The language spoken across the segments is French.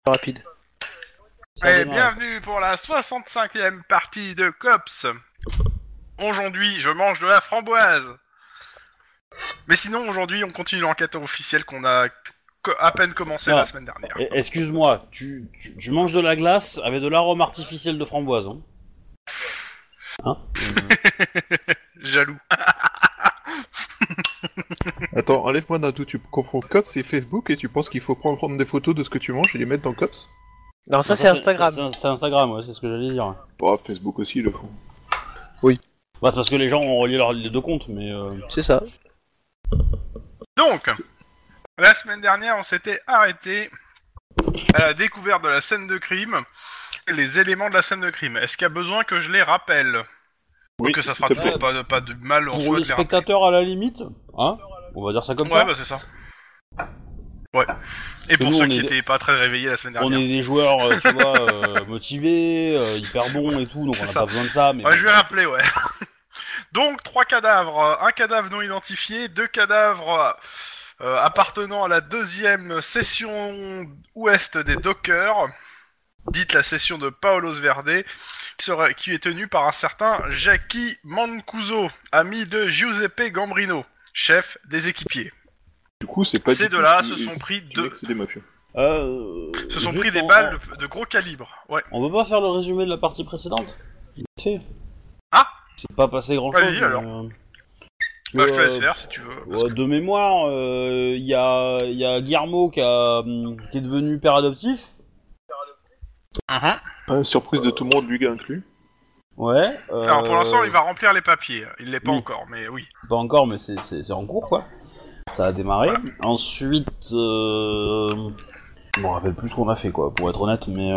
rapide. Et bienvenue pour la 65e partie de Cops. Aujourd'hui, je mange de la framboise. Mais sinon, aujourd'hui, on continue l'enquête officielle qu'on a à peine commencé la semaine dernière. Excuse-moi, tu manges de la glace avec de l'arôme artificiel de framboise, hein? Jaloux. Attends, enlève-moi d'un tout, tu confonds Cops et Facebook et tu penses qu'il faut prendre des photos de ce que tu manges et les mettre dans Cops? Non, ça c'est Instagram. C'est Instagram, ouais, c'est ce que j'allais dire. Oh, Facebook aussi, ils le font. Bah, c'est parce que les gens ont relié les deux comptes, mais... C'est ça. Donc, la semaine dernière, on s'était arrêté à la découverte de la scène de crime et les éléments de la scène de crime. Est-ce qu'il y a besoin que je les rappelle? Oui, que ça s'il fera te plaît. toujours pas de mal en Pour soi les de les rappeler. spectateurs, à la limite, hein? On va dire ça comme ça. Ouais, bah c'est ça. Ouais. Et pour nous, ceux on qui est étaient pas très réveillés la semaine On dernière. est des joueurs, tu vois, motivés, hyper bons et tout, donc C'est on n'a ça. pas besoin de ça, mais... Ouais, je vais rappeler, ouais. Donc, 3 cadavres. Un cadavre non identifié, 2 cadavres appartenant à la deuxième session ouest des Dockers, dite la session de Paolos Verde, qui est tenue par un certain Jackie Mancuso, ami de Giuseppe Gambrino, chef des équipiers. Du coup, c'est pas Ces du tout deux-là si- se sont pris si- deux. mec, c'est des mafieux. Se sont juste pris des on- balles de gros calibre. Ouais. On peut pas faire le résumé de la partie précédente? Vite fait. Ah! C'est pas passé grand-chose. Vas-y, alors. Bah, je te laisse faire si tu veux. parce que- De mémoire, il y a Guillermo qui est devenu père adoptif. Surprise de tout le monde, lui inclus. Ouais. Alors pour l'instant, il va remplir les papiers. Il l'est pas oui. encore, mais oui. Pas encore, mais c'est en cours, quoi. Ça a démarré. Voilà. Ensuite, je me rappelle plus ce qu'on a fait, quoi, pour être honnête, mais...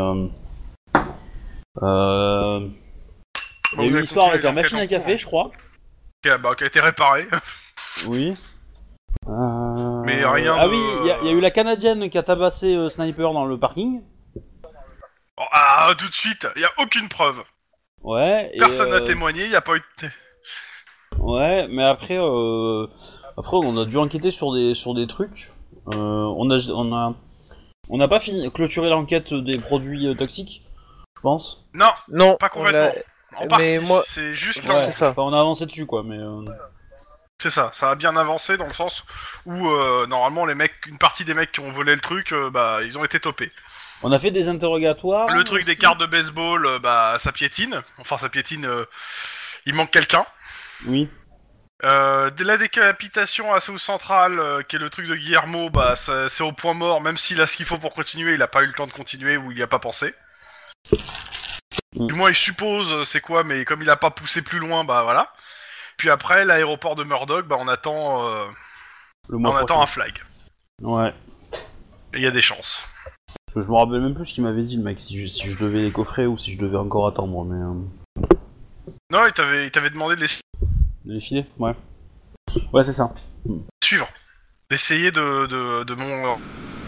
Il y a Bon, eu vous une avez histoire avec continué la machine à l'enquête en café, cours, je crois. Qui a été réparé. Oui. Mais rien Ah de- oui, il y a eu la Canadienne qui a tabassé Sniper dans le parking. Oh, ah, tout de suite, il y a aucune preuve. Ouais. Et, Personne n'a témoigné, il y a pas eu de... Ouais, mais après on a dû enquêter sur des trucs. On n'a pas clôturé l'enquête des produits toxiques, je pense. Non, pas on complètement. l'a- En partie, mais moi- c'est juste Ouais, qu'en- c'est ça. Enfin, on a avancé dessus, quoi, mais... C'est ça, ça a bien avancé dans le sens où normalement une partie des mecs qui ont volé le truc, ils ont été topés. On a fait des interrogatoires. Le truc des aussi. cartes de baseball, ça piétine. Enfin, ça piétine. Il manque quelqu'un. Oui. De la décapitation à South Central, qui est le truc de Guillermo, c'est au point mort. Même s'il a ce qu'il faut pour continuer, il a pas eu le temps de continuer ou il y a pas pensé. Mm. Du moins, il suppose c'est quoi, mais comme il a pas poussé plus loin, voilà. Puis après, l'aéroport de Murdoch, on attend, Le mois on attend prochain. un flag. Ouais. Et il y a des chances. Parce que je me rappelle même plus ce qu'il m'avait dit, le mec, si je devais les coffrer ou si je devais encore attendre, mais... Non, il t'avait demandé de les Les filer. Ouais. Ouais, c'est ça. suivre, d'essayer de mon.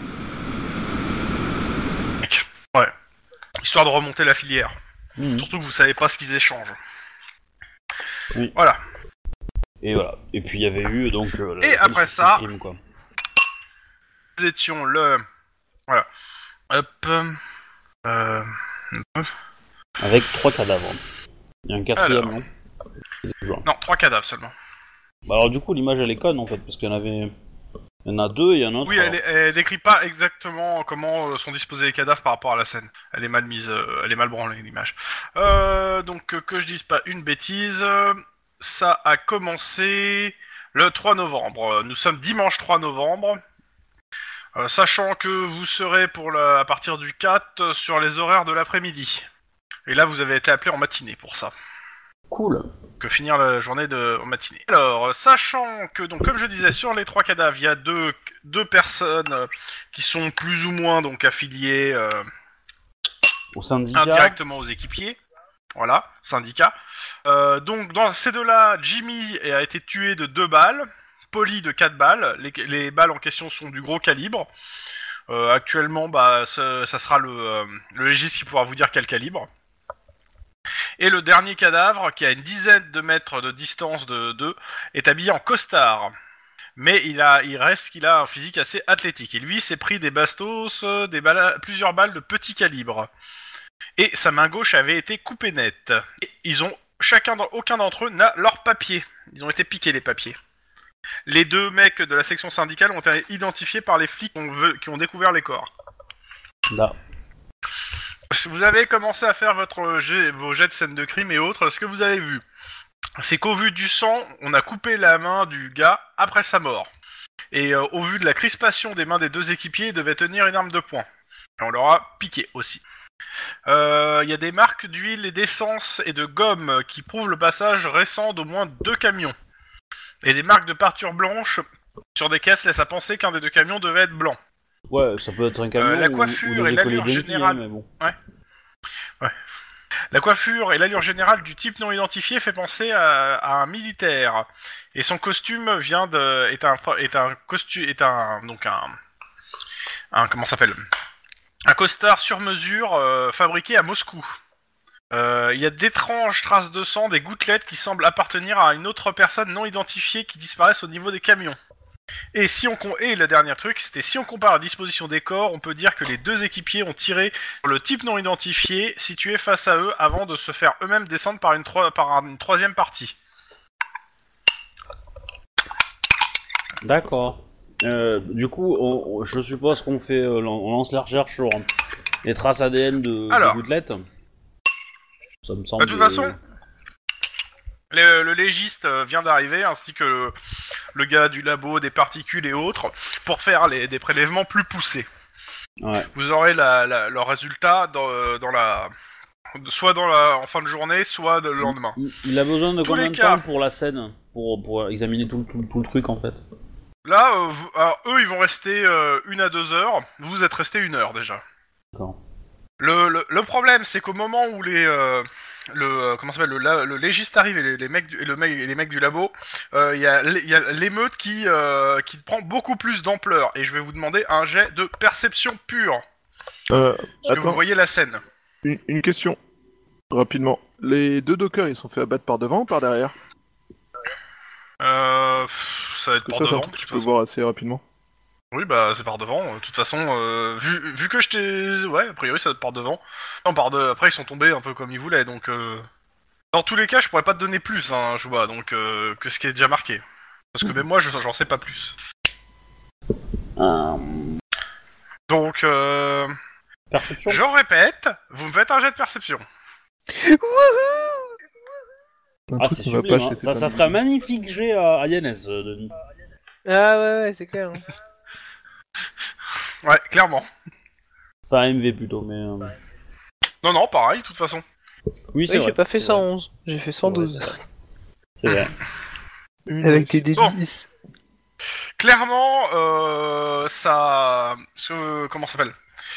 Ouais. Histoire de remonter la filière. Mhm. Surtout que vous savez pas ce qu'ils échangent. Oui. Voilà. Et voilà. Et puis il y avait eu donc... Et la après police ça- crime, quoi. Nous étions le. Voilà. Hop. Avec 3 cadavres. Il y a un quatrième, Alors. non? Non, 3 cadavres seulement. Bah alors du coup l'image elle est conne en fait, parce qu'il y en avait... Il y en a 2 et il y en a un autre. Oui, elle décrit pas exactement comment sont disposés les cadavres par rapport à la scène. Elle est mal mise, elle est mal branlée l'image. Donc que je dise pas une bêtise, ça a commencé le 3 novembre. Nous sommes dimanche 3 novembre. Sachant que vous serez à partir du 4 sur les horaires de l'après-midi. Et là, vous avez été appelé en matinée pour ça. Cool. Que finir la journée en matinée. Alors, sachant que, donc, comme je disais, sur les 3 cadavres, il y a deux personnes qui sont plus ou moins donc affiliées Au syndicat. indirectement aux équipiers. Voilà, syndicat. Donc, dans ces deux-là, Jimmy a été tué de 2 balles. Polly de 4 balles. Les balles en question sont du gros calibre. Actuellement, ça sera le légiste qui pourra vous dire quel calibre. Et le dernier cadavre, qui a une dizaine de mètres de distance de d'eux, est habillé en costard. Mais il reste qu'il a un physique assez athlétique. Et lui s'est pris des bastos, plusieurs balles de petit calibre. Et sa main gauche avait été coupée nette. Et ils ont aucun d'entre eux n'a leur papier. Ils ont été piqués les papiers. Les 2 mecs de la section syndicale ont été identifiés par les flics qui ont découvert les corps. Là. Vous avez commencé à faire vos jets de scène de crime et autres. Ce que vous avez vu, c'est qu'au vu du sang, on a coupé la main du gars après sa mort. Et au vu de la crispation des mains des 2 équipiers, il devait tenir une arme de poing. Et on leur a piqué aussi. Il y a des marques d'huile et d'essence et de gomme qui prouvent le passage récent d'au moins 2 camions. Et des marques de peinture blanche sur des caisses laissent à penser qu'un des 2 camions devait être blanc. Ouais, ça peut être un camion la coiffure ou et des l'allure écoles Genki, générale. mais bon. Ouais. La coiffure et l'allure générale du type non identifié fait penser à un militaire. Et son costume est un costard sur mesure fabriqué à Moscou. Il y a d'étranges traces de sang, des gouttelettes qui semblent appartenir à une autre personne non identifiée qui disparaissent au niveau des camions. Et le dernier truc, c'était si on compare la disposition des corps, on peut dire que les 2 équipiers ont tiré sur le type non identifié situé face à eux avant de se faire eux-mêmes descendre par une 3e partie. D'accord. Du coup, je suppose qu'on fait, on lance la recherche sur les traces ADN de gouttelettes. Ça me semble. De toute façon, le légiste vient d'arriver, ainsi que le gars du labo, des particules et autres, pour faire des prélèvements plus poussés. Ouais. Vous aurez leur résultat soit en fin de journée, soit le lendemain. Il a besoin de Tous combien les de cas. temps pour la scène, pour examiner tout le truc en fait? Là, eux, ils vont rester 1 à 2 heures. Vous êtes resté 1 heure déjà. D'accord. Le problème, c'est qu'au moment où le légiste arrive et les mecs du labo, il y a l'émeute qui prend beaucoup plus d'ampleur. Et je vais vous demander un jet de perception pure. Parce que vous voyez la scène. Une question, rapidement. Les 2 dockers, ils sont fait abattre par devant ou par derrière? Ça va être par devant. Tu peux voir assez rapidement. Oui, bah c'est par devant. De toute façon, vu que je t'ai... Ouais, a priori ça va être par devant. Non, après ils sont tombés un peu comme ils voulaient, donc... Dans tous les cas, je pourrais pas te donner plus, hein, Jouba, donc que ce qui est déjà marqué. Parce que même moi, j'en sais pas plus. Donc, Perception. je répète, vous me faites un jet de perception. Ah, c'est sublime, hein. Ça ferait un magnifique jet à Yanez, Denis. Ah ouais, c'est clair. Hein. Ouais, clairement. Enfin, MV plutôt, mais... Non, pareil, de toute façon. Oui, c'est Oui, vrai. j'ai pas fait 111, j'ai fait 112. C'est vrai. Avec tes D10. Clairement, comment ça s'appelle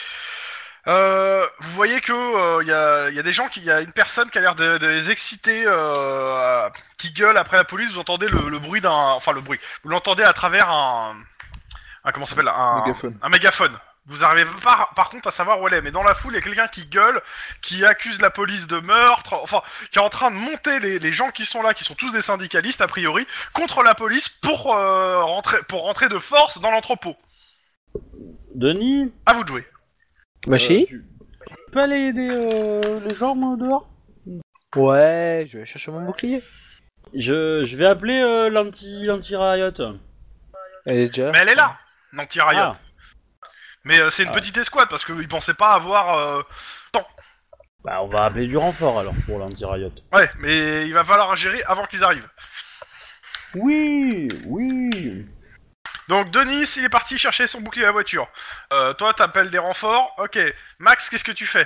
vous voyez que y a des gens y a une personne qui a l'air de les exciter, qui gueule après la police. Vous entendez le bruit vous l'entendez à travers comment ça s'appelle, un mégaphone. Vous arrivez pas, par contre, à savoir où elle est, mais dans la foule, il y a quelqu'un qui gueule, qui accuse la police de meurtre, enfin, qui est en train de monter les gens qui sont là, qui sont tous des syndicalistes, a priori, contre la police pour rentrer de force dans l'entrepôt. Denis, À vous de jouer. Machi tu peux aller aider les gens dehors? Ouais, je vais chercher mon bouclier. Je vais appeler l'anti-riot. Elle est déjà là. Mais elle est là, l'anti-riot. Ah. Mais c'est une petite escouade, parce qu'ils pensaient pas avoir... Bah, on va appeler du renfort alors pour l'anti-riot. Ouais, mais il va falloir gérer avant qu'ils arrivent. Oui. Donc Denis, il est parti chercher son bouclier à la voiture. Toi, t'appelles des renforts. Ok. Max, qu'est-ce que tu fais?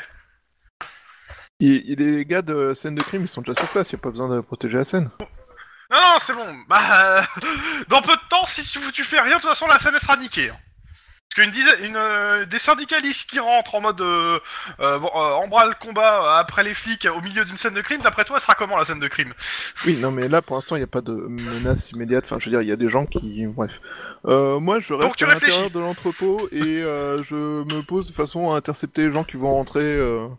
Les gars de scène de crime, ils sont déjà sur place, y a pas besoin de protéger la scène. Non, c'est bon. Bah, dans peu de temps, si tu fais rien, de toute façon, la scène elle sera niquée. Parce des syndicalistes qui rentrent en mode embrasse le combat après les flics au milieu d'une scène de crime, d'après toi, elle sera comment la scène de crime? Oui, non, mais là, pour l'instant, il n'y a pas de menace immédiate. Enfin, je veux dire, il y a des gens qui... Bref. Moi, je reste à l'intérieur de l'entrepôt et je me pose de façon à intercepter les gens qui vont rentrer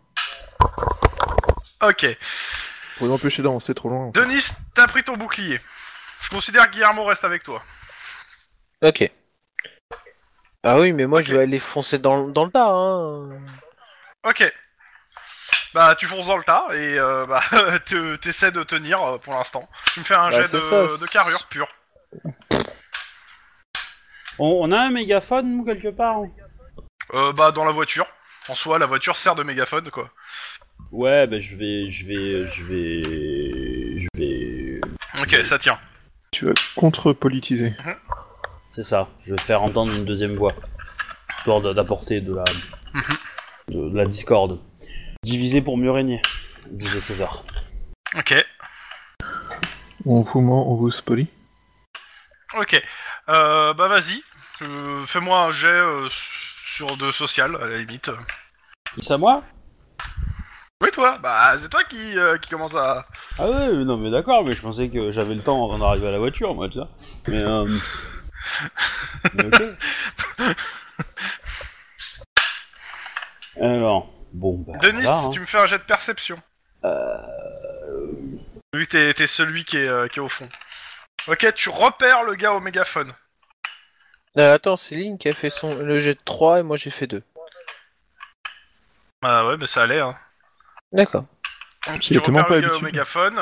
Ok. pour les empêcher d'avancer trop loin. En fait. Denis, t'as pris ton bouclier. Je considère que Guillermo reste avec toi. Ok. Ah oui, mais moi je vais aller foncer dans le tas, hein. Ok. Bah, tu fonces dans le tas et t'essaies de tenir pour l'instant. Tu me fais un jet de carrure pure. On a un mégaphone, nous, quelque part Bah, dans la voiture. En soi, la voiture sert de mégaphone, quoi. Ouais, bah je vais... Ok, ça tient. Tu vas contre-politiser. C'est ça, je vais faire entendre une deuxième voix. Histoire d'apporter de la discorde. Diviser pour mieux régner, disait César. Ok. On vous ment, on vous spolie. Ok. Bah, vas-y. Fais-moi un jet sur de social, à la limite. C'est à moi? Oui, toi. Bah, c'est toi qui commence à... Ah ouais, non mais d'accord, mais je pensais que j'avais le temps avant d'arriver à la voiture, moi, tu vois. Mais ok. Alors, bon, bah... Denis, voilà, hein. tu me fais un jet de perception. Lui, t'es celui qui est au fond. Ok, tu repères le gars au mégaphone. Attends, c'est Lynn qui a fait le jet de 3 et moi j'ai fait 2. Ah ouais, mais ça allait, hein. D'accord. Donc, Il tu est tellement repères pas le gars au habitué. mégaphone.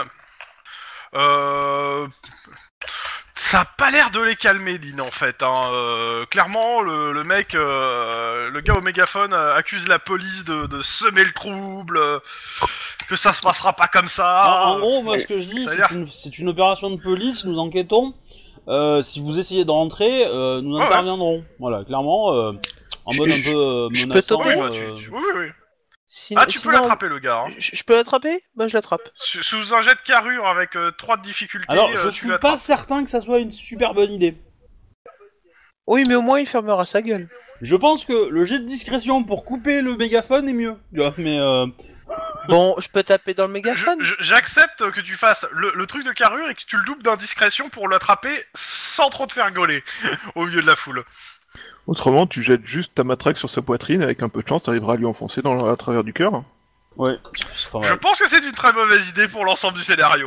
Ça a pas l'air de les calmer, Lynn, en fait. Hein. Clairement, le mec, le gars au mégaphone accuse la police de semer le trouble, que ça se passera pas comme ça. En gros, moi, ce que je dis, c'est une opération de police, nous enquêtons. Si vous essayez de rentrer, nous interviendrons. Voilà, clairement, en mode un peu je peux menaçant. toper Oui. Sinon, Tu peux l'attraper, le gars. Hein. Je peux l'attraper? Bah je l'attrape. Sous un jet de carrure avec 3 de difficulté, Alors, je tu suis l'attrapes. pas certain que ça soit une super bonne idée. Oui, mais au moins il fermera sa gueule. Je pense que le jet de discrétion pour couper le mégaphone est mieux. Tu vois, mais Bon, je peux taper dans le mégaphone? J'accepte que tu fasses le truc de carrure et que tu le doubles d'indiscrétion pour l'attraper sans trop te faire gauler au milieu de la foule. Autrement, tu jettes juste ta matraque sur sa poitrine, avec un peu de chance, t'arriveras à lui enfoncer à travers du cœur. ouais, c'est pas Je mal. pense que c'est une très mauvaise idée pour l'ensemble du scénario.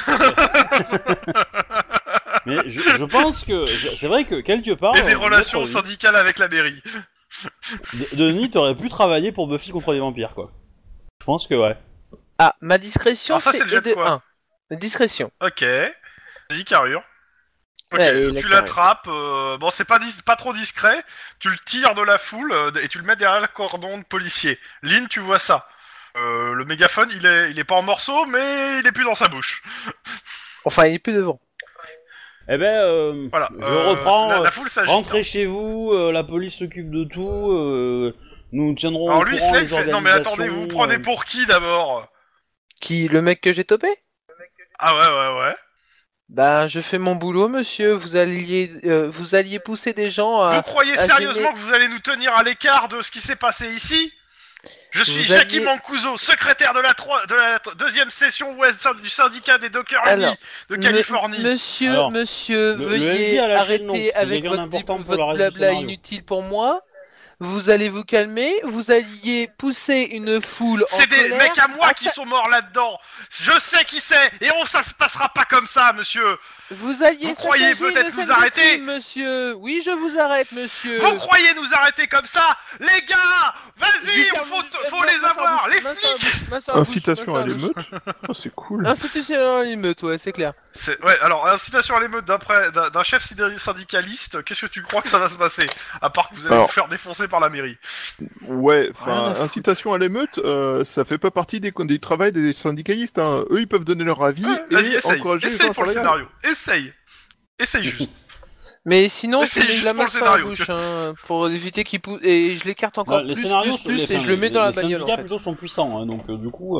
Mais je pense que c'est vrai que quelque part. Et des relations syndicales avec la mairie. Denis, t'aurais pu travailler pour Buffy contre les vampires, quoi. Je pense que ouais. Ah, ma discrétion Alors ça, c'est c'est le jet de de quoi 1. Ma discrétion. Ok. Vas-y, carrure. Ok, Ouais, tu la l'attrapes. Bon, c'est pas trop discret. Tu le tires de la foule et tu le mets derrière le cordon de policier. Lynn, tu vois ça. Le mégaphone, il est pas en morceaux, mais il est plus dans sa bouche. Enfin, il est plus devant. Eh ben, Voilà. je reprends. La foule s'agite. Rentrez chez vous, la police s'occupe de tout. Nous tiendrons Alors au lui, il courant se les lève, fait... Non mais attendez, vous organisations, prenez pour qui d'abord? Qui, le mec que j'ai topé? Ah ouais. Bah, je fais mon boulot, monsieur. Vous alliez pousser des gens à... Vous croyez à sérieusement gêner- que vous allez nous tenir à l'écart de ce qui s'est passé ici? Je suis Vous Jackie aviez- Mancuso, secrétaire de la deuxième session ouest du syndicat des Dockers Alors, Unis de Californie. Monsieur, Alors, monsieur, le veuillez LG a lâché le nom. arrêter C'est avec quelqu'un votre, d'important pour votre le reste du blabla scénario. inutile pour moi. Vous allez vous calmer. Vous alliez pousser une foule en C'est des colère. mecs à moi Ah, qui ça- sont morts là-dedans. Je sais qui c'est. Et ça se passera pas comme ça, monsieur. Vous alliez Vous croyez saccager peut-être une nous scène de arrêter crime, monsieur. Oui, je vous arrête, monsieur. Vous croyez nous arrêter comme ça? Les gars, vas-y, faut les avoir. Les flics. Incitation à l'émeute. Oh, c'est cool. Incitation à l'émeute, ouais, c'est clair. Ouais, alors, incitation à l'émeute d'un chef syndicaliste, qu'est-ce que tu crois que ça va se passer? À part que vous allez Alors. vous faire défoncer par la mairie. Ouais, Rien à enfin, foutre. incitation à l'émeute, ça fait pas partie du travail des syndicalistes. Hein. Eux, ils peuvent donner leur avis Vas-y, et essaye. encourager les gens Essaye à pour faire le la grève. scénario. Essaye juste. Mais sinon, Mais c'est c'est de juste la pour le masse sur la scénario. bouche, hein, pour éviter qu'il pousse. Et je l'écarte encore Ouais, les plus, scénarios, plus, et je le mets les- dans la les bagnole, syndicats en fait. plutôt sont puissants, hein, donc du coup,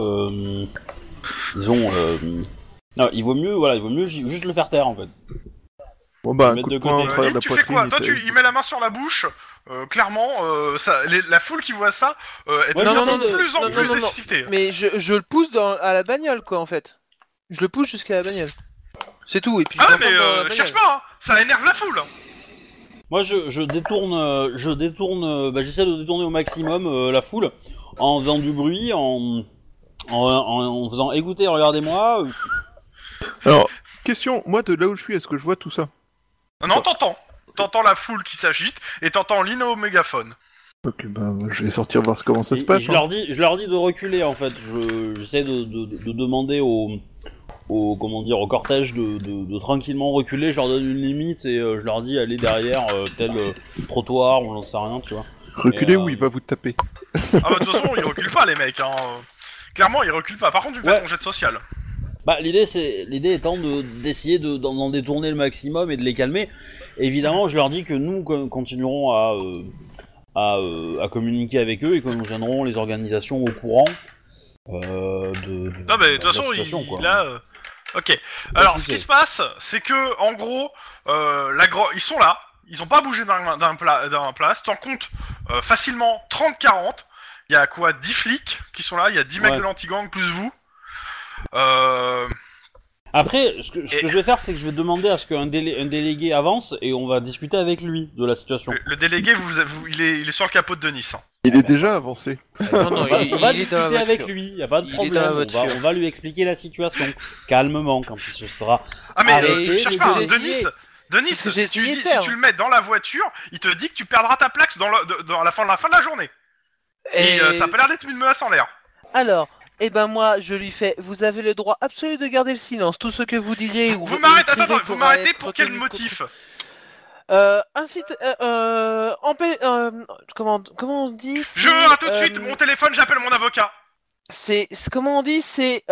ils ont. Non, il vaut mieux juste le faire taire en fait. Bon bah, un Mettre coup de de poing côté. au travers de la Tu fais quoi? poitrine. Toi, il met la main sur la bouche. Clairement, la foule qui voit ça est Ouais, de non, non, plus en non, plus non, non. excitée. Mais je le pousse à la bagnole, quoi, en fait. Je le pousse jusqu'à la bagnole. C'est tout, et puis Ah je ouais, mais l'enfonce dans la cherche bagnole. pas, hein. Ça énerve la foule. Moi, je détourne, j'essaie de détourner au maximum la foule en faisant du bruit, en faisant écoutez, regardez-moi. Alors, question, moi de là où je suis, est-ce que je vois tout ça? Non, t'entends. t'entends la foule qui s'agite et t'entends Lino au mégaphone. Ok, bah je vais sortir voir comment ça se Et passe. je leur dis de reculer en fait. J'essaie de demander au cortège de tranquillement reculer. Je leur donne une limite et je leur dis allez derrière tel trottoir ou j'en sais rien, tu vois. Reculez ou il va vous taper. Ah bah de toute façon ils reculent pas les mecs. Hein. Clairement ils reculent pas. Par contre tu me fais ton jet de social. Bah l'idée étant d'essayer d'en détourner le maximum et de les calmer. Évidemment je leur dis que nous continuerons à communiquer avec eux et que nous gênerons les organisations au courant non mais de toute façon il a ok. Alors ce qui se passe c'est que en gros ils sont là, ils ont pas bougé d'un place, t'en comptes facilement 30-40, il y a quoi 10 flics qui sont là, il y a 10 mecs de l'anti-gang plus vous. Après, ce que je vais faire, c'est que je vais demander à ce qu'un délégué avance et on va discuter avec lui de la situation. Le délégué, il est sur le capot de Denis. Hein. Il est déjà avancé. Non, on va discuter avec lui, y a pas de problème. On va lui expliquer la situation calmement quand ce sera. Ah mais arrêté, cherche pas, Denis, si tu le mets dans la voiture, il te dit que tu perdras ta plaque dans la fin de la journée. Et ça a pas l'air d'être une menace en l'air. Alors. Eh ben moi, je lui fais. Vous avez le droit absolu de garder le silence. Tout ce que vous direz. Vous m'arrêtez pour quel motif? Comment on dit? Je veux tout de suite mon téléphone. J'appelle mon avocat. Comment on dit? C'est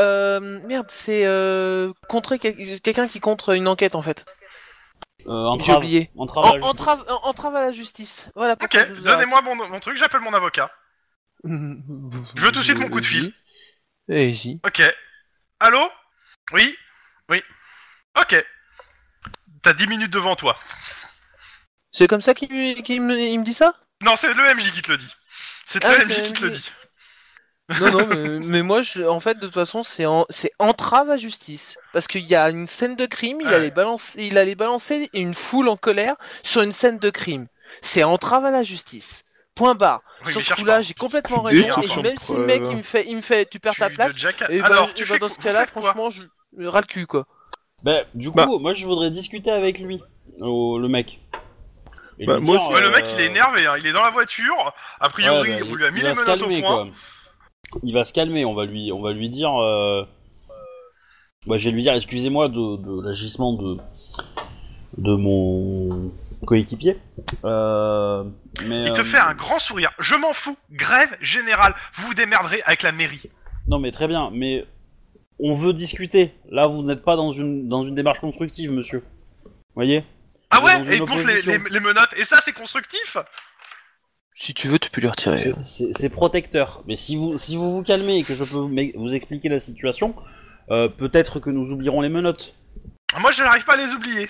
contrer quelqu'un qui contre une enquête en fait. J'ai oublié. Entrave à la justice. Voilà. Ok. Donnez-moi mon truc. J'appelle mon avocat. Je veux tout de suite mon coup de fil. Allez-y. Ok. Allô? Oui. Ok. T'as 10 minutes devant toi. C'est comme ça qu'il me dit ça? Non, c'est le MJ qui te le dit. C'est le MJ qui te le dit. Non, mais moi, en fait, de toute façon, c'est entrave à justice. Parce qu'il y a une scène de crime, il allait balancer une foule en colère sur une scène de crime. C'est entrave à la justice. Point barre. Oui, sur ce coup-là, j'ai complètement raison. Et même si le mec il me fait tu perds ta plaque, et alors dans ce cas-là, franchement, je ras le cul quoi. Bah du coup, moi je voudrais discuter avec lui, le mec. Bah, moi dire, le mec il est énervé, hein. Il est dans la voiture. A priori, on lui a mis les menottes au point. Il va se calmer. On va lui dire. Bah, je vais lui dire excusez-moi de l'agissement de mon coéquipier. Mais, il te fait un grand sourire. Je m'en fous. Grève générale. Vous vous démerderez avec la mairie. Non mais très bien. Mais on veut discuter. Là, vous n'êtes pas dans une démarche constructive, monsieur. Voyez. Ah ouais. Et il compte les menottes. Et ça, c'est constructif. Si tu veux, tu peux lui retirer. C'est protecteur. Mais si vous calmez et que je peux vous expliquer la situation, peut-être que nous oublierons les menottes. Moi, je n'arrive pas à les oublier.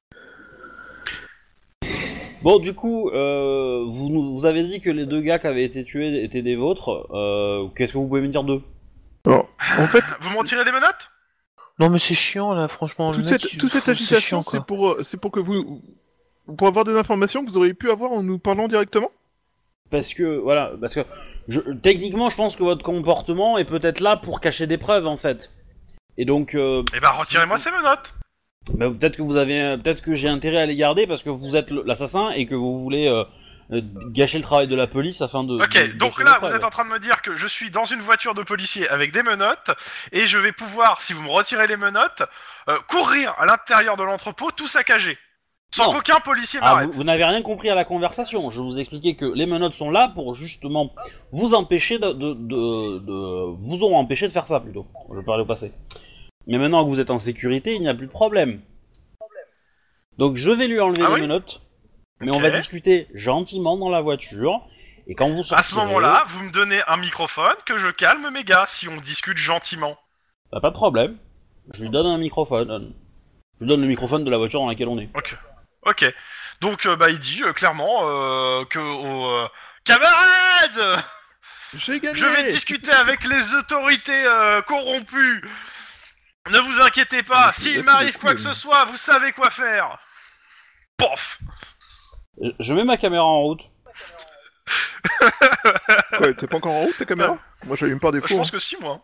Bon, du coup, vous avez dit que les 2 gars qui avaient été tués étaient des vôtres. Qu'est-ce que vous pouvez me dire d'eux? Alors, en fait, vous m'en tirez les menottes? Non, mais c'est chiant là, franchement. Toute cette agitation, c'est pour que pour avoir des informations que vous auriez pu avoir en nous parlant directement. Parce que techniquement, je pense que votre comportement est peut-être là pour cacher des preuves en fait. Et donc. Eh ben, retirez-moi ces menottes. Bah, peut-être que j'ai intérêt à les garder parce que vous êtes l'assassin et que vous voulez gâcher le travail de la police afin de. Ok, donc là vous êtes en train de me dire que je suis dans une voiture de policier avec des menottes et je vais pouvoir, si vous me retirez les menottes, courir à l'intérieur de l'entrepôt tout saccagé. Sans qu'aucun policier m'arrête. Vous n'avez rien compris à la conversation. Je vous expliquais que les menottes sont là pour justement vous empêcher vous ont empêché de faire ça plutôt. Je parlais au passé. Mais maintenant que vous êtes en sécurité, il n'y a plus de problème. Donc je vais lui enlever les menottes, mais on va discuter gentiment dans la voiture. Et quand vous sortirez... À ce moment-là, vous me donnez un microphone que je calme mes gars si on discute gentiment. Bah, pas de problème. Je lui donne un microphone. Je lui donne le microphone de la voiture dans laquelle on est. Ok. Donc il dit clairement que camarades, j'ai gagné. Je vais discuter avec les autorités corrompues. Ne vous inquiétez pas, s'il m'arrive quoi que ce soit, vous savez quoi faire. Pof. Je mets ma caméra en route. Quoi, t'es pas encore en route ta caméra? Moi j'allume par défaut. Je pense que si, moi.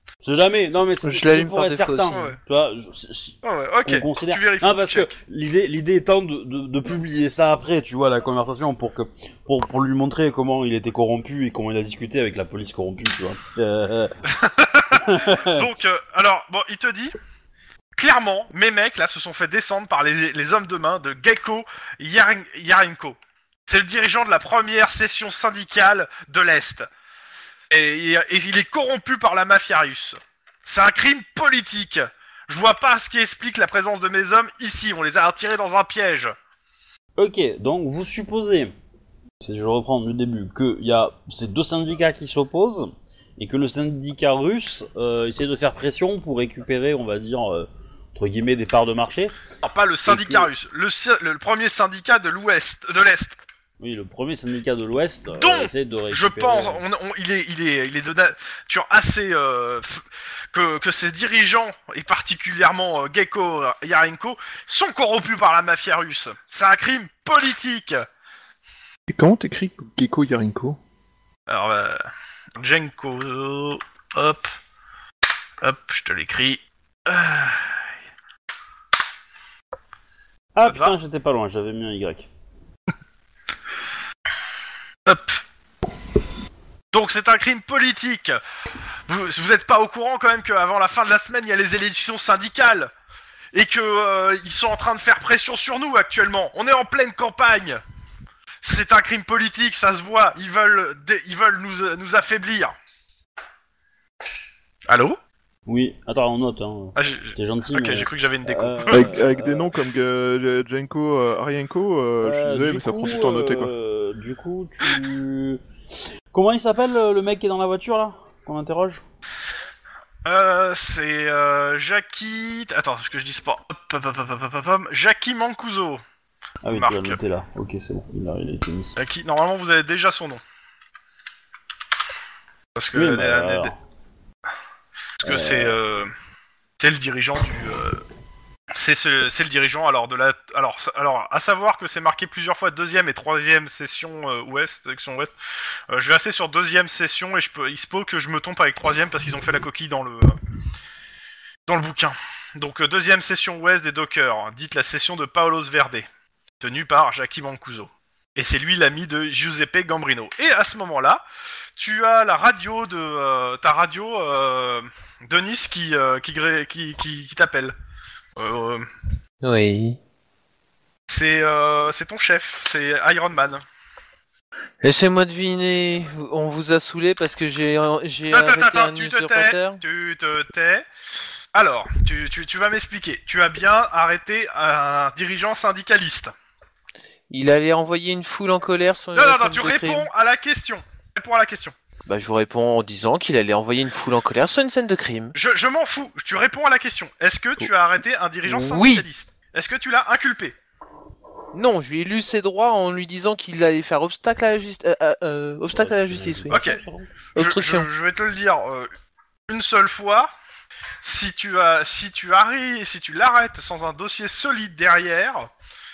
C'est jamais. Non mais c'est Je l'allume pour par être défaut certain. aussi. Tu vois, Ok, on considère. tu vérifies. Non parce que check. l'idée étant de publier ça après, tu vois, la conversation pour lui montrer comment il était corrompu et comment il a discuté avec la police corrompue, tu vois. Donc, alors, bon, il te dit, clairement, mes mecs, là, se sont fait descendre par les hommes de main de Gecko Yarenko. C'est le dirigeant de la première session syndicale de l'Est. Et il est corrompu par la mafia russe. C'est un crime politique. Je vois pas ce qui explique la présence de mes hommes ici. On les a attirés dans un piège. Ok, donc vous supposez, si je reprends du début, qu'il y a ces deux syndicats qui s'opposent et que le syndicat russe essaie de faire pression pour récupérer, on va dire, entre guillemets, des parts de marché. Non, pas le syndicat russe. Le premier syndicat de l'Est. Oui, le premier syndicat de l'Ouest essaie de récupérer... Je pense, il est de nature assez que ses dirigeants et particulièrement Gecko Yarenko sont corrompus par la mafia russe. C'est un crime politique. Et comment t'écris Gecko Yarenko? Alors, Genko, hop, je te l'écris. Ah putain, j'étais pas loin, j'avais mis un Y. Hop. Donc c'est un crime politique. Vous êtes pas au courant quand même qu'avant la fin de la semaine il y a les élections syndicales et que ils sont en train de faire pression sur nous actuellement. On est en pleine campagne. C'est un crime politique, ça se voit. Ils veulent nous affaiblir. Allô? Oui, attends, on note, hein. Ah, t'es gentil. Ok, mais... j'ai cru que j'avais une déco. Avec des noms comme Genko Arienko, je suis désolé, mais ça prend du temps à noter quoi. Du coup, comment il s'appelle le mec qui est dans la voiture là? Qu'on interroge? C'est Jackie. Attends, ce que je dis pas. Jackie Mancuso. Ah oui, Marc. tu l'as noté là. Ok, c'est bon, il a été mis. Jackie, normalement vous avez déjà son nom. Parce que Oui, parce que c'est le dirigeant du. C'est le dirigeant alors à savoir que c'est marqué plusieurs fois deuxième et troisième session section ouest. Je vais rester sur deuxième session et il se peut que je me trompe avec troisième parce qu'ils ont fait la coquille dans le bouquin. Donc deuxième session ouest des Dockers, dite la session de Paolos Verde, tenue par Jackie Mancuso. Et c'est lui l'ami de Giuseppe Gambrino. Et à ce moment-là, tu as la radio de ta radio Denis qui t'appelle. Oui. C'est ton chef, c'est Iron Man. Laissez-moi deviner, on vous a saoulé parce que j'ai arrêté un usurpateur. Tu te tais. Alors, tu vas m'expliquer. Tu as bien arrêté un dirigeant syndicaliste. Il allait envoyer une foule en colère sur Non, tu réponds à la question. Réponds à la question. Bah, je vous réponds en disant qu'il allait envoyer une foule en colère sur une scène de crime. Je m'en fous. Tu réponds à la question. Est-ce que tu as arrêté un dirigeant Oui. syndicaliste? Est-ce que tu l'as inculpé? Non, je lui ai lu ses droits en lui disant qu'il allait faire obstacle à la justice, oui. Ok. Obstruction. Je vais te le dire une seule fois. Si tu l'arrêtes sans un dossier solide derrière,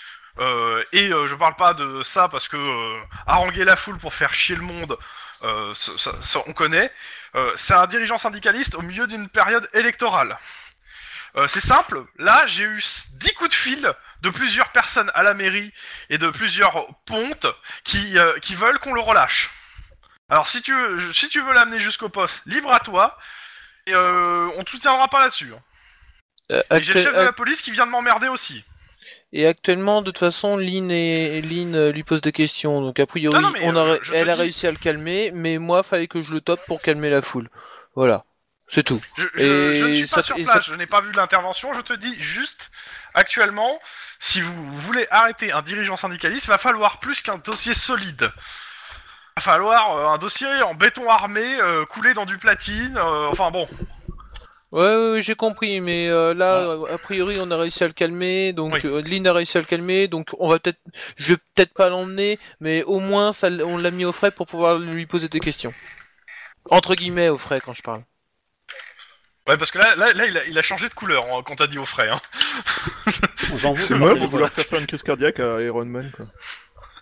je parle pas de ça parce que haranguer la foule pour faire chier le monde, ça, on connaît. C'est un dirigeant syndicaliste au milieu d'une période électorale. C'est simple, là j'ai eu 10 coups de fil de plusieurs personnes à la mairie et de plusieurs pontes qui veulent qu'on le relâche. Alors si tu veux l'amener jusqu'au poste, libre à toi, et on te soutiendra pas là-dessus. Et j'ai le chef de la police qui vient de m'emmerder aussi. Et actuellement, de toute façon, Lynn lui pose des questions, donc a priori, elle a réussi à le calmer, mais moi, fallait que je le tope pour calmer la foule. Voilà, c'est tout. Je ne suis pas sur place, je n'ai pas vu l'intervention, je te dis juste, actuellement, si vous voulez arrêter un dirigeant syndicaliste, il va falloir plus qu'un dossier solide. Il va falloir un dossier en béton armé, coulé dans du platine, enfin bon... Ouais, j'ai compris, mais là, a priori, on a réussi à le calmer, donc Lynn a réussi à le calmer, donc je vais peut-être pas l'emmener, mais au moins, on l'a mis au frais pour pouvoir lui poser des questions. Entre guillemets, au frais, quand je parle. Ouais, parce que là, il a changé de couleur quand t'as dit au frais, hein. On s'en fout. C'est moi pour vouloir faire une crise cardiaque à Iron Man, quoi.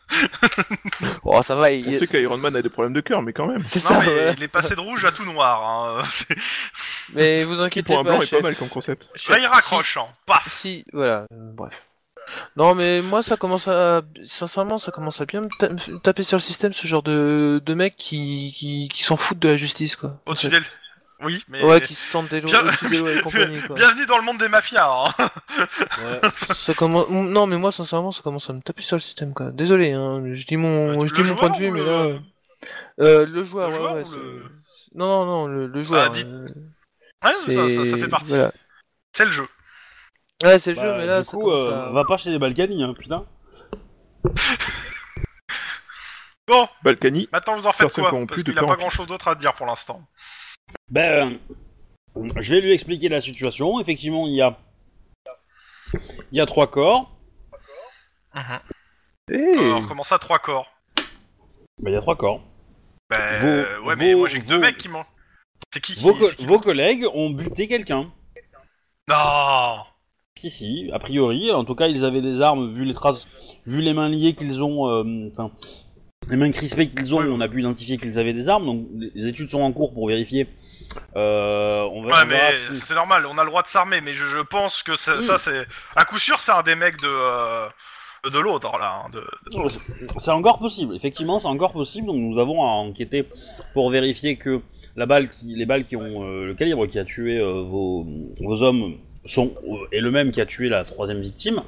Oh, ça va. On sait qu'Iron Man a des problèmes de cœur, mais quand même. C'est Non, ça. mais Voilà. il est passé de rouge à tout noir. Hein. Mais vous Ce qui inquiétez pour un blanc pas, est pas chef. mal comme concept. Là, il raccroche. Hein. Paf. Si, voilà. Bref. Non, mais moi, ça commence à, sincèrement, ça commence à bien me taper sur le système, ce genre de mecs qui s'en foutent de la justice, quoi. Au-dessus d'elle. Oui, mais. Ouais, qui se sentent des lois, Bien- au-dessus des lois et compagnie, quoi. Bienvenue dans le monde des mafias. Hein. Ouais. Ça commence... Non, mais moi, sincèrement, ça commence à me taper sur le système, quoi. Désolé, hein, je dis mon point de vue, mais là... le joueur, Le joueur ouais, ou c'est... le- Non, le joueur. dites- Ouais, ça fait partie. Voilà. C'est le jeu. Ouais, c'est le Bah, jeu, mais là, du ça coup, commence à... va pas chez les Balkany, hein, putain. Bon, Balkany, maintenant vous en faites Personne quoi? corrompu Parce de qu'il a père pas en grand chose d'autre à dire pour l'instant. Ben, je vais lui expliquer la situation. Effectivement, il y a 3 corps. hey. Alors, comment ça, 3 corps? Ben, il y a 3 corps. Ouais, mais moi j'ai que 2 mecs qui m'ont. C'est qui Vos collègues ont buté quelqu'un. Non. Si, a priori. En tout cas, ils avaient des armes, vu les traces, vu les mains liées qu'ils ont, les mains crispées qu'ils ont, Ouais. on a pu identifier qu'ils avaient des armes. Donc, les études sont en cours pour vérifier. On Ouais, verra mais si... c'est normal, on a le droit de s'armer, mais je pense que ça, Oui. ça c'est. À coup sûr, c'est un des mecs de l'autre, là. Hein, C'est encore possible, effectivement, c'est encore possible. Donc, nous avons à enquêter pour vérifier que les balles qui ont le calibre qui a tué vos hommes est le même qui a tué la 3e victime.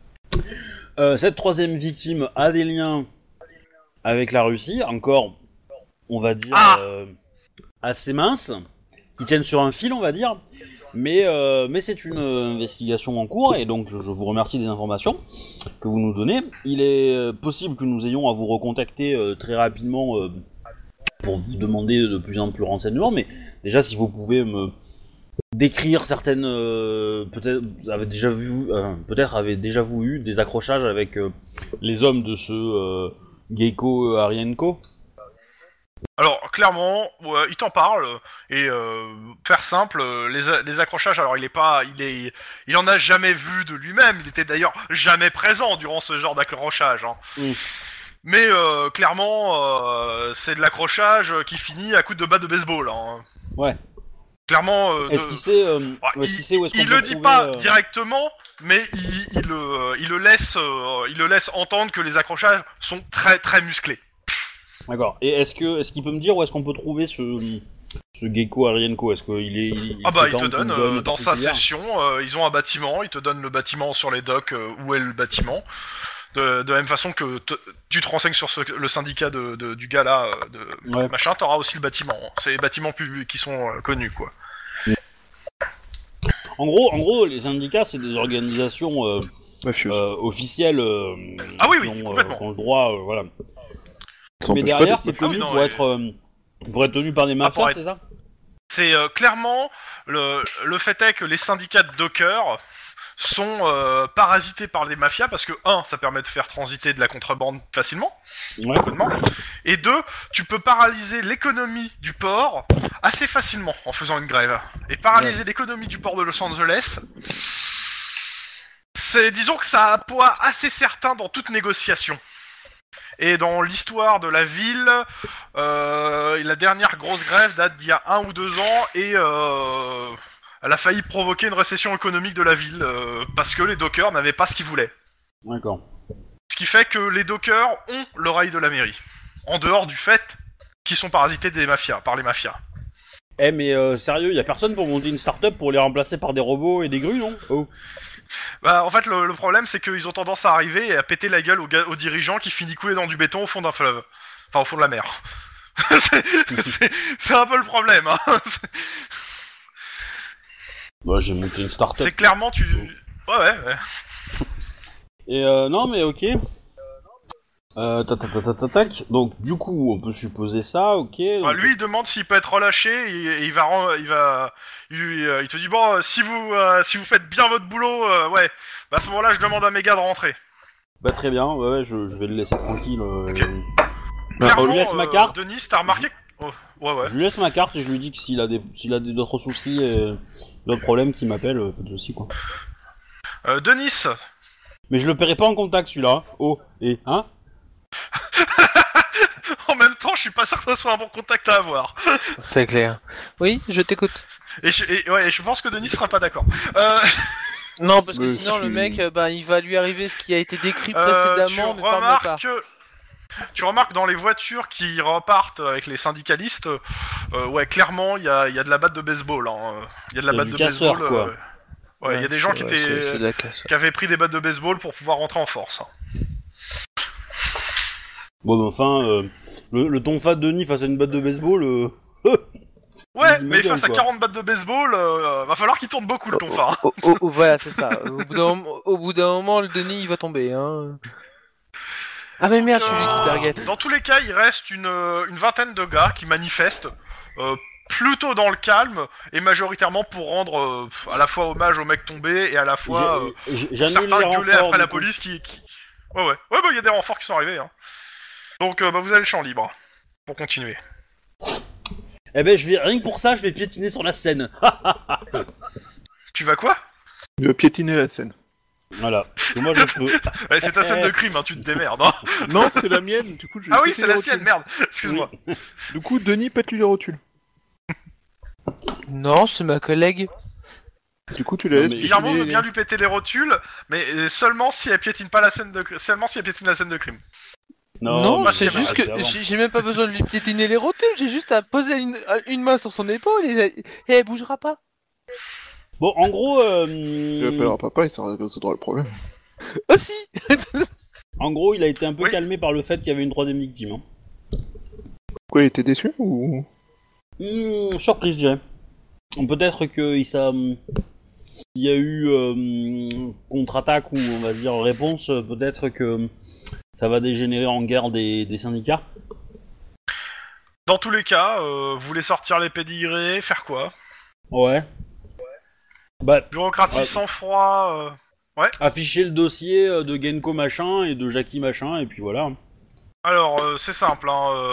Cette 3e victime a des liens avec la Russie, encore, on va dire, assez minces, qui tiennent sur un fil, on va dire. Mais c'est une investigation en cours, et donc je vous remercie des informations que vous nous donnez. Il est possible que nous ayons à vous recontacter très rapidement pour vous demander de plus en plus renseignements, mais déjà si vous pouvez me décrire certaines... peut-être avez déjà vous eu des accrochages avec les hommes de ce Gecko Arienko. Alors, clairement, il t'en parle, et faire simple, les accrochages, alors il en a jamais vu de lui-même, il était d'ailleurs jamais présent durant ce genre d'accrochage. Hein. Oui. Mais clairement, c'est de l'accrochage qui finit à coups de batte de baseball. Hein. Ouais. Clairement, Est-ce qu'il sait, est-ce qu'il sait où est-ce qu'on il peut le dit trouver, pas directement, mais il le laisse entendre que les accrochages sont très très musclés. D'accord. Et est-ce qu'il peut me dire où est-ce qu'on peut trouver ce Gecko Arienko? Est-ce qu'il est Il te donne dans sa session, ils ont un bâtiment, il te donne le bâtiment sur les docks, où est le bâtiment. De la même façon que tu te renseignes sur le syndicat du gars là, Ouais. machin, t'auras aussi le bâtiment. C'est les bâtiments publics qui sont connus, quoi. En gros, les syndicats, c'est des organisations Mafieux. officielles Ah oui, qui ont complètement. le droit, voilà. Ça Mais empêche pas derrière, d'être c'est mafieux. connu non, pour être tenu par des mafias, pour être- c'est ça? C'est clairement le fait est que les syndicats de dockers sont parasités par les mafias parce que ça permet de faire transiter de la contrebande facilement, Ouais. rapidement, et 2, tu peux paralyser l'économie du port assez facilement en faisant une grève. Et paralyser l'économie du port de Los Angeles, disons que ça a un poids assez certain dans toute négociation. Et dans l'histoire de la ville, la dernière grosse grève date d'il y a 1 ou 2 ans et elle a failli provoquer une récession économique de la ville parce que les dockers n'avaient pas ce qu'ils voulaient. D'accord. Ce qui fait que les dockers ont l'oreille de la mairie, en dehors du fait qu'ils sont parasités par les mafias. Eh mais sérieux, y a personne pour monter une start-up pour les remplacer par des robots et des grues, non? Oh. Bah, en fait, le problème, c'est qu'ils ont tendance à arriver et à péter la gueule aux dirigeants qui finit couler dans du béton au fond d'un fleuve. Enfin, au fond de la mer. c'est un peu le problème, hein. Bah, j'ai monté une start-up. C'est clairement, Ouais. Et non, mais ok. Tac. Donc, du coup, on peut supposer ça, ok. Donc... Bah, lui, il demande s'il peut être relâché et il te dit bon, si vous faites bien votre boulot, ouais, bah à ce moment-là, je demande à mes gars de rentrer. Bah, très bien, ouais, je vais le laisser tranquille. Ok. On lui laisse ma carte. Denis, t'as remarqué ouais. Je lui laisse ma carte et je lui dis que s'il a d'autres soucis, d'autres problèmes, qu'il m'appelle, pas de soucis, quoi. Denis, Mais je le paierai pas en contact, celui-là. Oh, et, hein? En même temps, je suis pas sûr que ça soit un bon contact à avoir. C'est clair. Oui, je t'écoute. Et je pense que Denis sera pas d'accord. Non, parce que Mais sinon, si. le mec, il va lui arriver ce qui a été décrit précédemment, mais pas. Tu remarques dans les voitures qui repartent avec les syndicalistes, ouais, clairement, il y a de la batte de baseball. Il y a de la batte de casseur, baseball. quoi. Ouais, il y a des gens qui avaient pris des battes de baseball pour pouvoir rentrer en force. Bon, mais enfin, le tonfa de Denis face à une batte de baseball. Ouais, Easy mais Madian, face à quoi. 40 battes de baseball, va falloir qu'il tourne beaucoup le tonfa. Voilà, c'est ça. Au bout d'un moment, le Denis, il va tomber. Hein. Ah mais merde, je suis lui qui target. Dans tous les cas, il reste une vingtaine de gars qui manifestent, plutôt dans le calme, et majoritairement pour rendre à la fois hommage aux mecs tombés, et à la fois J'annule les certains gueulaient renforts. après la du coup. police qui... Ouais, bah il y a des renforts qui sont arrivés. Hein. Donc bah, vous avez le champ libre, pour continuer. Eh ben, rien que pour ça, je vais piétiner sur la scène. Tu vas quoi? Il va piétiner la scène. Voilà. Parce que moi, je peux. Ouais, c'est ta scène de crime, hein, tu te démerdes. Hein. Non, c'est la mienne, du coup je vais Ah oui, péter c'est les la rotules. sienne, merde, excuse-moi. Du coup, Denis pète lui les rotules. Non, c'est ma collègue. Du coup, tu la Non, laisses mais- Guillermo piétiner veut les- bien lui péter les rotules, mais seulement si elle piétine pas la scène de seulement si elle piétine la scenne de crime. Non, mais c'est c'est juste c'est que avant. j'ai même pas besoin de lui piétiner les rotules, j'ai juste à poser une main sur son épaule et elle bougera pas. Bon, en gros, Tu l'appelleras papa, il s'en résoudra le problème. Aussi. en gros, il a été un peu Oui. calmé par le fait qu'il y avait une troisième victime. Hein. Quoi, il était déçu ou... Surprise, Jay. Peut-être que il y a eu contre-attaque ou on va dire réponse, peut-être que ça va dégénérer en guerre des syndicats. Dans tous les cas, vous voulez sortir les pédigrés, faire quoi? Ouais. Bah, Bureaucratie Ouais. sans froid. afficher le dossier de Genko machin et de Jackie machin, et puis voilà. Alors, c'est simple.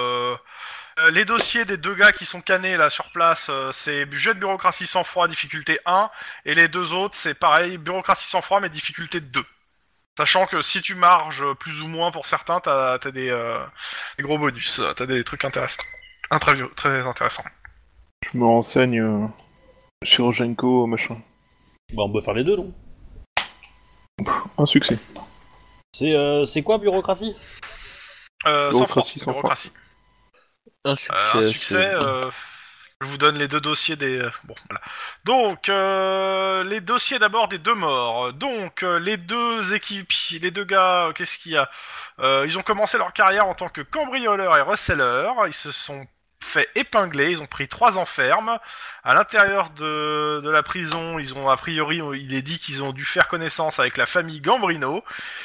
Les dossiers des deux gars qui sont canés là sur place, c'est jet de bureaucratie sans froid difficulté 1, et les deux autres, c'est pareil, bureaucratie sans froid mais difficulté 2. Sachant que si tu marges plus ou moins pour certains, t'as des gros bonus, t'as des trucs intéressants. Très intéressants. Je me renseigne sur Genko, machin. Bah, on peut faire les deux, non? Un succès. C'est quoi bureaucratie? Sans Bureaucratie froid, sans bureaucratie. Un Un succès, je vous donne les deux dossiers des... Bon, voilà. Donc, les dossiers d'abord des deux morts. Donc, les deux équipes, les deux gars, qu'est-ce qu'il y a? Ils ont commencé leur carrière en tant que cambrioleurs et receleurs. Ils se sont fait épingler, ils ont pris 3 enfermes. À l'intérieur de la prison, ils ont, a priori, il est dit qu'ils ont dû faire connaissance avec la famille Gambrino.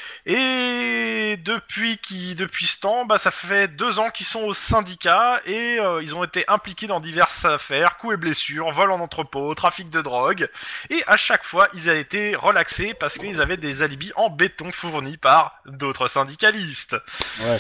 Et depuis ce temps, bah, ça fait 2 ans qu'ils sont au syndicat et ils ont été impliqués dans diverses affaires, coups et blessures, vol en entrepôt, trafic de drogue. Et à chaque fois, ils ont été relaxés parce qu'ils avaient des alibis en béton fournis par d'autres syndicalistes. Ouais.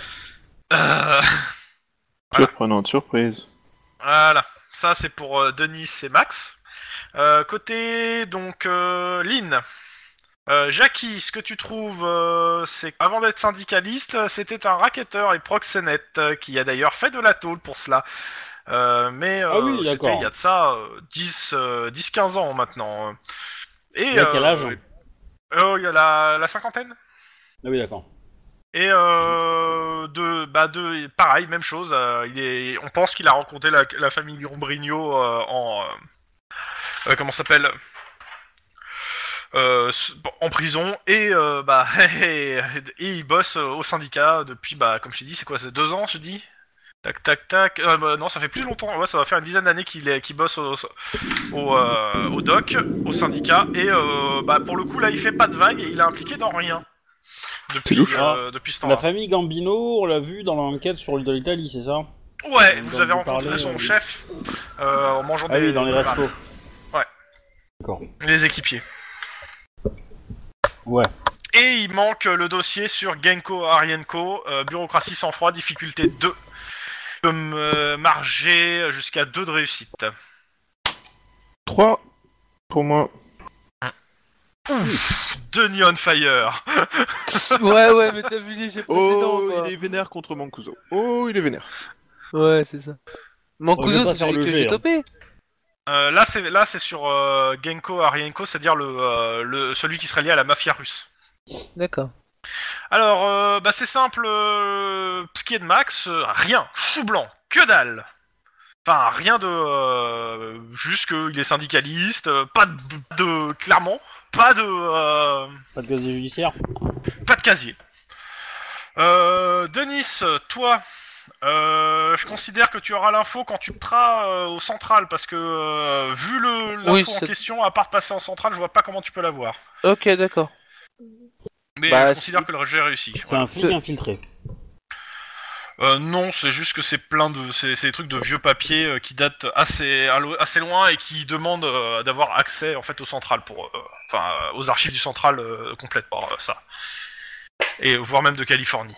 Surprenante surprise. Voilà, ça c'est pour Denis et Max. Côté donc Lynn. Jackie, ce que tu trouves, c'est qu'avant d'être syndicaliste, c'était un racketteur et proxénète qui a d'ailleurs fait de la taulle pour cela. Mais Ah oui, c'était d'accord. il y a de ça 10-15 ans maintenant. Et Il a quel âge? il y a la cinquantaine. Ah oui, d'accord. Et pareil, même chose. On pense qu'il a rencontré la famille Gambrino comment ça s'appelle, en prison et et il bosse au syndicat depuis comme je t'ai dit, c'est quoi, c'est 2 ans, je dis. Tac tac tac. Non, ça fait plus longtemps. Ouais, ça va faire une dizaine d'années qu'il bosse au doc, au syndicat et pour le coup là, il fait pas de vagues et il est impliqué dans rien. C'est louche. Depuis ce temps-là. La famille Gambino, on l'a vu dans l'enquête sur l'Italie, c'est ça? Ouais, On vous a avez entendu rencontré parler, son chef en mangeant Ah des... oui, dans les restos. Ouais. D'accord. Les équipiers. Ouais. Et il manque le dossier sur Genko Arienko, bureaucratie sans froid, difficulté 2. Peut marger jusqu'à 2 de réussite. 3 pour moi. Denis on fire. Ouais, mais t'as vu les jets précédents Oh, quoi. il est vénère contre Mancuso. Oh, il est vénère. Ouais, c'est ça. Mancuso, je vais pas c'est faire celui le que jet, j'ai hein. topé. Là c'est sur Genko Arienko, c'est-à-dire celui qui serait lié à la mafia russe. D'accord. Alors, c'est simple, ce qui est de Max, rien, chou blanc, que dalle. Enfin, rien de... juste qu'il est syndicaliste, pas de... clairement, pas de... Pas de casier judiciaire. pas de casier. Denis, toi, je considère que tu auras l'info quand tu seras au central, parce que vu l'info Oui, en c'est- question, à part passer en central, je vois pas comment tu peux l'avoir. Ok, d'accord. Mais Bah, je considère que le jet est réussi. C'est un flic infiltré. Non, c'est juste que c'est plein de, c'est des trucs de vieux papiers qui datent assez loin et qui demandent d'avoir accès en fait au central aux archives du central complètes par ça, et voire même de Californie.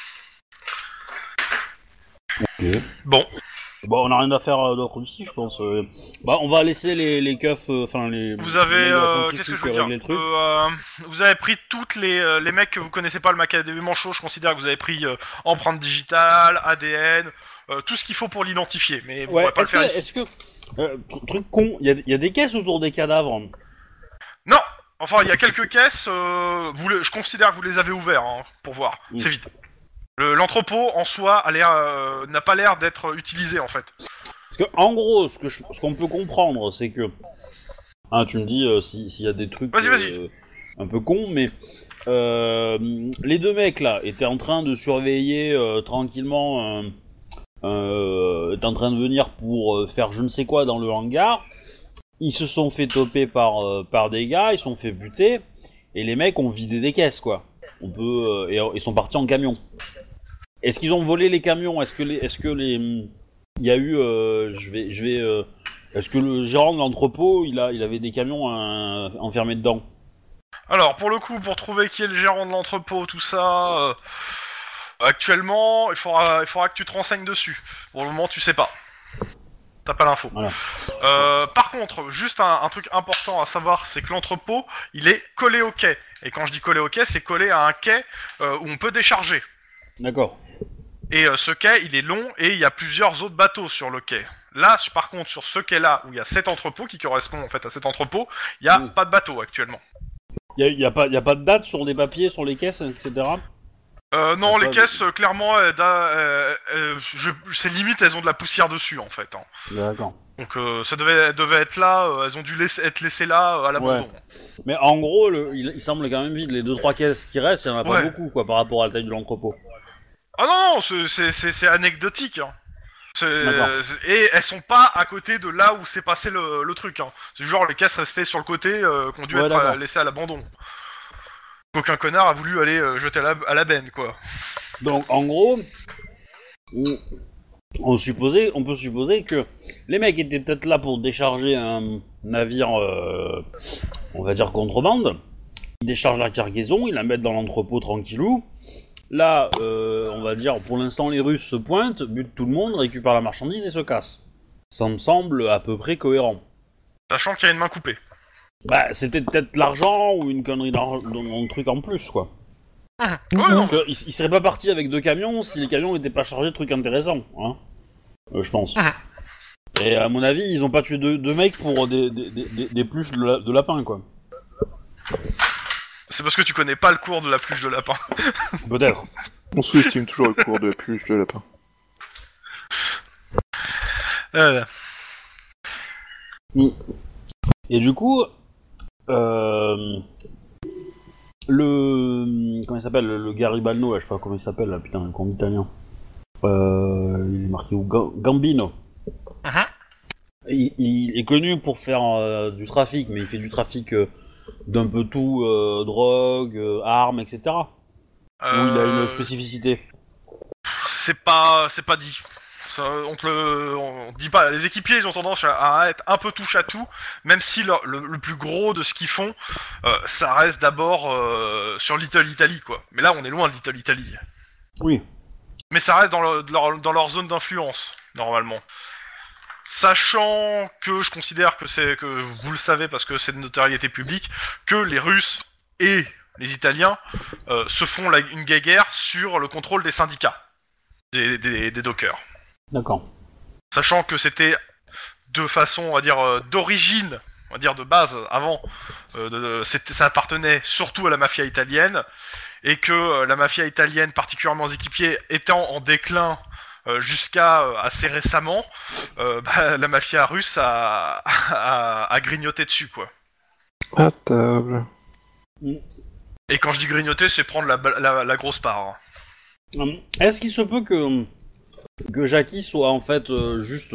Ok. Bon, Bon, on a rien à faire d'autre ici, je pense. Bah, on va laisser les keufs, enfin les. vous avez, les gars qu'est-ce que je scientifiques veux dire, régler le truc. vous avez pris toutes les mecs que vous connaissez pas le Macadamie Manchot. Je considère que vous avez pris empreinte digitale, ADN, tout ce qu'il faut pour l'identifier, mais vous pourrez pas le faire ici. Est-ce que truc con, il y a des caisses autour des cadavres. Non, enfin il y a quelques caisses. Je considère que vous les avez ouvertes pour voir. Mm. C'est vide. L'entrepôt en soi n'a pas l'air d'être utilisé en fait. Parce que en gros, ce qu'on peut comprendre, c'est que tu me dis s'il y a des trucs Vas-y. un peu cons, mais les deux mecs là étaient en train de surveiller tranquillement, étaient en train de venir pour faire je ne sais quoi dans le hangar. Ils se sont fait toper par des gars, ils se sont fait buter, et les mecs ont vidé des caisses quoi. On peut et ils sont partis en camion. Est-ce qu'ils ont volé les camions? Est-ce que il y a eu est-ce que le gérant de l'entrepôt il avait des camions enfermés dedans? Alors pour le coup, pour trouver qui est le gérant de l'entrepôt, tout ça, actuellement, il faudra que tu te renseignes dessus. Pour le moment, tu sais pas. T'as pas l'info. Voilà. Par contre, juste un truc important à savoir, c'est que l'entrepôt, il est collé au quai. Et quand je dis collé au quai, c'est collé à un quai où on peut décharger. D'accord. Et ce quai, il est long et il y a plusieurs autres bateaux sur le quai. Là, par contre, sur ce quai-là, où il y a 7 entrepôts qui correspondent en fait à cet entrepôt, il y a pas de bateau actuellement. Il y a pas de date sur des papiers, sur les caisses, etc. Non, les pas caisses, clairement, c'est limite, elles ont de la poussière dessus en fait. D'accord. Donc ça devait être là, elles ont dû être laissées là à l'abandon. Mais en gros, il semble quand même vide. Les 2-3 caisses qui restent, il y en a pas Ouais. beaucoup quoi par rapport à la taille de l'entrepôt. Ah non, c'est anecdotique. D'accord. Et elles sont pas à côté de là où s'est passé le truc. C'est genre les caisses restaient sur le côté, qui ont dû être d'accord. laissées à l'abandon. Aucun connard a voulu aller jeter à la benne, quoi. Donc en gros, on peut supposer que les mecs étaient peut-être là pour décharger un navire, on va dire contrebande. Ils déchargent la cargaison, ils la mettent dans l'entrepôt tranquillou. Là, on va dire, pour l'instant, les Russes se pointent, butent tout le monde, récupèrent la marchandise et se cassent. Ça me semble à peu près cohérent. Sachant qu'il y a une main coupée. Bah, c'était peut-être l'argent ou une connerie dans le truc en plus, quoi. Ouais, non. Donc, ils seraient pas partis avec 2 camions si les camions n'étaient pas chargés de trucs intéressants, hein. Je pense. Et à mon avis, ils ont pas tué deux mecs pour des pluches de lapin, quoi. C'est parce que tu connais pas le cours de la pluche de lapin. Peut-être. On sous-estime toujours le cours de la pluche de lapin. Et du coup, comment il s'appelle, le Garibaldi, là, je sais pas comment il s'appelle, là, putain, le con italien. Il est marqué où? Gambino. Il est connu pour faire du trafic, mais il fait du trafic d'un peu tout, drogue, armes, etc. Ou il a une spécificité. C'est pas dit. Ça, on dit pas. Les équipiers, ils ont tendance à être un peu touche à tout, même si le plus gros de ce qu'ils font, ça reste d'abord sur Little Italy, quoi. Mais là, on est loin de Little Italy. Oui. Mais ça reste dans leur zone d'influence, normalement. Sachant que je considère que vous le savez parce que c'est de notoriété publique, que les Russes et les Italiens se font une guerre sur le contrôle des syndicats des dockers. D'accord. Sachant que c'était de façon, on va dire, d'origine, on va dire de base, avant, ça appartenait surtout à la mafia italienne, et que la mafia italienne, particulièrement aux équipiers, étant en déclin jusqu'à assez récemment, la mafia russe a grignoté dessus, quoi. À table. Et quand je dis grignoter, c'est prendre la grosse part. Est-ce qu'il se peut que Jackie soit en fait juste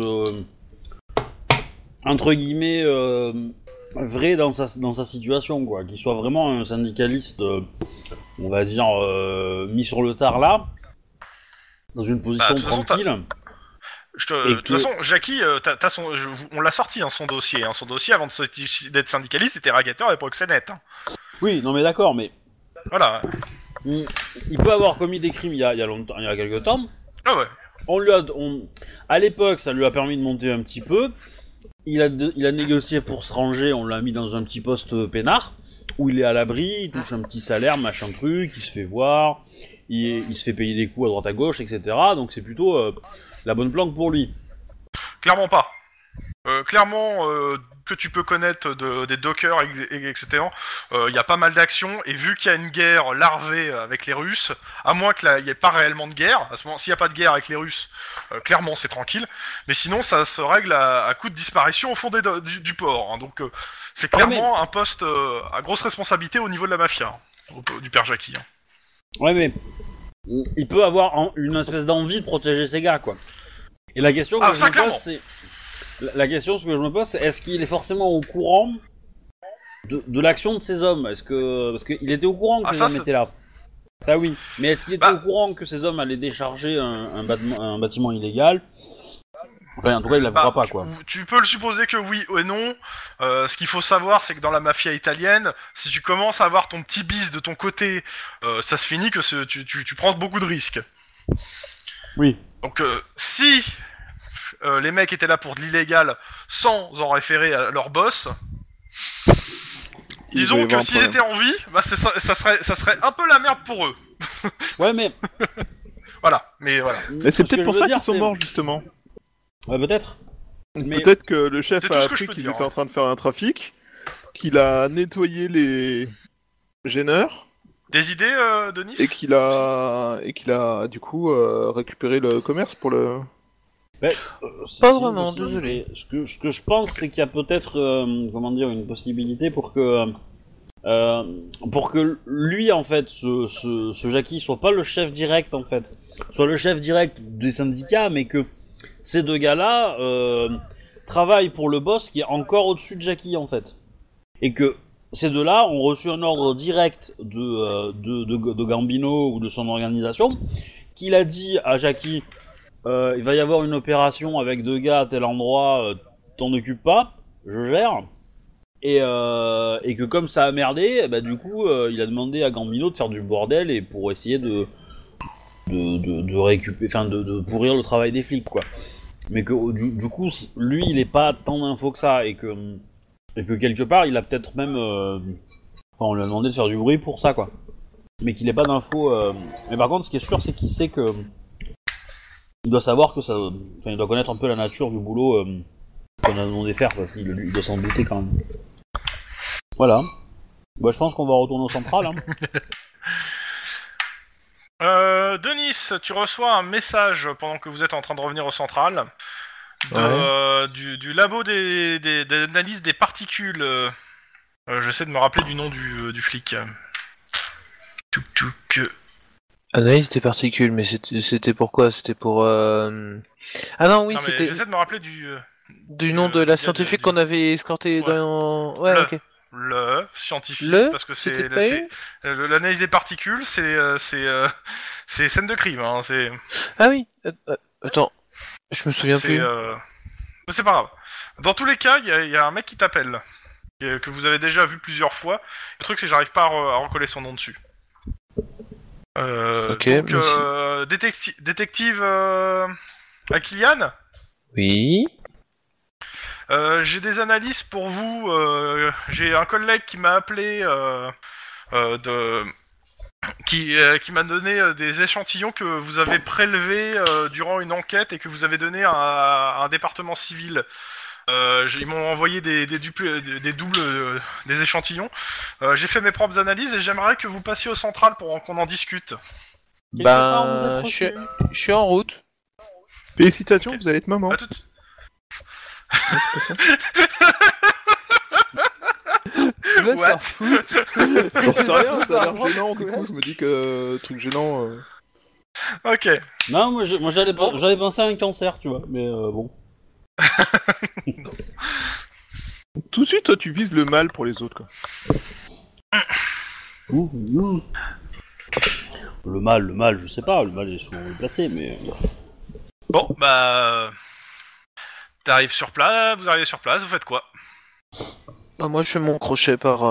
entre guillemets vrai dans sa situation, quoi, qu'il soit vraiment un syndicaliste, on va dire mis sur le tard là, dans une position tranquille. De toute façon, Jackie, on l'a sorti son dossier. Son dossier avant d'être syndicaliste, c'était racketeur et proxénète. Oui, non mais d'accord, mais voilà. Il peut avoir commis des crimes il y a longtemps, il y a quelques temps. Ah ouais. À l'époque, ça lui a permis de monter un petit peu. Il a négocié pour se ranger, on l'a mis dans un petit poste peinard, où il est à l'abri, il touche un petit salaire, machin truc, il se fait voir, il se fait payer des coups à droite à gauche, etc. Donc c'est plutôt la bonne planque pour lui. Clairement pas. Clairement, que tu peux connaître des dockers, etc., il y a pas mal d'actions, et vu qu'il y a une guerre larvée avec les Russes, à moins qu'il n'y ait pas réellement de guerre, à ce moment, s'il n'y a pas de guerre avec les Russes, clairement c'est tranquille, mais sinon ça se règle à coup de disparition au fond du port, hein, donc c'est clairement un poste à grosse responsabilité au niveau de la mafia, du père Jackie. Hein. Ouais, mais il peut avoir une espèce d'envie de protéger ses gars, quoi. Et la question que je me pose, c'est... La question que je me pose, c'est est-ce qu'il est forcément au courant de l'action de ces hommes ? Parce qu'il était au courant que ces hommes étaient là. Ça oui. Mais est-ce qu'il était au courant que ces hommes allaient décharger un bâtiment illégal ? Enfin, en tout cas, il l'avouera pas, quoi. Tu peux le supposer que oui ou non. Ce qu'il faut savoir, c'est que dans la mafia italienne, si tu commences à avoir ton petit bis de ton côté, ça se finit que tu prends beaucoup de risques. Oui. Donc, si... les mecs étaient là pour de l'illégal sans en référer à leur boss. Disons que s'ils étaient en vie, ça serait un peu la merde pour eux. Ouais, mais... voilà, mais voilà. Mais c'est peut-être pour ça qu'ils sont morts, justement. Ouais, peut-être. Mais... Peut-être que le chef a appris qu'ils étaient en train de faire un trafic, qu'il a nettoyé les gêneurs. Des idées, Denis ? Et qu'il a du coup récupéré le commerce pour le... Pas vraiment, désolé. Ce que je pense, c'est qu'il y a peut-être, une possibilité pour que lui, en fait, ce Jackie soit pas le chef direct, en fait, soit le chef direct des syndicats, mais que ces deux gars-là travaillent pour le boss qui est encore au-dessus de Jackie, en fait, et que ces deux-là ont reçu un ordre direct de Gambino ou de son organisation, qu'il a dit à Jackie. Il va y avoir une opération avec deux gars à tel endroit, t'en occupe pas, je gère. Et que comme ça a merdé, du coup, il a demandé à Gambino de faire du bordel et pour essayer de récupérer, enfin de pourrir le travail des flics, quoi. Mais que du coup, lui, il est pas tant d'infos que ça et que quelque part, il a peut-être même, on lui a demandé de faire du bruit pour ça, quoi. Mais qu'il ait pas d'infos. Mais par contre, ce qui est sûr, c'est qu'il sait que il doit savoir que ça... Enfin, il doit connaître un peu la nature du boulot qu'on a demandé de faire, parce qu'il doit s'en douter quand même. Voilà. Je pense qu'on va retourner au central. Hein. Denis, tu reçois un message pendant que vous êtes en train de revenir au central du labo d'analyse des particules. J'essaie de me rappeler du nom du flic. Analyse des particules, mais c'était pourquoi ? C'était pour... Ah non, oui, c'était... J'essaie de me rappeler du nom de la scientifique qu'on avait escorté dans... Ouais, ok. Le scientifique, parce que c'est l'analyse des particules, c'est scène de crime, hein, c'est... Ah oui, attends, je me souviens plus. C'est pas grave. Dans tous les cas, il y a un mec qui t'appelle, que vous avez déjà vu plusieurs fois. Le truc, c'est que j'arrive pas à recoller son nom dessus. Ok. Donc, détective Akilian ? Oui. J'ai des analyses pour vous. J'ai un collègue qui m'a appelé qui m'a donné des échantillons que vous avez prélevés durant une enquête et que vous avez donné à un département civil. Ils m'ont envoyé des doubles des échantillons. J'ai fait mes propres analyses et j'aimerais que vous passiez au central pour qu'on en discute. Je suis en route. Félicitations, vous allez être maman. À tout. Ouais, c'est pas ça. Le What J'en sais rien, ça a l'air gênant, du coup je me dis que truc gênant... Ok. Non, moi j'allais penser à un cancer, tu vois, mais bon. Tout de suite, toi tu vises le mal pour les autres, quoi. Le mal, je sais pas, le mal est souvent placé, mais... Bon, vous arrivez sur place, vous faites quoi? Moi, je fais mon crochet par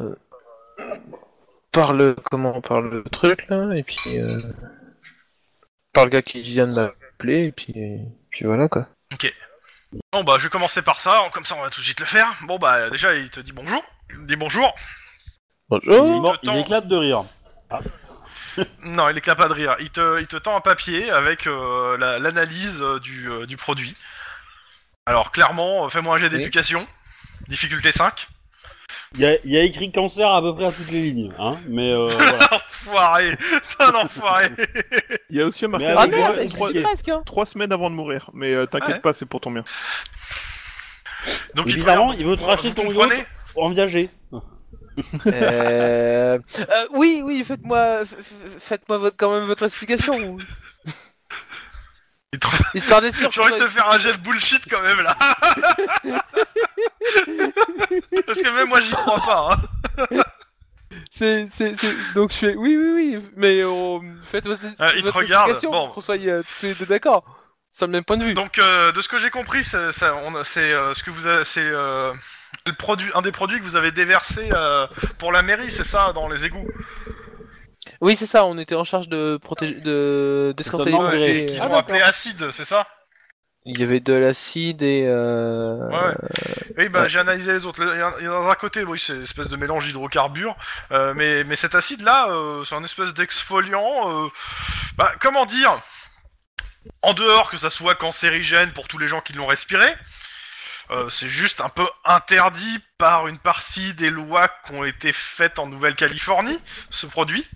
le truc là, et puis par le gars qui vient de m'appeler, et puis voilà quoi. Ok. Bon je vais commencer par ça, comme ça on va tout de suite le faire. Bon déjà il te dit bonjour. Il dit bonjour. Bonjour. Il éclate de rire. Non, il éclate pas de rire. Il te tend un papier avec l'analyse du produit. Alors clairement, fais-moi un jet d'éducation. Difficulté 5. Il y a écrit cancer à peu près à toutes les lignes, hein, mais voilà. Enfoiré. T'es un enfoiré. Il y a aussi marqué Mais Ah avec merde, moi, c'est presque hein. 3 semaines avant de mourir, mais t'inquiète Ouais. pas, c'est pour ton bien. Donc Et il te bizarrement, regarde, il veut te racheter vous ton yacht comprenez en viager. Oui, faites-moi quand même votre explication. Il te- Histoire d'être sûr. J'ai envie de te faire un jet de bullshit quand même là. Parce que même moi j'y crois pas. Hein. Donc je fais oui, mais faites votre Il te votre regarde, explication bon. pour qu'on soit tous les deux d'accord. Sur le même point de vue. Donc de ce que j'ai compris, c'est ce que vous avez, c'est un des produits que vous avez déversé pour la mairie, c'est ça, dans les égouts. Oui, c'est ça, on était en charge de protéger, d'escorter les totalement vrai. pompiers. Qu'ils Ah, ont d'accord. appelé acide, c'est ça? Il y avait de l'acide et Ouais. Oui, j'ai analysé les autres. Il y en a d'un côté, oui, c'est une espèce de mélange d'hydrocarbures, mais cet acide-là, c'est un espèce d'exfoliant. Comment dire? En dehors que ça soit cancérigène pour tous les gens qui l'ont respiré, c'est juste un peu interdit par une partie des lois qui ont été faites en Nouvelle-Californie, ce produit.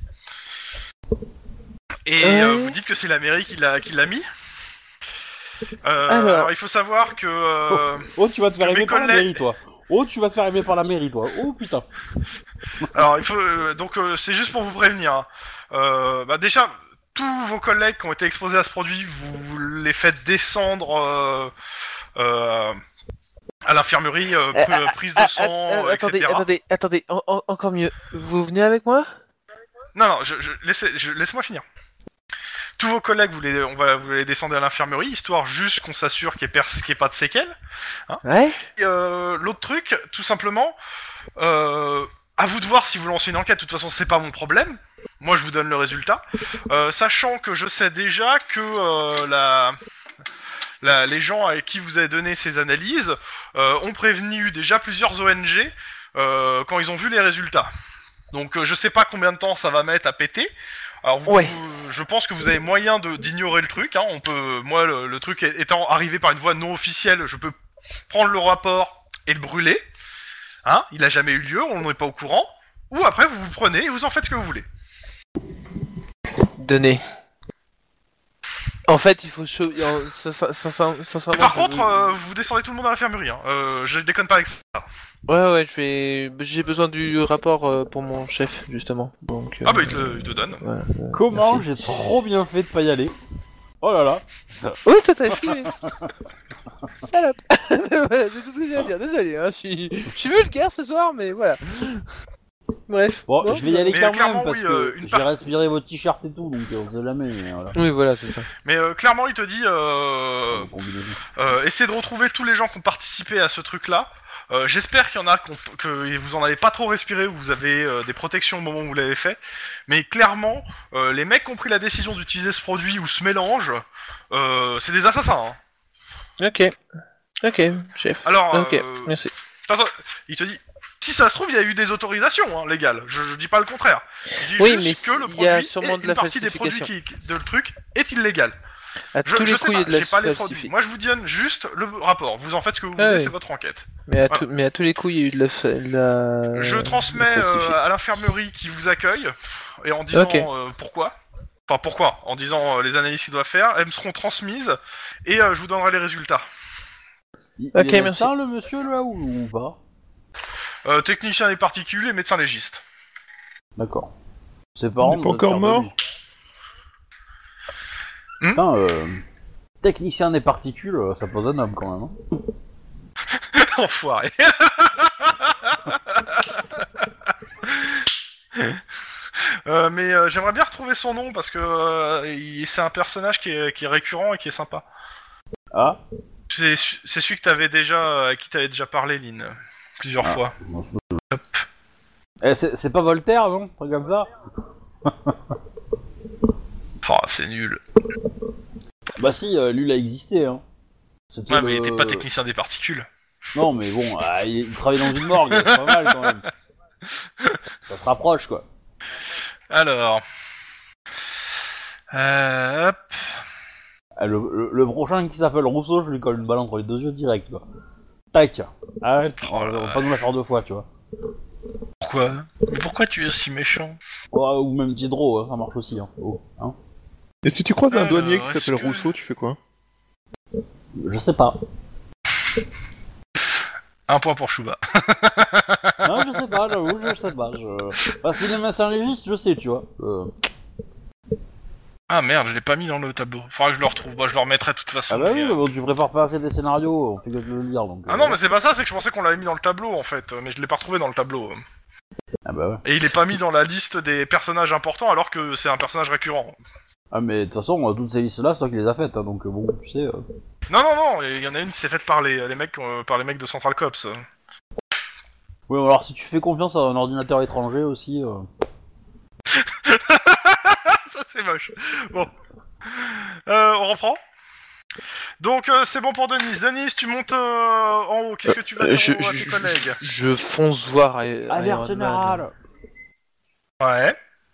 Et vous dites que c'est la mairie qui l'a mis. Alors il faut savoir que Oh, tu vas te faire mes aimer par la collègues- mairie, toi. Oh, tu vas te faire aimer par la mairie, toi. Oh, putain. alors il faut donc c'est juste pour vous prévenir. Hein. Déjà tous vos collègues qui ont été exposés à ce produit, vous les faites descendre à l'infirmerie, prise de sang, Attendez, encore mieux. Vous venez avec moi? Non, laisse-moi finir. Tous vos collègues, vous les descendre à l'infirmerie, histoire juste qu'on s'assure qu'il n'y ait pas de séquelles. Hein. Ouais. Et, l'autre truc, tout simplement, à vous de voir si vous lancez une enquête. De toute façon, c'est pas mon problème. Moi, je vous donne le résultat. Sachant que je sais déjà que les gens avec qui vous avez donné ces analyses ont prévenu déjà plusieurs ONG quand ils ont vu les résultats. Donc je sais pas combien de temps ça va mettre à péter. Alors je pense que vous avez moyen d'ignorer le truc. Hein. Moi le truc étant arrivé par une voie non officielle, je peux prendre le rapport et le brûler. Hein, il a jamais eu lieu, on n'est pas au courant. Ou après vous vous prenez et vous en faites ce que vous voulez. Donnez. En fait, il faut Par contre, vous descendez tout le monde à l'infirmerie. Hein. Je déconne pas avec ça. Ouais, j'ai besoin du rapport pour mon chef justement. Donc. Il te donne. Ouais, Comment merci. j'ai trop bien fait de pas y aller. Oh là là. Oui, toi t'as fait. Salope. Voilà, c'est tout ce que j'ai à dire. Désolé, hein, je suis vulgaire ce soir, mais voilà. Bref. Bon, je vais y aller mais quand clairement, même parce oui, que une j'ai part- respiré votre t-shirt et tout, donc on sait jamais. Mais voilà. Oui, voilà, c'est ça. Mais clairement, il te dit Combinaison. essayez de retrouver tous les gens qui ont participé à ce truc-là. J'espère qu'il y en a que vous en avez pas trop respiré ou vous avez des protections au moment où vous l'avez fait. Mais clairement, les mecs qui ont pris la décision d'utiliser ce produit ou ce mélange, c'est des assassins. Hein. Ok. Ok, chef. Alors, Ok, merci. attends, il te dit, si ça se trouve, il y a eu des autorisations légales. Je dis pas le contraire. Je dis Oui, juste mais que le il y produit, a sûrement de la une partie des produits falsification. de le truc est illégal. À tous les Je coups, sais il y a pas, de la j'ai pas les produits. falsification. Moi, je vous donne juste le rapport. Vous en faites ce que vous voulez, oui. c'est votre enquête. Mais à, Voilà. mais à tous les coups, il y a eu de la... Je transmets la falsifiée. à l'infirmerie qui vous accueille et en disant Ok. pourquoi. Enfin, pourquoi. En disant les analyses qu'ils doivent faire, elles me seront transmises et je vous donnerai les résultats. Il Ok, est merci. médecin, le monsieur, là, ou pas? Technicien des particules et médecin légiste. D'accord. Ses Il parents est pas encore mort. Putain, technicien des particules, ça pose un homme, quand même. Hein. Enfoiré. Mais j'aimerais bien retrouver son nom parce que c'est un personnage qui est récurrent et qui est sympa. Ah C'est celui que t'avais déjà, à qui t'avais déjà parlé, Lynn, plusieurs fois. non, c'est pas Voltaire, non? Pas comme ça? Oh, c'est nul. Bah si, lui, il a existé, hein. C'était Ouais, mais il était pas technicien des particules. Non, mais bon, il travaillait dans une morgue, c'est pas mal, quand même. Ça se rapproche, quoi. Alors... hop... Ah, le prochain qui s'appelle Rousseau, je lui colle une balle entre les deux yeux direct, quoi. Tac. Arrête, on va pas nous la faire deux fois, tu vois. Pourquoi? Mais pourquoi tu es si méchant? Oh, ou même Diderot, ça marche aussi, hein. Oh, hein. Et si tu croises un Alors, douanier qui est-ce s'appelle que- Rousseau, tu fais quoi? Je sais pas. Un point pour Chouba. Non, je sais pas, j'avoue, je sais pas. Enfin, si les médecins légistes, je sais, tu vois. Ah merde, je l'ai pas mis dans le tableau. Faudra que je le retrouve. Bah, je le remettrai de toute façon. Ah bah oui, mais, mais bon, tu prépares pas assez des scénarios, on fait que de le lire, donc... Ah non, mais c'est pas ça, c'est que je pensais qu'on l'avait mis dans le tableau en fait, mais je l'ai pas retrouvé dans le tableau. Ah bah ouais. Et il est pas mis dans la liste des personnages importants alors que c'est un personnage récurrent. Ah mais de toute façon, toutes ces listes-là, c'est toi qui les as faites, hein, donc bon, tu sais... Non, il y en a une qui s'est faite par les mecs de Central Cops. Oui, alors si tu fais confiance à un ordinateur étranger aussi... Ça c'est moche. Bon. On reprend. Donc c'est bon pour Denis. Denis, tu montes en haut. Qu'est-ce que tu vas dire à tes collègues? Je fonce voir Alerte Iron Man. générale. Ouais.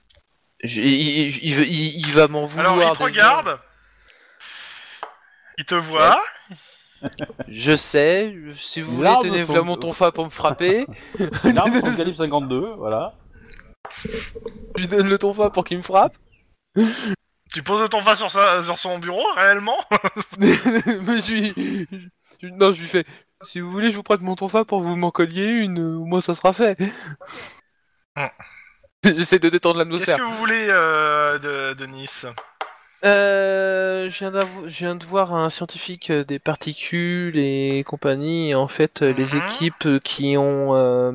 Il va m'en vouloir. Alors il te déjà. regarde. Il te voit. Je sais. Si vous voulez, L'arme tenez sont- là mon tonfa pour me frapper. Une arme sur le calibre 52, voilà. Je lui donne le tonfa pour qu'il me frappe. Tu poses ton face sur son bureau réellement? Mais non, je lui fais. Si vous voulez, je vous prête mon tonfa pour que vous m'en colliez une. Au moins, ça sera fait. J'essaie de détendre Qu'est-ce l'atmosphère. que vous voulez de Nice? Je viens de voir un scientifique des particules et compagnie. Et en fait, les équipes qui ont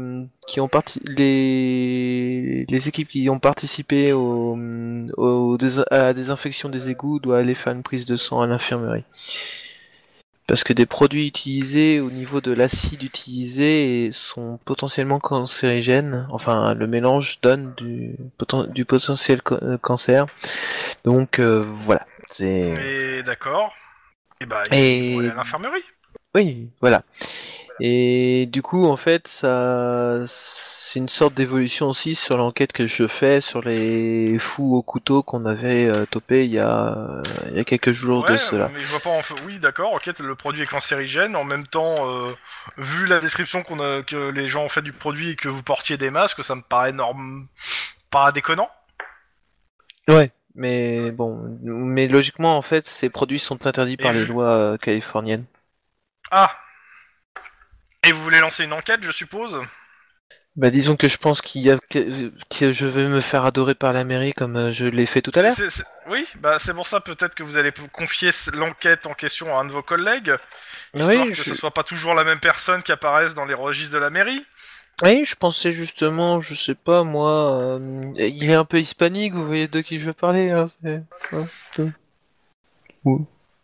les équipes qui ont participé à la désinfection des égouts doivent aller faire une prise de sang à l'infirmerie. Parce que des produits utilisés au niveau de l'acide utilisé sont potentiellement cancérigènes. Enfin, le mélange donne du potentiel cancer. Donc voilà. Mais d'accord. Et bah, Et- il faut aller à l'infirmerie. Oui, voilà. Et du coup, en fait, ça, c'est une sorte d'évolution aussi sur l'enquête que je fais sur les fous au couteau qu'on avait topé il y a quelques jours de cela. mais je vois pas. Oui, d'accord. Ok, le produit est cancérigène. En même temps, vu la description que les gens ont fait du produit et que vous portiez des masques, ça me paraît pas déconnant. Ouais, mais bon, mais logiquement, en fait, ces produits sont interdits par les lois californiennes. Ah. Et vous voulez lancer une enquête, je suppose? Bah disons que je pense que je vais me faire adorer par la mairie comme je l'ai fait tout à l'heure. Oui, bah c'est pour ça peut-être que vous allez confier l'enquête en question à un de vos collègues, histoire Oui, que ce soit pas toujours la même personne qui apparaisse dans les registres de la mairie. Oui, je pensais justement, je sais pas moi, il est un peu hispanique, vous voyez de qui je veux parler, hein, c'est...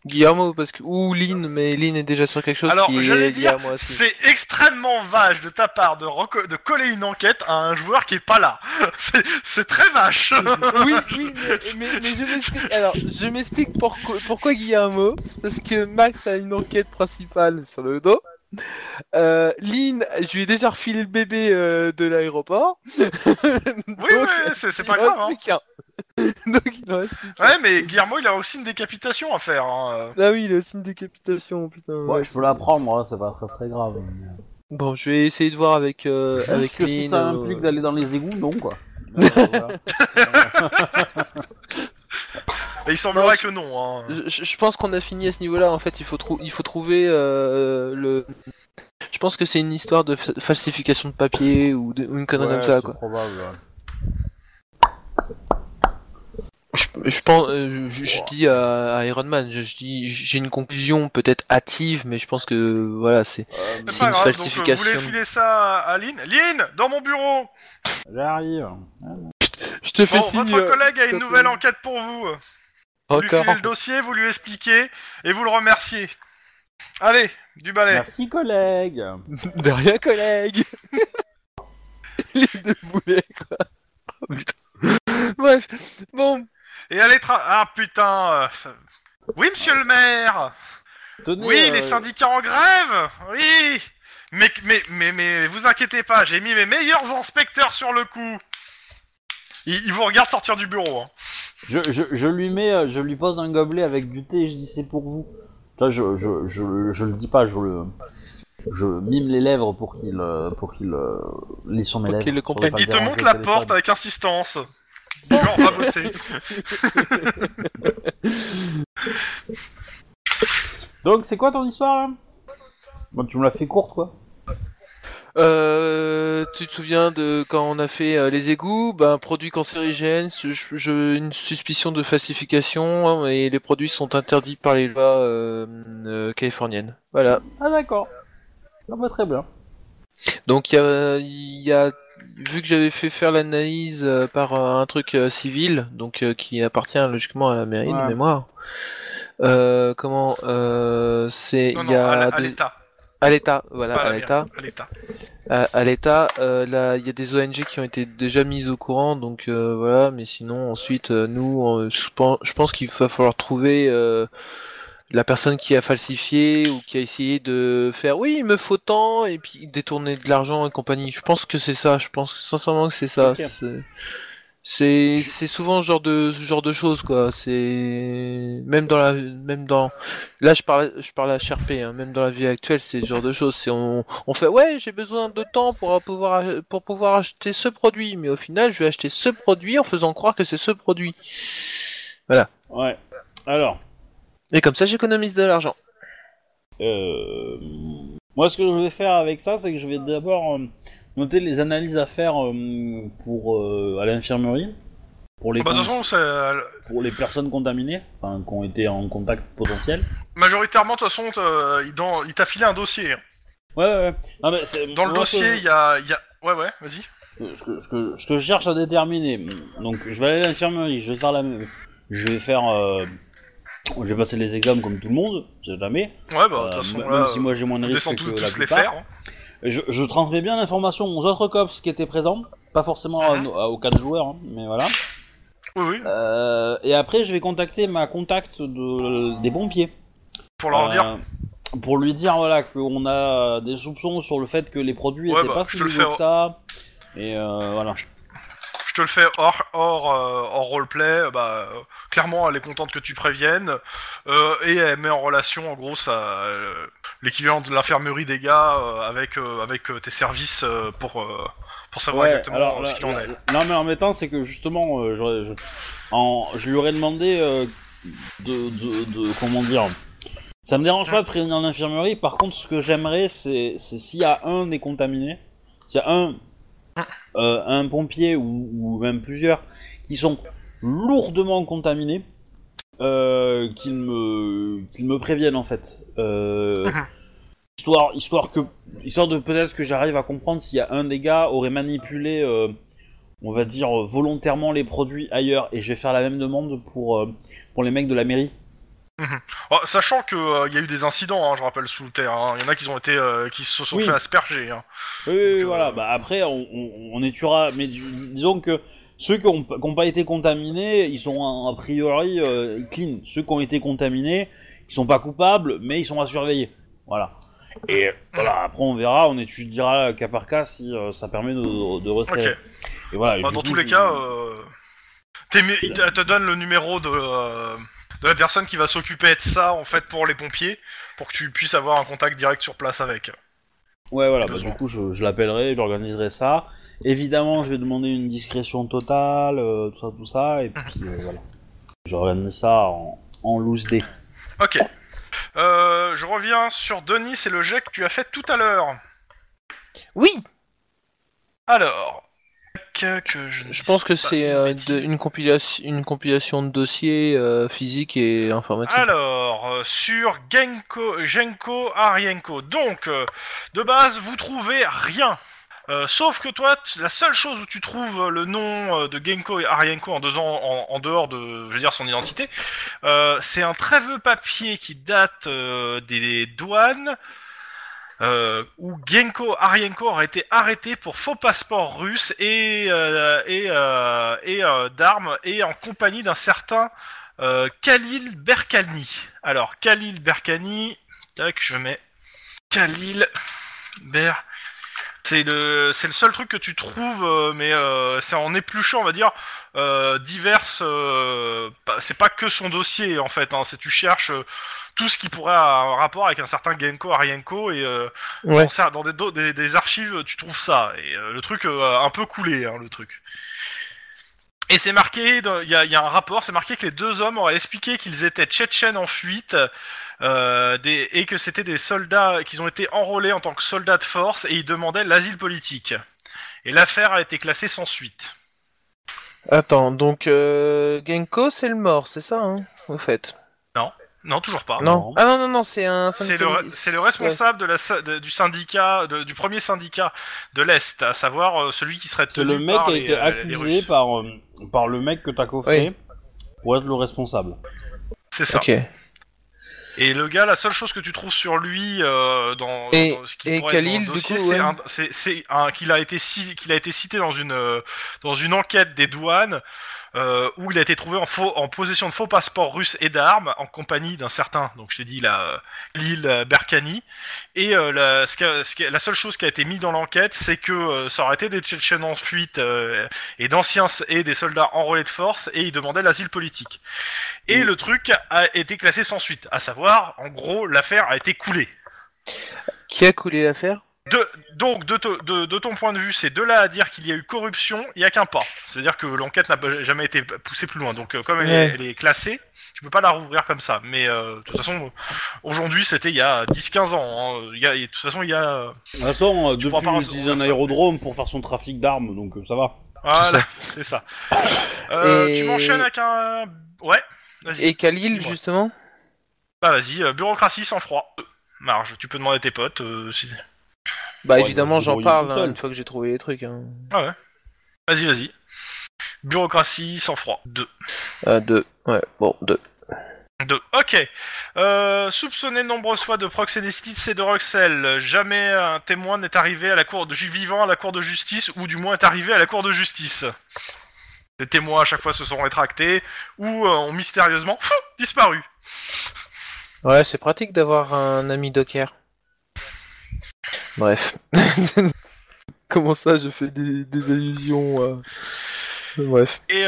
Guillermo, parce que ou Lynn, mais Lynn est déjà sur quelque chose Alors, qui j'allais est lié à dire, moi aussi. c'est extrêmement vache de ta part de coller une enquête à un joueur qui est pas là. C'est très vache. Oui, mais je m'explique. Alors, je m'explique pourquoi Guillermo. C'est parce que Max a une enquête principale sur le dos. Lynn, je lui ai déjà refilé le bébé de l'aéroport. Oui, c'est pas grave. Hein. Donc il en reste plus qu'un. Ouais, mais Guillermo, il a aussi une décapitation à faire. Hein. Ah oui, il a aussi une décapitation, putain. Ouais, je peux la prendre, hein, c'est pas très grave. Bon, je vais essayer de voir avec Juste avec que si Lynn, ça implique d'aller dans les égouts, non quoi. Voilà. Et il semblerait que non. Hein. Je pense qu'on a fini à ce niveau-là. En fait, il faut trouver le. Je pense que c'est une histoire de falsification de papier ou une connerie comme ça, c'est quoi. probable, ouais. Je pense, je dis à Iron Man, je dis, j'ai une conclusion peut-être hâtive, mais je pense que voilà, c'est C'est une pas grave, falsification. donc vous voulez filer ça à Lynn. Lynn, dans mon bureau. J'arrive. Je te fais Bon, signe. votre collègue a une quand nouvelle enquête pour vous. Vous lui Encore. filez le dossier, vous lui expliquez, et vous le remerciez. Allez, du balai. Merci collègue. De rien, collègue. Les deux boulets, quoi. Oh, putain. Bref, bon. Et allez Ah putain Oui, monsieur le maire. Tenez, Oui, les syndicats en grève. Oui. Mais vous inquiétez pas, j'ai mis mes meilleurs inspecteurs sur le coup. Ils vous regardent sortir du bureau. Hein. je lui pose un gobelet avec du thé et je dis c'est pour vous. Là, je le dis pas, je mime les lèvres pour qu'il lit sur mes Pour lèvres. qu'il le comprenne. Il te montre la porte avec insistance. Genre, on va bosser. Donc, c'est quoi ton histoire là? Bon, tu me l'as fait courte quoi. Tu te souviens de quand on a fait les égouts, produits cancérigènes, une suspicion de falsification, hein, et les produits sont interdits par les lois californiennes. Voilà. Ah d'accord. Ah bah très bien. Donc il y a vu que j'avais fait faire l'analyse par un truc civil, donc qui appartient logiquement à la mairie de mémoire. C'est il y a à l'État. À l'État, voilà, Pas à l'État. À l'État. À l'État, là, il y a des ONG qui ont été déjà mises au courant, donc voilà. Mais sinon, ensuite, nous, je pense qu'il va falloir trouver la personne qui a falsifié ou qui a essayé de faire, oui, il me faut tant, et puis détourner de l'argent et compagnie. Je pense que c'est ça. Je pense sincèrement que c'est ça. Okay. C'est souvent ce genre de choses, quoi. C'est même dans là je parle à HRP, hein. Même dans la vie actuelle, c'est ce genre de choses. C'est on fait ouais, j'ai besoin de temps pour pouvoir acheter ce produit, mais au final je vais acheter ce produit en faisant croire que c'est ce produit. Voilà. Ouais. Alors. Et comme ça j'économise de l'argent. Moi, ce que je vais faire avec ça, c'est que je vais d'abord noter les analyses à faire pour à l'infirmerie pour les pour les personnes contaminées, enfin qui ont été en contact potentiel. Majoritairement, de toute façon, il t'a filé un dossier. Hein. Ouais. Non, mais dans le dossier, il y a... Ouais, vas-y. Ce que je cherche à déterminer, donc je vais aller à l'infirmerie, je vais passer les examens comme tout le monde, c'est jamais. Ouais, bah, de toute façon, même si moi j'ai moins de risques que la plupart. Faire, hein. Je transmets bien l'information aux autres cops qui étaient présents, pas forcément aux 4 joueurs, hein, mais voilà. Oui. Et après, je vais contacter ma contact des pompiers. Pour leur dire pour lui dire voilà qu'on a des soupçons sur le fait que les produits étaient pas si nouveaux que ça. Et voilà. Je te le fais hors roleplay. Clairement, elle est contente que tu préviennes et elle met en relation, en gros, l'équivalent de l'infirmerie des gars avec tes services pour savoir exactement ce qu'il en est. Non, mais en même temps, c'est que justement, je lui aurais demandé comment dire. Ça me dérange pas de prévenir l'infirmerie. Par contre, ce que j'aimerais, c'est s'il y a un des contaminés, s'il y a un pompier ou même plusieurs qui sont lourdement contaminés, qu'ils me préviennent en fait, histoire de peut-être que j'arrive à comprendre s'il y a un des gars aurait manipulé, on va dire volontairement les produits ailleurs, et je vais faire la même demande pour les mecs de la mairie. Oh, sachant que y a eu des incidents, hein, je rappelle, sous terre. Il y en a qui ont été, qui se sont fait asperger. Hein. Oui, voilà. Bah après, on les tuera. Mais disons que ceux qui ont pas été contaminés, ils sont a priori clean. Ceux qui ont été contaminés, ils sont pas coupables, mais ils sont à surveiller. Voilà. Et voilà. Après, on verra, on étudiera cas par cas si ça permet de resserrer. Ok. Et voilà. Dans tous les cas, il te donne le numéro de la personne qui va s'occuper de ça en fait pour les pompiers, pour que tu puisses avoir un contact direct sur place avec. Ouais, voilà, du coup, je l'appellerai, j'organiserai ça. Évidemment, je vais demander une discrétion totale, tout ça, et puis voilà. J'organise ça en loose day. Ok. Je reviens sur Denis et le jet que tu as fait tout à l'heure. Oui. Alors... Je pense que c'est une compilation de dossiers physiques et informatiques. Alors, sur Genko Arienko. Donc, de base, vous trouvez rien. Sauf que toi, la seule chose où tu trouves le nom de Genko Arienko en dehors de, je veux dire, son identité, c'est un très vieux papier qui date des douanes, où Genko Arienko aurait été arrêté pour faux passeport russe et d'armes et en compagnie d'un certain Khalil Berkani. Alors Khalil Berkani, tac, je mets Khalil c'est le seul truc que tu trouves, mais c'est en épluchant, on va dire, diverses. C'est pas que son dossier en fait. C'est tu cherches tout ce qui pourrait avoir un rapport avec un certain Genko Arienko et dans des archives tu trouves ça et le truc un peu coulé, le truc. Et c'est marqué, il y a un rapport, c'est marqué que les deux hommes auraient expliqué qu'ils étaient tchétchènes en fuite. Et que c'était des soldats qu'ils ont été enrôlés en tant que soldats de force et ils demandaient l'asile politique. Et l'affaire a été classée sans suite. Attends, donc Genko c'est le mort, c'est ça, au fait? Non, toujours pas. Non. Ah non, c'est un syndicat. C'est le responsable du syndicat, du premier syndicat de l'Est, à savoir celui qui serait tenu. C'est le mec qui a été accusé par le mec que t'as coffré pour être le responsable. C'est ça. Ok. Et le gars, la seule chose que tu trouves sur lui dans ce qui pourrait Khalil, être dans le dossier, du coup, c'est qu'il a été cité dans une enquête des douanes où il a été trouvé en possession de faux passeports russes et d'armes en compagnie d'un certain, donc je t'ai dit Khalil Berkani. Et la seule chose qui a été mise dans l'enquête, c'est que ça aurait été des Tchétchènes en fuite et d'anciens et des soldats enrôlés de force, et ils demandaient l'asile politique. Et le truc a été classé sans suite, à savoir, en gros, l'affaire a été coulée. Qui a coulé l'affaire ? Donc, de ton point de vue, c'est de là à dire qu'il y a eu corruption, il n'y a qu'un pas. C'est-à-dire que l'enquête n'a jamais été poussée plus loin. Donc, comme elle est classée, tu peux pas la rouvrir comme ça. Mais, de toute façon, aujourd'hui, c'était il y a 10-15 ans. De toute façon, il y a... De toute façon, depuis, il utilise un aérodrome pour faire son trafic d'armes, donc ça va. Voilà, c'est ça. Tu m'enchaînes avec un... Ouais, vas-y. Et Khalil, justement ? Bah vas-y, bureaucratie sans froid. Marge, tu peux demander à tes potes si... Bah évidemment, j'en parle une fois que j'ai trouvé les trucs. Ah ouais. Vas-y. Bureaucratie sans froid. 2. 2. Ouais, bon, 2. 2. Ok. Soupçonné de nombreuses fois de proxénétisme et de Ruxel, jamais un témoin n'est arrivé à la cour de vivant à la cour de justice, ou du moins est arrivé à la cour de justice. Les témoins à chaque fois se sont rétractés ou ont mystérieusement disparu. Ouais, c'est pratique d'avoir un ami docker. Bref. Comment ça, je fais des allusions Bref. Et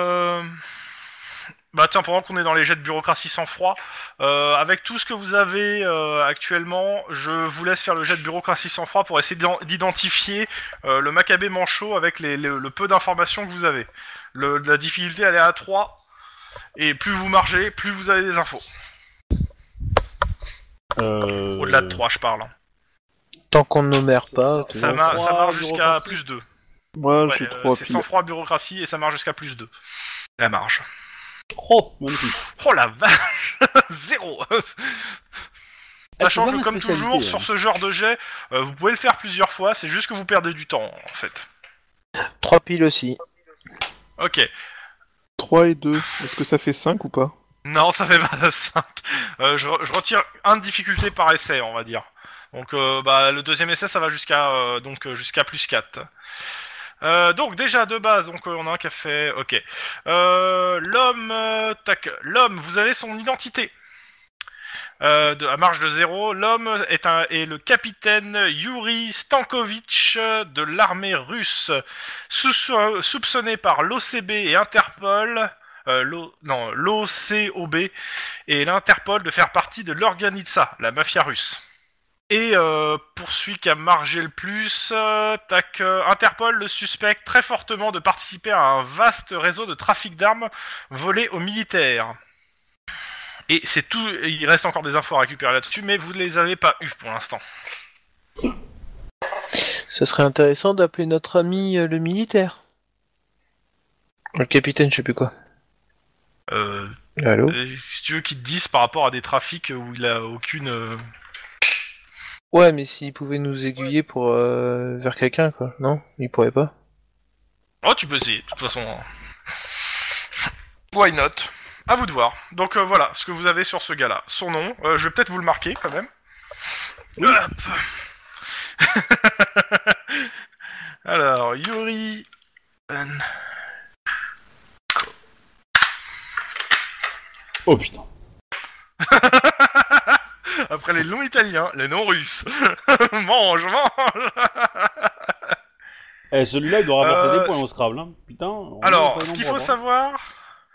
bah tiens, pendant qu'on est dans les jets de bureaucratie sans froid, avec tout ce que vous avez actuellement, je vous laisse faire le jet de bureaucratie sans froid pour essayer d'identifier le Maccabée Manchot avec le peu d'informations que vous avez. La difficulté, elle est à 3, et plus vous margez, plus vous avez des infos. Au-delà de 3, je parle. Tant qu'on ne numère pas... Ça marche jusqu'à plus 2. Ouais, j'ai 3 c'est sans froid bureaucratie, et ça marche jusqu'à plus 2. La marge. Oh, magnifique. Oh la vache. 0. Sachant que comme toujours, sur ce genre de jet, vous pouvez le faire plusieurs fois, c'est juste que vous perdez du temps, en fait. 3 piles aussi. Ok. 3 et 2, est-ce que ça fait 5 ou pas ? Non, ça fait pas 5. Je retire 1 de difficulté par essai, on va dire. Donc, le deuxième essai, ça va jusqu'à plus 4. Donc déjà de base, donc on a un qui a fait. Ok. L'homme, vous avez son identité. À marge de 0, l'homme est le capitaine Yuri Stankovitch de l'armée russe, soupçonné par l'OCB et Interpol. L'OCOB et l'Interpol de faire partie de l'Organitsa, la mafia russe. Et pour celui qui a margé le plus, Interpol le suspecte très fortement de participer à un vaste réseau de trafic d'armes volées aux militaires. Et c'est tout, il reste encore des infos à récupérer là-dessus, mais vous ne les avez pas eues pour l'instant. Ça serait intéressant d'appeler notre ami le militaire. Le capitaine, je sais plus quoi. Allô ? Si tu veux qu'il te dise par rapport à des trafics où il a aucune... Ouais, mais s'il pouvait nous aiguiller pour vers quelqu'un, quoi. Non ? Il pourrait pas. Oh, tu peux essayer, de toute façon. Why not ? À vous de voir. Donc voilà, ce que vous avez sur ce gars-là. Son nom, je vais peut-être vous le marquer, quand même. Hop. Alors, Yuri... Oh putain. Après les noms italiens, les noms russes. mange. Celui-là, il doit rapporter des points au Scrabble, hein. Putain. Alors, ce qu'il faut savoir...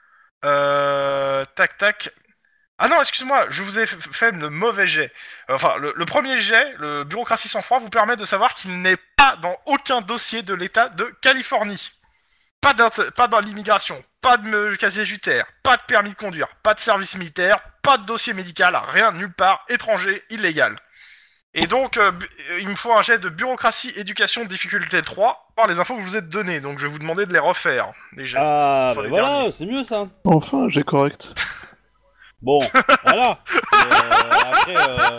tac. Ah non, excuse-moi, je vous ai fait le mauvais jet. Enfin, le premier jet, le bureaucratie sans froid, vous permet de savoir qu'il n'est pas dans aucun dossier de l'État de Californie. Pas dans l'immigration, pas de casier judiciaire, pas de permis de conduire, pas de service militaire, pas de dossier médical, rien, nulle part, étranger, illégal. Et donc, il me faut un jet de bureaucratie, éducation, difficulté 3, par les infos que je vous ai données, donc je vais vous demander de les refaire, les jets. Ah, bah voilà, derniers. C'est mieux ça. Enfin, j'ai correct. Bon, voilà. Après,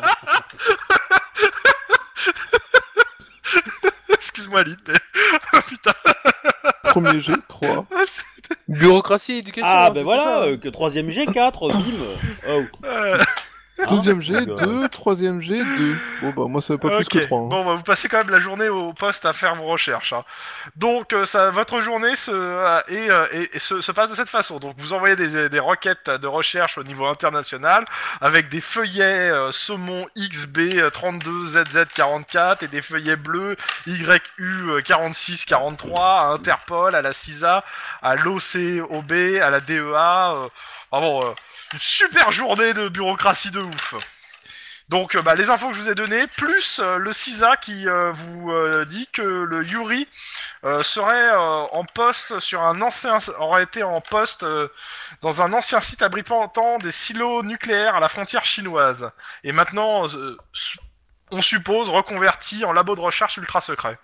Excuse-moi, Lyd, mais... Putain. Premier G, 3. Bureaucratie, éducation. Ah, ben voilà, que troisième G, 4, bim. Oh. Deuxième G, 2, troisième G, 2. Bon bah moi ça va pas plus que 3. Hein. Bon bah vous passez quand même la journée au poste à faire vos recherches. Hein. Donc votre journée se passe de cette façon. Donc vous envoyez des requêtes de recherche au niveau international avec des feuillets saumon XB 32ZZ44 et des feuillets bleus YU 4643 à Interpol, à la CISA, à l'OCOB, à la DEA. Une super journée de bureaucratie de ouf. Donc les infos que je vous ai données, plus le CISA qui vous dit que le Yuri serait en poste aurait été en poste dans un ancien site abritant des silos nucléaires à la frontière chinoise. Et maintenant, on suppose, reconverti en labo de recherche ultra secret.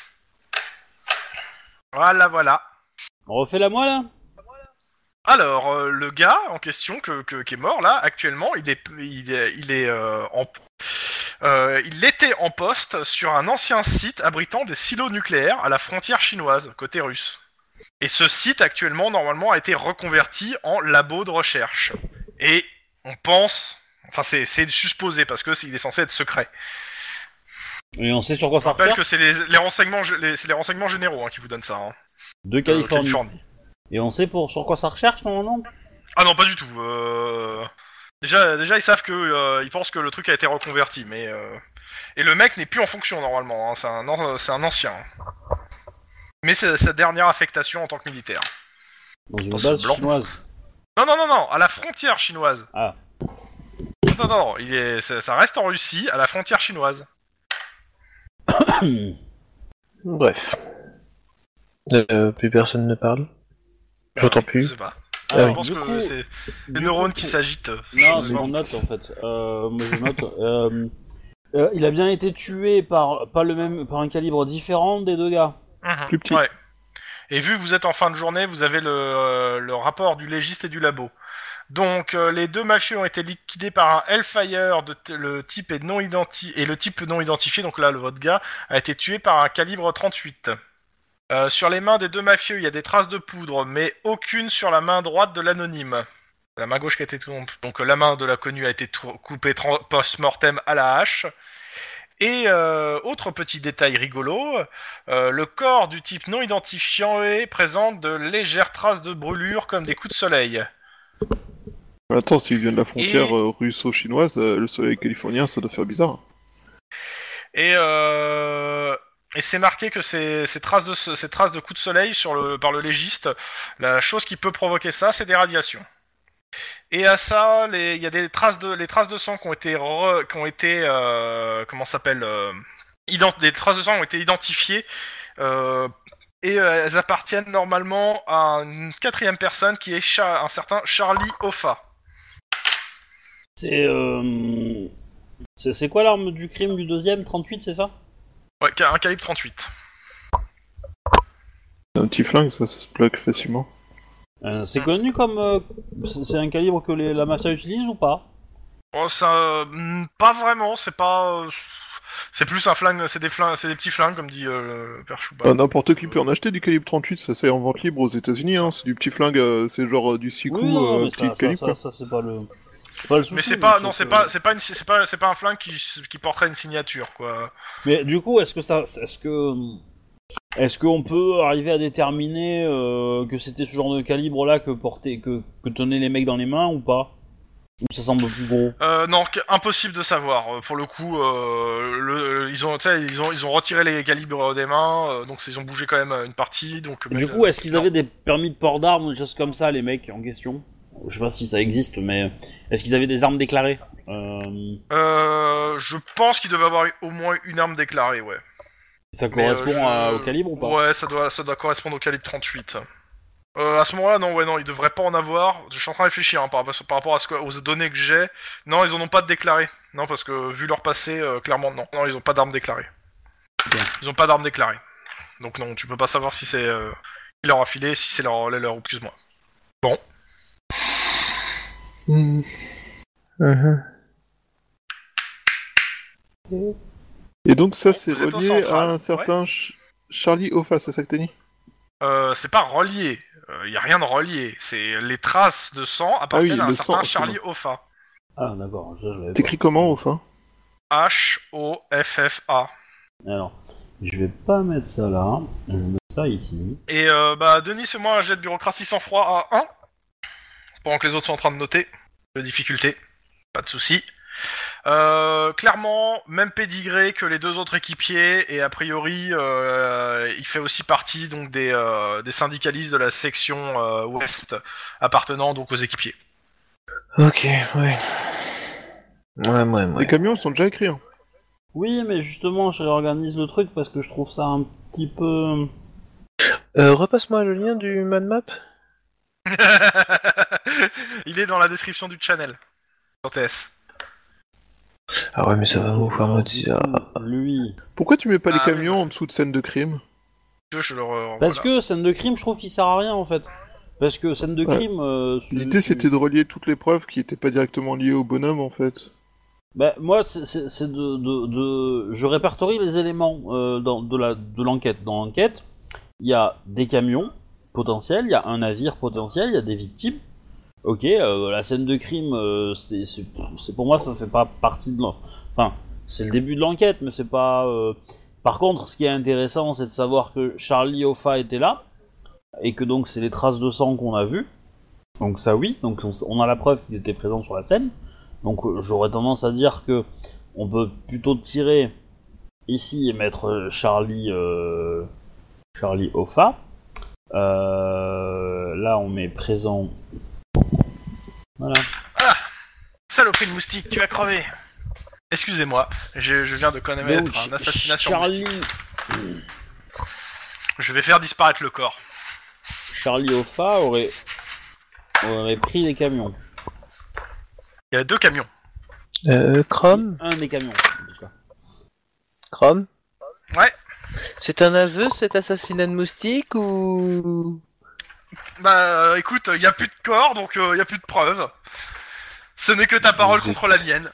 Voilà. On refait la moi là. Alors, le gars en question qui est mort là, actuellement, il était en poste sur un ancien site abritant des silos nucléaires à la frontière chinoise, côté russe. Et ce site actuellement, normalement, a été reconverti en labo de recherche. Et on pense, enfin c'est supposé parce que il est censé être secret. Et on sait sur quoi ça recherche. Je rappelle que c'est les renseignements généraux qui vous donnent ça. Hein. De Californie. Et on sait sur quoi ça recherche normalement ? Ah non, pas du tout. Déjà ils savent que ils pensent que le truc a été reconverti, mais et le mec n'est plus en fonction normalement. Hein. C'est un ancien. Mais c'est sa dernière affectation en tant que militaire. Dans une base chinoise. Non, à la frontière chinoise. Ah. Non, ça reste en Russie, à la frontière chinoise. Bref. Plus personne ne parle. J'entends plus. Je sais pas. Alors, je pense que c'est les neurones qui s'agitent. Non, c'est une note en fait. Moi je note. Il a bien été tué par un calibre différent des deux gars. Plus petit. Ouais. Et vu que vous êtes en fin de journée, vous avez le rapport du légiste et du labo. Donc les deux mafieux ont été liquidés par un Hellfire le type est non identifié et le type non identifié, donc là votre gars a été tué par un calibre 38. Sur les mains des deux mafieux, il y a des traces de poudre, mais aucune sur la main droite de l'anonyme. La main gauche qui a été donc la main de la connue a été coupée post-mortem à la hache. Et autre petit détail rigolo, le corps du type non identifié présente de légères traces de brûlure comme des coups de soleil. Attends, s'il vient de la frontière russo-chinoise, le soleil californien, ça doit faire bizarre. Et c'est marqué que ces traces de coups de soleil par le légiste, la chose qui peut provoquer ça, c'est des radiations. Et à ça, il y a les traces de sang qui ont été les traces de sang ont été identifiées et elles appartiennent normalement à une quatrième personne qui est un certain Charlie Hoffa. C'est quoi l'arme du crime du deuxième, 38, c'est ça? Ouais, un calibre 38. C'est un petit flingue, ça se bloque facilement. C'est connu comme... c'est un calibre que la mafia utilise ou pas? Oh, ça... pas vraiment, c'est pas... c'est plus un flingue, c'est des petits flingues, comme dit le père Chouba. N'importe qui peut en acheter du calibre 38, ça c'est en vente libre aux États-Unis, hein. C'est du petit flingue, c'est genre du 6 coups, petit calibre. Ça c'est pas le... C'est pas le souci, mais c'est pas un flingue qui porterait une signature, quoi. Mais du coup, est-ce qu'on peut arriver à déterminer que c'était ce genre de calibre-là que tenaient les mecs dans les mains ou pas? Ou ça semble plus gros? Non, impossible de savoir. Pour le coup, ils ont retiré les calibres des mains, donc ils ont bougé quand même une partie. Donc. Du coup, est-ce qu'ils avaient des permis de port d'armes ou des choses comme ça, les mecs en question? Je sais pas si ça existe, mais est-ce qu'ils avaient des armes déclarées? Je pense qu'ils devaient avoir au moins une arme déclarée, ouais. Ça correspond au calibre ou pas? Ouais, ça doit correspondre au calibre 38. À ce moment-là, non, ils devraient pas en avoir. Je suis en train de réfléchir par rapport aux données que j'ai. Non, ils en ont pas de déclaré. Non, parce que vu leur passé, clairement non. Non, ils ont pas d'armes déclarées. Okay. Ils ont pas d'armes déclarées. Donc non, tu peux pas savoir si c'est qui leur a filé, si c'est leur ou plus moi. Bon. Et donc ça c'est relié à un certain Charlie Hoffa, c'est ça que t'as dit? C'est pas relié. Y a rien de relié. C'est les traces de sang appartiennent à un certain Charlie Hoffa. Ah d'accord, je l'avais. T'écris comment Hoffa? H-O-F-F-A. Alors, je vais pas mettre ça là. Je vais mettre ça ici. Et Denis, fais-moi un jet de bureaucratie sans froid à 1. Pendant que les autres sont en train de noter de difficulté. Pas de soucis. Clairement, même pédigré que les deux autres équipiers, et a priori, il fait aussi partie donc des syndicalistes de la section ouest, appartenant donc aux équipiers. Ok, ouais. Ouais. Les camions sont déjà écrits. Hein. Oui, mais justement, je réorganise le truc parce que je trouve ça un petit peu... Repasse-moi le lien du man map. Il est dans la description du channel, sur TS. Ah ouais, mais ça va vous faire modifier. Lui. Pourquoi tu mets pas les camions en dessous de scène de crime? Parce que scène de crime, je trouve qu'il sert à rien en fait. Parce que scène de crime... L'idée c'était de relier toutes les preuves qui étaient pas directement liées au bonhomme en fait. Bah moi c'est je répertorie les éléments de l'enquête. Dans l'enquête, il y a des camions potentiels, il y a un navire potentiel, il y a des victimes. Ok, la scène de crime, c'est pour moi ça fait pas partie de enfin, c'est le début de l'enquête, mais c'est pas. Par contre, ce qui est intéressant, c'est de savoir que Charlie Hoffa était là et que donc c'est les traces de sang qu'on a vues. Donc ça oui, donc on a la preuve qu'il était présent sur la scène. Donc j'aurais tendance à dire que on peut plutôt tirer ici et mettre Charlie Hoffa. Là on met présent. Voilà. Ah, saloperie de moustique, tu vas crever. Excusez-moi, je viens de connaître un assassinat sur moustique. Je vais faire disparaître le corps. Charlie Hoffa aurait pris des camions. Il y a 2 camions. Chrome. Un des camions, en tout cas. Chrome. Ouais. C'est un aveu cet assassinat de moustique ou... Bah écoute, il y a plus de corps, donc il y a plus de preuves. Ce n'est que ta parole contre la mienne.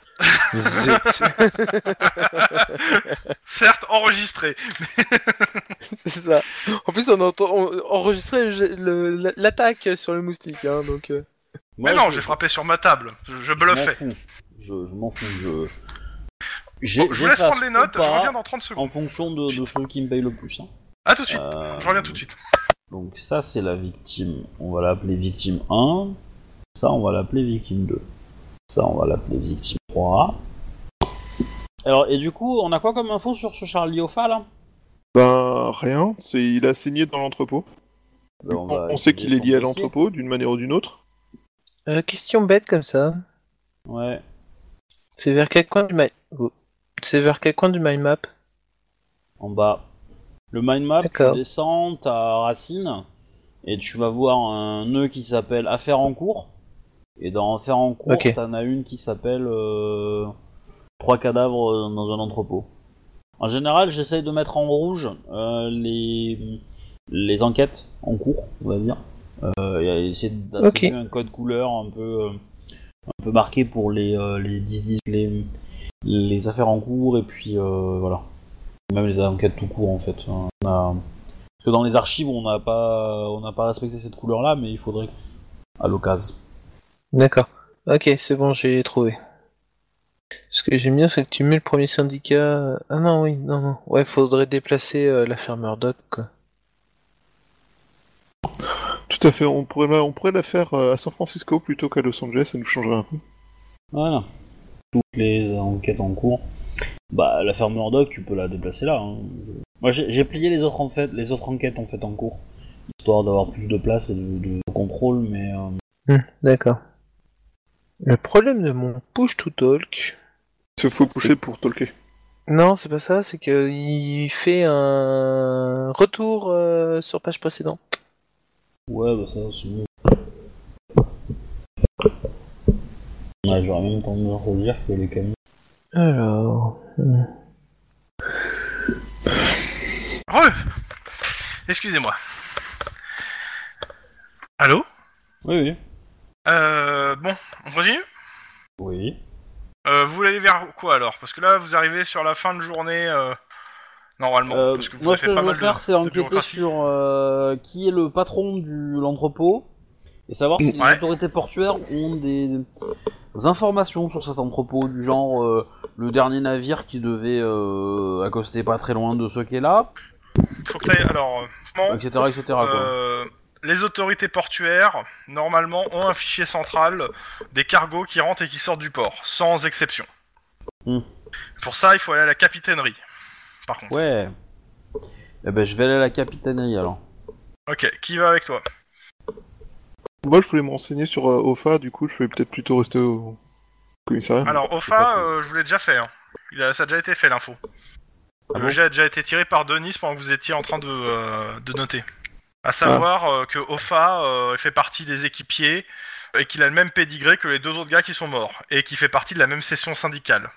Certes, enregistré. C'est ça. En plus, on a enregistré l'attaque sur le moustique, hein, donc... Mais non, j'ai frappé sur ma table. Je bluffais. Je m'en fous. Je vous laisse prendre les notes, je reviens dans 30 secondes. En fonction de ceux qui me payent le plus. Hein. À tout de suite, je reviens tout de suite. Donc ça c'est la victime, on va l'appeler victime 1. Ça on va l'appeler victime 2. Ça on va l'appeler victime 3. Alors et du coup on a quoi comme info sur ce Charlie Hoffa là? Ben rien, il a saigné dans l'entrepôt. Ben, on sait qu'il est lié à l'entrepôt d'une manière ou d'une autre. Question bête comme ça. Ouais. C'est vers quel coin du mind map? En bas. Le mind map, D'accord. tu descends, t'as Racine, et tu vas voir un nœud qui s'appelle Affaires en cours. Et dans Affaires en cours, t'en as une qui s'appelle 3 cadavres dans un entrepôt. En général, j'essaye de mettre en rouge les enquêtes en cours, on va dire. Et essayer d'attribuer un code couleur un peu marqué pour les affaires en cours, et puis voilà. Même les enquêtes tout court en fait. Parce que dans les archives on n'a pas respecté cette couleur là, mais il faudrait à l'occasion. D'accord. Ok, c'est bon, j'ai trouvé. Ce que j'aime bien, c'est que tu mets le premier syndicat. Ah non, oui, non. Ouais, faudrait déplacer l'affaire Murdoch, quoi. Tout à fait, on pourrait la faire à San Francisco plutôt qu'à Los Angeles, ça nous changerait un peu. Voilà. Toutes les enquêtes en cours. Bah, l'affaire Murdoch, tu peux la déplacer là. Hein. Moi, j'ai plié les autres enquêtes en fait en cours, histoire d'avoir plus de place et de contrôle, mais. D'accord. Le problème de mon push to talk. Il faut pusher pour talker. Non, c'est pas ça, c'est qu'il fait un retour sur page précédente. Ouais, bah ça c'est mieux. Ouais, j'aurais même tendance à dire que les camions. Alors. Excusez-moi. Allô? Oui. Bon, on continue? Oui. Vous voulez aller vers quoi alors? Parce que là, vous arrivez sur la fin de journée, normalement. Parce que vous moi, ce que je pas veux mal faire, c'est enquêter sur qui est le patron de l'entrepôt et savoir si les autorités portuaires ont des informations sur cet entrepôt, du genre le dernier navire qui devait accoster pas très loin de ce qui est là. Faut que t'ailles, alors, etc. Quoi. Les autorités portuaires, normalement, ont un fichier central des cargos qui rentrent et qui sortent du port, sans exception. Pour ça, il faut aller à la capitainerie, par contre. Ouais. Eh ben, je vais aller à la capitainerie, alors. Ok, qui va avec toi? Moi, je voulais me renseigner sur Hoffa, du coup, je vais peut-être plutôt rester au commissariat. Alors, Hoffa, je vous l'ai déjà fait. Hein. Ça a déjà été fait, l'info. Le jet a déjà été tiré par Denis pendant que vous étiez en train de noter. À savoir que Hoffa fait partie des équipiers et qu'il a le même pédigré que les deux autres gars qui sont morts et qui fait partie de la même session syndicale.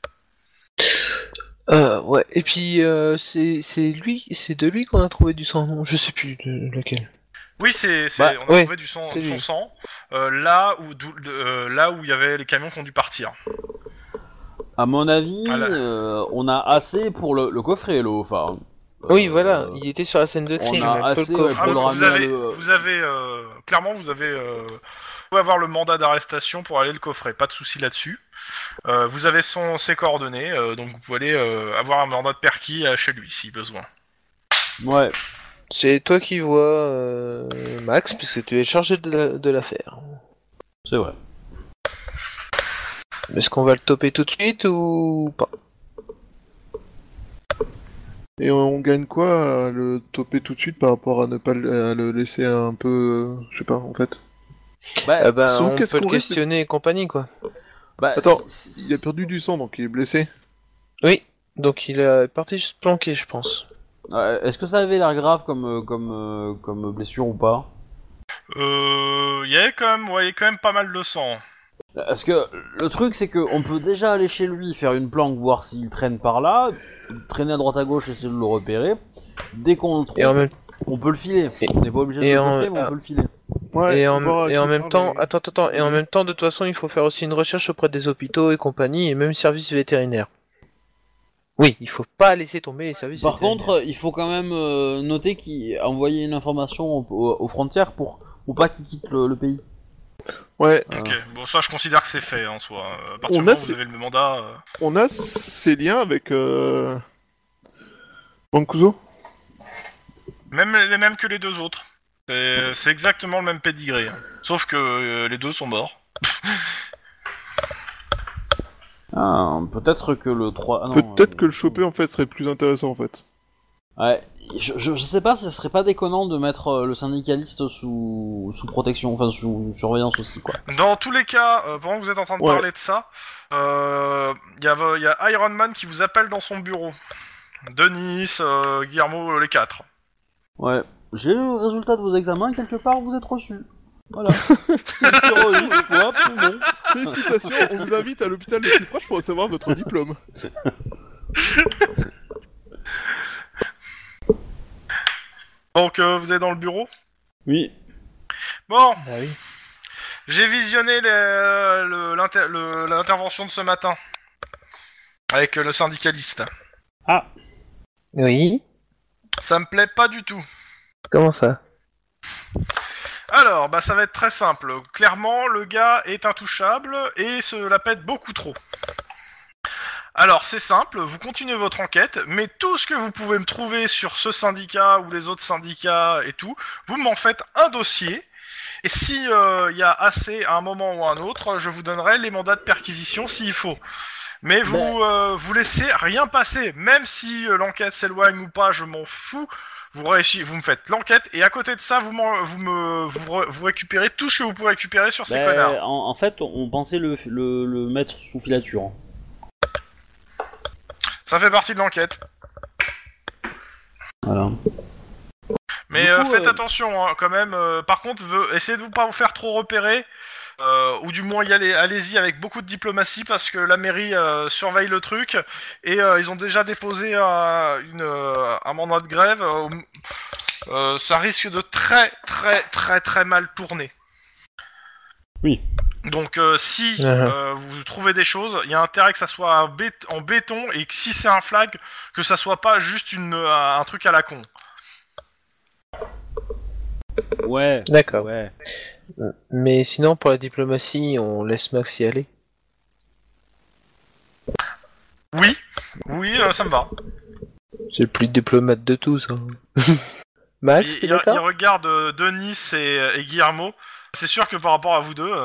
Ouais, et puis c'est de lui qu'on a trouvé du sang, non? Je sais plus de lequel. Oui, on a trouvé du son sang là où il y avait les camions qui ont dû partir. À mon avis, on a assez pour le coffret, le Hoffa. Oui, voilà, il était sur la scène de crime. On a assez pour le ramener vous pouvez avoir le mandat d'arrestation pour aller le coffret, pas de souci là-dessus. Vous avez ses coordonnées, donc vous pouvez aller avoir un mandat de perquis chez lui si besoin. Ouais. C'est toi qui vois, Max, puisque tu es chargé de l'affaire. C'est vrai. Est-ce qu'on va le toper tout de suite ou pas? Et on gagne quoi à le toper tout de suite par rapport à ne pas le laisser un peu... je sais pas, en fait. On peut le questionner et compagnie, quoi. Attends, il a perdu du sang, donc il est blessé. Oui, donc il est parti juste planquer, je pense. Est-ce que ça avait l'air grave comme blessure ou pas? Il y avait quand même pas mal de sang. Parce que le truc c'est que on peut déjà aller chez lui, faire une planque, voir s'il traîne par là, traîner à droite à gauche, essayer de le repérer. Dès qu'on le trouve, on peut le filer. On n'est pas obligé de le coffrer, mais on peut le filer. Ouais, et en même temps, et en même temps, de toute façon, il faut faire aussi une recherche auprès des hôpitaux et compagnie, et même services vétérinaires. Oui, il faut pas laisser tomber les services vétérinaires. Par contre, il faut quand même noter envoyer une information aux frontières pour pas qu'il quitte le pays. Ouais. Ok, bon ça je considère que c'est fait en soi. À partir du moment où vous avez le mandat... On a ces liens avec Mancuso. Même les mêmes que les deux autres. C'est exactement le même pédigré. Hein. Sauf que les deux sont morts. Ah, peut-être que le 3... Ah, non, Peut-être que le choper en fait serait plus intéressant en fait. Ouais, je sais pas si ça serait pas déconnant de mettre le syndicaliste sous protection, enfin sous surveillance aussi, quoi. Dans tous les cas, pendant que vous êtes en train de parler de ça, y a Iron Man qui vous appelle dans son bureau. Denis, Guillermo, les 4. Ouais, j'ai le résultat de vos examens, quelque part vous êtes reçus. Voilà. Une fois, tout bon. Félicitations, on vous invite à l'hôpital le plus proche pour recevoir votre diplôme. Donc vous êtes dans le bureau ? Oui. Bon, Ah oui. j'ai visionné l'intervention de ce matin avec le syndicaliste. Ah. Oui. Ça me plaît pas du tout. Comment ça? Alors, ça va être très simple. Clairement, le gars est intouchable et se la pète beaucoup trop. Alors, c'est simple, vous continuez votre enquête, mais tout ce que vous pouvez me trouver sur ce syndicat ou les autres syndicats et tout, vous m'en faites un dossier, et si y a assez à un moment ou à un autre, je vous donnerai les mandats de perquisition s'il faut. Mais vous laissez rien passer, même si l'enquête s'éloigne ou pas, je m'en fous. Vous me faites l'enquête et à côté de ça, vous récupérez tout ce que vous pouvez récupérer sur ces connards. En fait, on pensait le mettre sous filature. Hein. Ça fait partie de l'enquête. Voilà. Mais faites attention hein, quand même. Par contre, essayez de pas vous faire trop repérer. Ou du moins allez-y avec beaucoup de diplomatie parce que la mairie surveille le truc et ils ont déjà déposé un mandat de grève. Ça risque de très très très très mal tourner. Oui. Donc si vous trouvez des choses, il y a intérêt que ça soit en béton et que si c'est un flag, que ça soit pas juste un truc à la con. Ouais. D'accord. Ouais. Mais sinon, pour la diplomatie, on laisse Max y aller. Oui, ça me va. C'est le plus diplomate de tous. Hein. Max, t'es d'accord? Il regarde Denis et Guillermo. C'est sûr que par rapport à vous deux...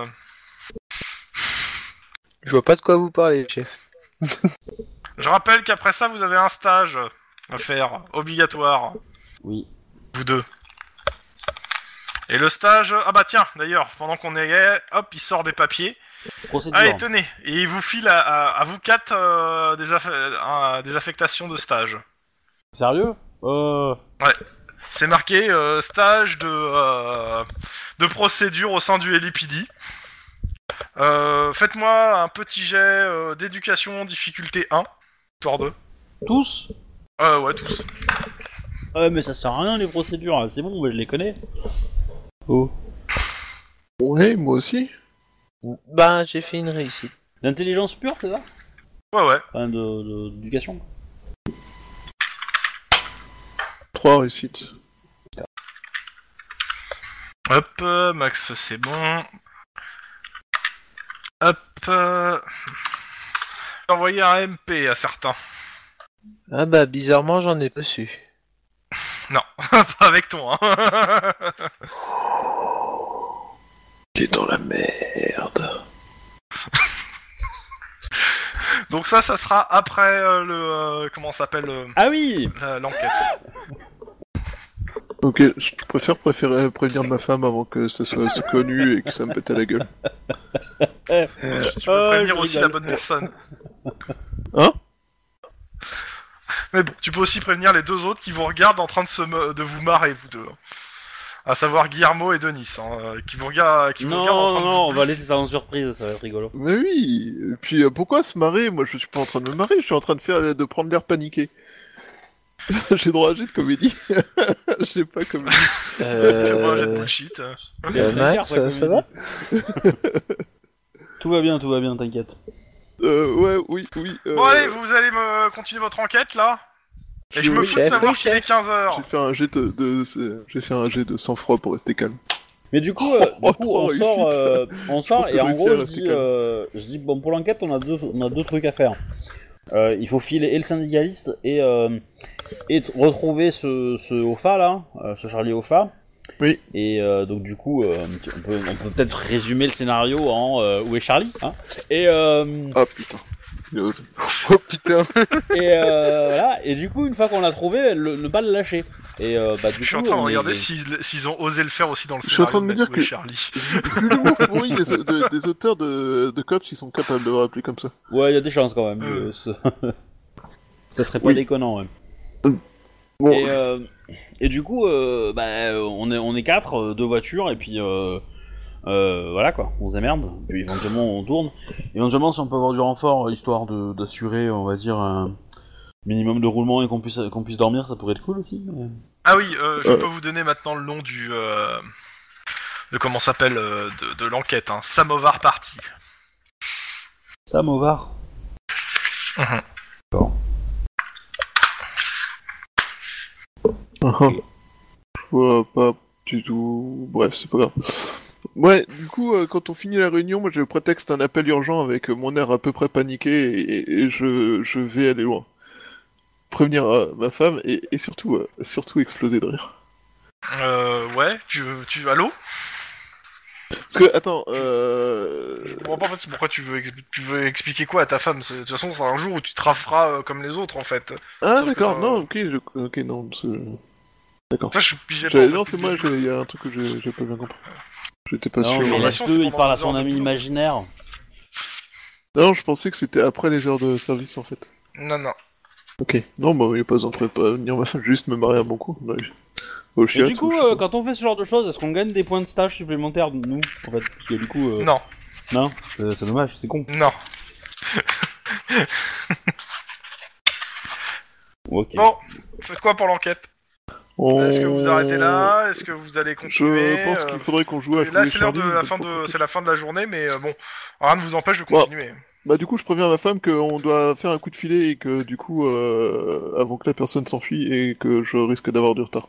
Je vois pas de quoi vous parlez, chef. Je rappelle qu'après ça, vous avez un stage à faire, obligatoire. Oui. Vous deux. Et le stage... Ah bah tiens, d'ailleurs, pendant qu'on est... Hop, il sort des papiers. Procédure. Allez, tenez. Et il vous file à vous 4 des affectations de stage. Sérieux Ouais. C'est marqué stage de procédure au sein du LAPD. Faites-moi un petit jet d'éducation difficulté 1, histoire 2. Tous Ouais, tous. Ouais, mais ça sert à rien les procédures, hein. C'est bon, je les connais. Oh. Ouais, moi aussi. Ben, j'ai fait une réussite. L'intelligence pure, c'est ça? Ouais. Enfin, d'éducation. 3 réussites. Hop, Max, c'est bon. Hop. J'ai envoyé un MP à certains. Ah bah, bizarrement, j'en ai pas su. Non, pas avec toi. Hein. Il est dans la merde. Donc ça sera après comment ça s'appelle Ah oui. L'enquête. Ok, je préfère prévenir ma femme avant que ça soit connu et que ça me pète à la gueule. Tu peux prévenir aussi la bonne personne. Hein? Mais bon, tu peux aussi prévenir les deux autres qui vous regardent en train de vous marrer, vous deux. À savoir Guillermo et Denis, hein, qui vous regardent en train de Non, vous on va laisser ça en surprise, ça va être rigolo. Mais oui. Et puis pourquoi se marrer? Moi, je suis pas en train de me marrer, je suis en train de prendre l'air paniqué. J'ai droit à un jet de comédie. J'ai pas comédie. Moi, j'ai de bullshit. Max, ça va? Tout va bien, t'inquiète. Ouais, oui. Bon allez, vous allez me continuer votre enquête là. Et je me fous de savoir qu'il est 15h. J'ai fait un jet de sang-froid pour rester calme. Mais du coup, on sort et en gros, je dis bon, pour l'enquête, on a deux trucs à faire. Il faut filer et le syndicaliste et retrouver ce Hoffa là, ce Charlie Hoffa. Oui. Et donc du coup, on peut peut-être résumer le scénario en où est Charlie, hein. Et ah putain. Oh putain. et voilà. Et du coup, une fois qu'on l'a trouvé, ne pas le lâcher. Et du je suis en train de regarder s'ils ont osé le faire aussi dans le scénario. Je suis en train de me dire que Charlie. vu l'humour pourri des auteurs de coach, ils sont capables de rappeler comme ça. Ouais, il y a des chances quand même. Ça serait pas déconnant, ouais. Bon. Et du coup, on est 4, 2 voitures, et puis voilà quoi, on se démerde. Puis éventuellement on tourne. Éventuellement, si on peut avoir du renfort, histoire d'assurer, on va dire, un minimum de roulement et qu'on puisse dormir, ça pourrait être cool aussi. Mais... Ah oui, je peux vous donner maintenant le nom de comment s'appelle de l'enquête, hein. Samovar Party. Samovar. D'accord. Okay. Je vois pas du tout. Bref, c'est pas grave. Ouais, du coup, quand on finit la réunion, moi je prétexte un appel urgent avec mon air à peu près paniqué et je vais aller loin. Prévenir ma femme et surtout exploser de rire. Ouais, allô? Parce que, attends, Je comprends pas en fait pourquoi tu veux expliquer quoi à ta femme. De toute façon, c'est un jour où tu te rafferas comme les autres en fait. Ah sauf d'accord, que, non, ok, non, d'accord. Ça, je suis pigé pas. Non, c'est moi, il y a un truc que j'ai pas bien compris. J'étais pas Non, sûr. mais laisse-le, il parle à son ami de boulot. imaginaire. Non, je pensais que c'était après les heures de service en fait. Non. Ok, non, bah, il n'y a pas besoin de prévenir ma femme, juste me marrer un bon coup. Ouais. Au Et chiottes, du coup, ou je sais pas. quand on fait ce genre de choses, est-ce qu'on gagne des points de stage supplémentaires, nous, en fait? Parce que du coup... Non. Non, c'est dommage, c'est con. Non. Ok. Bon, faites quoi pour l'enquête? Est-ce que vous arrêtez là? Est-ce que vous allez continuer? Je pense qu'il faudrait qu'on joue à Là, jouer c'est l'heure de Charlie, c'est la fin de la journée, mais bon, rien ne vous empêche de continuer. Bah du coup, je préviens ma femme qu'on doit faire un coup de filet et que du coup, avant que la personne s'enfuit et que je risque d'avoir du retard.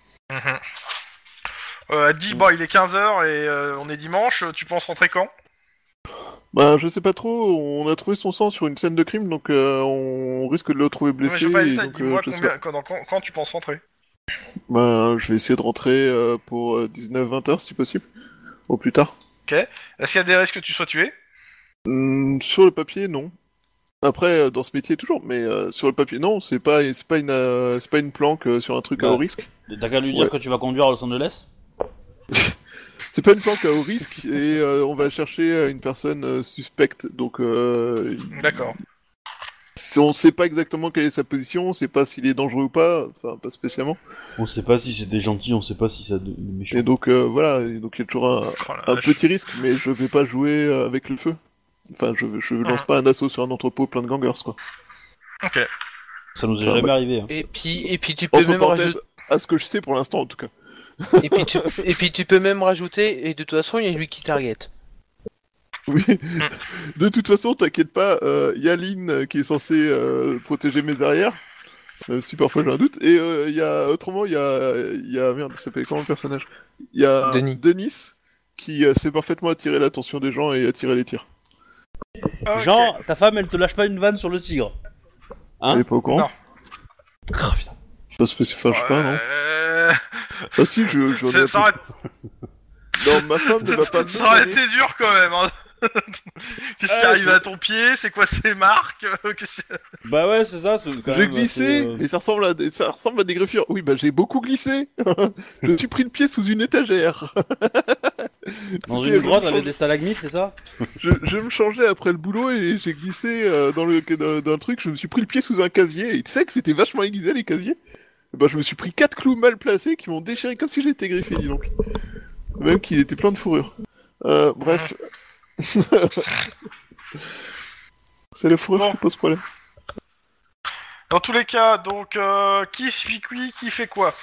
Elle dit, bon, il est 15h et on est dimanche, tu penses rentrer quand? Bah je sais pas trop, on a trouvé son sang sur une scène de crime, donc on risque de le trouver Non, mais blessé. je veux pas les et détails, donc, dis-moi je sais pas. quand tu penses rentrer. Bah je vais essayer de rentrer pour 19-20 heures si possible, au plus tard. Est-ce qu'il y a des risques que tu sois tué? Sur le papier, non. Après, dans ce métier toujours, mais sur le papier, non, c'est pas une planque sur un truc à haut risque. T'as qu'à lui dire que tu vas conduire à Los Angeles? C'est pas une planque à haut risque et on va chercher une personne suspecte, donc D'accord. on sait pas exactement quelle est sa position, on sait pas s'il est dangereux ou pas, enfin pas spécialement. On sait pas si c'était gentil, on sait pas si ça est méchant. Et donc voilà, et donc il y a toujours un petit risque, mais je vais pas jouer avec le feu. Enfin, je lance pas un assaut sur un entrepôt plein de gangers, quoi. Ok. Ça nous est jamais arrivé. Hein. Et puis tu peux Entre même parenthèses, rajouter. à ce que je sais pour l'instant en tout cas. Et puis tu peux même rajouter. Et de toute façon, il y a lui qui target. Oui. De toute façon, t'inquiète pas, y a Lynn qui est censée protéger mes arrières. Si parfois j'ai un doute. Et autrement, il y a merde, il s'appelle comment le personnage? Il y a Denis qui sait parfaitement attirer l'attention des gens et attirer les tirs. Okay. Genre, ta femme, elle te lâche pas une vanne sur le tigre. Hein? Elle est pas au courant? Non. Oh, putain. Pas spécifique, je sais pas, non? Ah si, je ça aurait... Non, ma femme ne va pas me Ça aurait donner. été dur quand même, hein. Qu'est-ce qui arrive à ton pied? C'est quoi ces marques? Bah ouais, c'est ça. C'est quand J'ai même glissé, assez, et ça ressemble à des greffures. Oui, bah j'ai beaucoup glissé. Je me suis pris le pied sous une étagère. Dans C'était- une grotte avec des stalagmites, c'est ça? Je me changeais après le boulot et j'ai glissé dans le truc. Je me suis pris le pied sous un casier. Et tu sais que c'était vachement aiguisé les casiers. Et bah je me suis pris 4 clous mal placés qui m'ont déchiré comme si j'étais griffé, dis donc. Même qu'il était plein de fourrure. Bref. C'est la fourrure qui pose problème. Dans tous les cas, donc, qui suit qui fait quoi?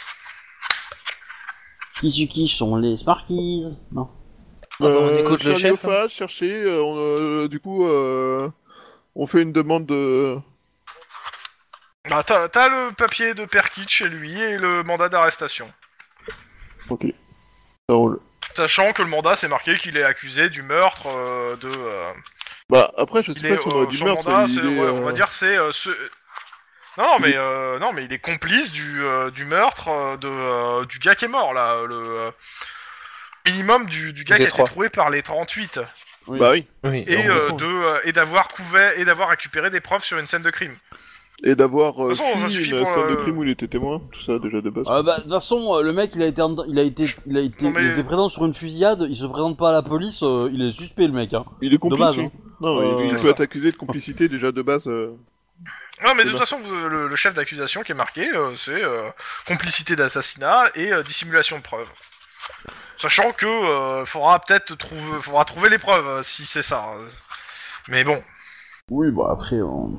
Qui sont les Sparkies? Non. on écoute le Charlie chef, Hoffa, chercher. Du coup, on fait une demande de. Ah, t'as le papier de Perkit chez lui et le mandat d'arrestation. Ok. Ça roule. Sachant que le mandat, c'est marqué qu'il est accusé du meurtre de... Bah, après, je sais il pas est, si on aurait dit son meurtre, mandat, il est, on va dire c'est... Non, mais il est complice du meurtre du gars qui est mort, là. Le minimum du gars qui a été Détroit. trouvé par les 38. Oui. Bah oui. Oui. Et, alors, et d'avoir couvert et d'avoir récupéré des preuves sur une scène de crime. Et d'avoir De toute façon, ça fui suffit une pour, scène de crime où il était témoin, tout ça déjà de base. Bah, de toute façon, le mec, il était Non, mais- il était présent sur une fusillade, il se présente pas à la police, il est suspect, le mec, hein. Il est complice, Dommage, oui. hein. Non, il C'est peut ça. être accusé de complicité déjà de base. Non, mais de C'est toute façon, le chef d'accusation qui est marqué, c'est complicité d'assassinat et dissimulation de preuves. Sachant que faudra peut-être trouver les preuves si c'est ça. Mais bon. Oui, bah après...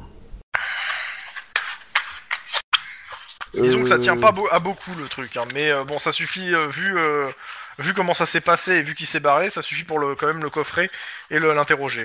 Disons que ça tient pas à beaucoup le truc, hein, mais bon, ça suffit vu comment ça s'est passé et vu qu'il s'est barré, ça suffit pour quand même le coffrer et l'interroger.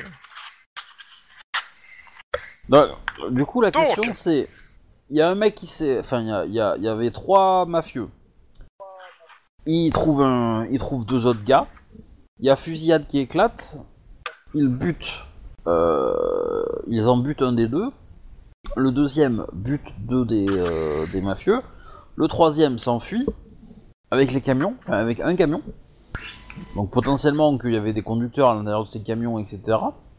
Non, du coup, la Donc. question c'est... Il y a un mec qui s'est... Enfin, il y avait 3 mafieux. Il trouve 2 autres gars. Il y a fusillade qui éclate. Ils butent... Ils en butent un des 2. Le deuxième bute 2 des mafieux. Le troisième s'enfuit avec les camions, enfin avec un camion. Donc potentiellement qu'il y avait des conducteurs à l'intérieur de ces camions, etc.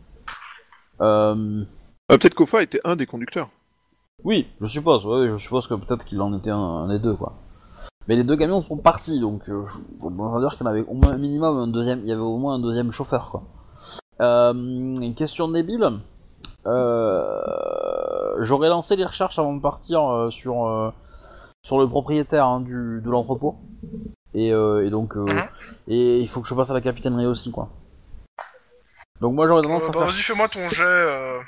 Peut-être qu'Ofa était un des conducteurs. Oui, je suppose. Ouais, je suppose que peut-être qu'il en était un des 2, quoi. Mais les 2 camions sont partis, donc on va dire qu'il y en avait au moins un minimum un deuxième. Il y avait au moins un deuxième chauffeur, quoi. Une question débile. J'aurais lancé les recherches avant de partir sur le propriétaire, hein, de l'entrepôt. Et donc et il faut que je passe à la capitainerie aussi, quoi. Donc moi j'aurais tendance Vas-y, fais-moi ton jet.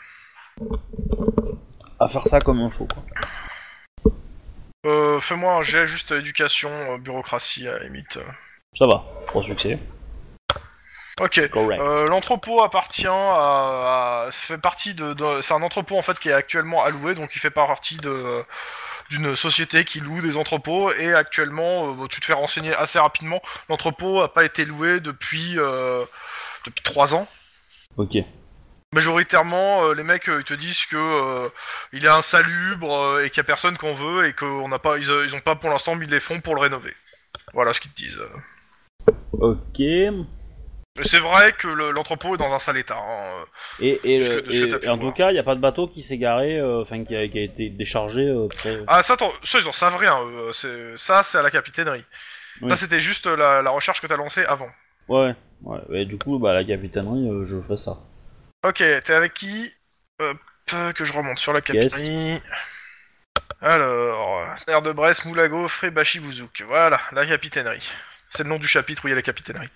à faire ça comme info, quoi. Fais-moi un jet juste éducation, bureaucratie à la limite. Ça va, 3 succès. Ok. Correct. L'entrepôt appartient fait partie c'est un entrepôt en fait qui est actuellement alloué, donc il fait partie d'une société qui loue des entrepôts et actuellement tu te fais renseigner assez rapidement. L'entrepôt a pas été loué depuis 3 ans. Ok. Majoritairement, les mecs ils te disent que il est insalubre et qu'il y a personne qu'on veut et qu'on n'a pas, ils ont pas pour l'instant mis les fonds pour le rénover. Voilà ce qu'ils te disent. Ok. Mais c'est vrai que l'entrepôt est dans un sale état. Hein. Et de ce que t'as pu en tout voir. cas, il n'y a pas de bateau qui s'est garé, enfin qui a été déchargé près... Ah ça ils en savent rien. C'est à la capitainerie. Oui. Ça c'était juste la recherche que t'as lancée avant. Ouais. Et du coup, bah la capitainerie, je ferai ça. Ok, t'es avec qui? Que je remonte sur la capitainerie. Alors, Air de Brest, Moulago, Frébachi, Bouzouk. Voilà, la capitainerie. C'est le nom du chapitre où il y a la capitainerie.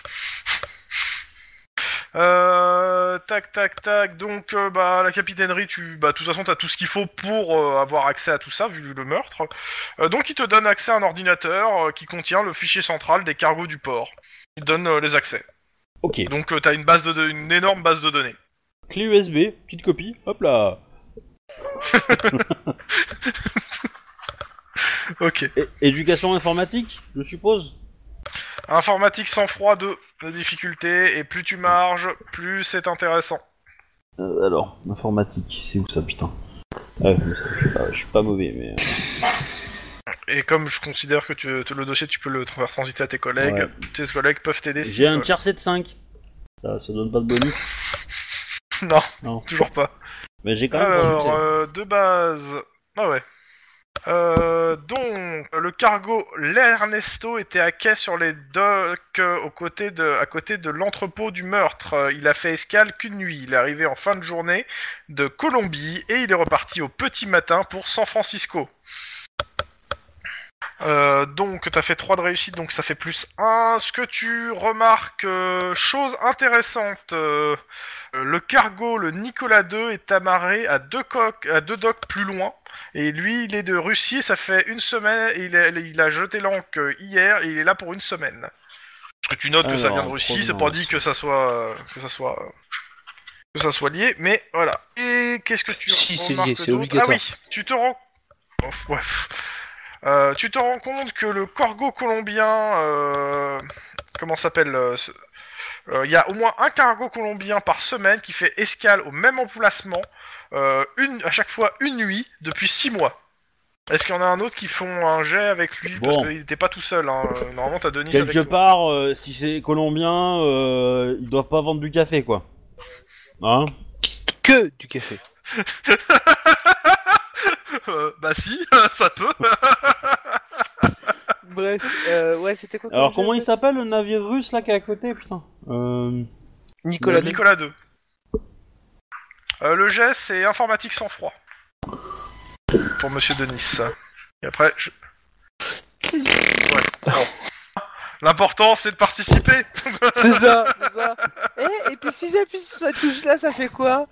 Tac. Donc, la capitainerie, de toute façon, t'as tout ce qu'il faut pour avoir accès à tout ça, vu le meurtre. Donc, il te donne accès à un ordinateur qui contient le fichier central des cargos du port. Il te donne les accès. Ok. Donc, t'as une énorme base de données. Clé USB, petite copie, hop là. Ok. Éducation informatique, je suppose. Informatique sans froid 2 de difficulté, et plus tu marges, plus c'est intéressant. Alors, informatique, c'est où ça, putain? Je suis pas mauvais, mais... Et comme je considère que le dossier, tu peux le faire transiter à tes collègues, Ouais. tes collègues peuvent t'aider. J'ai un tiers 7-5. Ça donne pas de bonus. Non, Non. toujours pas. Mais j'ai quand même 3 succès. Alors, de base... Ah ouais. Donc, le cargo l'Ernesto était à quai sur les docks à côté de l'entrepôt du meurtre. Il a fait escale qu'une nuit. Il est arrivé en fin de journée de Colombie et il est reparti au petit matin pour San Francisco. Donc, t'as fait 3 de réussite, donc ça fait plus 1. Ce que tu remarques, chose intéressante, le cargo, le Nicolas II, est amarré à 2 docks plus loin. Et lui, il est de Russie, ça fait 1 semaine, et il a jeté l'ancre hier, et il est là pour 1 semaine. Parce que tu notes que ça vient de Russie, c'est pas dit que ça soit lié, mais voilà. Et qu'est-ce que tu Si, c'est remarques lié, c'est d'autre? obligatoire. Ah oui, tu te rends... tu te rends compte que le cargo colombien... comment s'appelle il y a au moins un cargo colombien par semaine qui fait escale au même emplacement, à chaque fois une nuit, depuis 6 mois. Est-ce qu'il y en a un autre qui font un jet avec lui? Parce qu'il était pas tout seul, hein. Normalement t'as Denis avec Quelque toi. part, si c'est colombien, ils doivent pas vendre du café, quoi. Hein? Que du café. Bah si, ça peut. Bref, ouais, c'était quoi? Alors, comment il s'appelle le navire russe là qui est à côté, putain? Nicolas. Nicolas 2. Le jet, c'est informatique sans froid. Pour Monsieur Denis. Et après, Ouais. Bon. L'important, c'est de participer. C'est ça, c'est ça. Et puis si j'appuie sur cette touche là, ça fait quoi?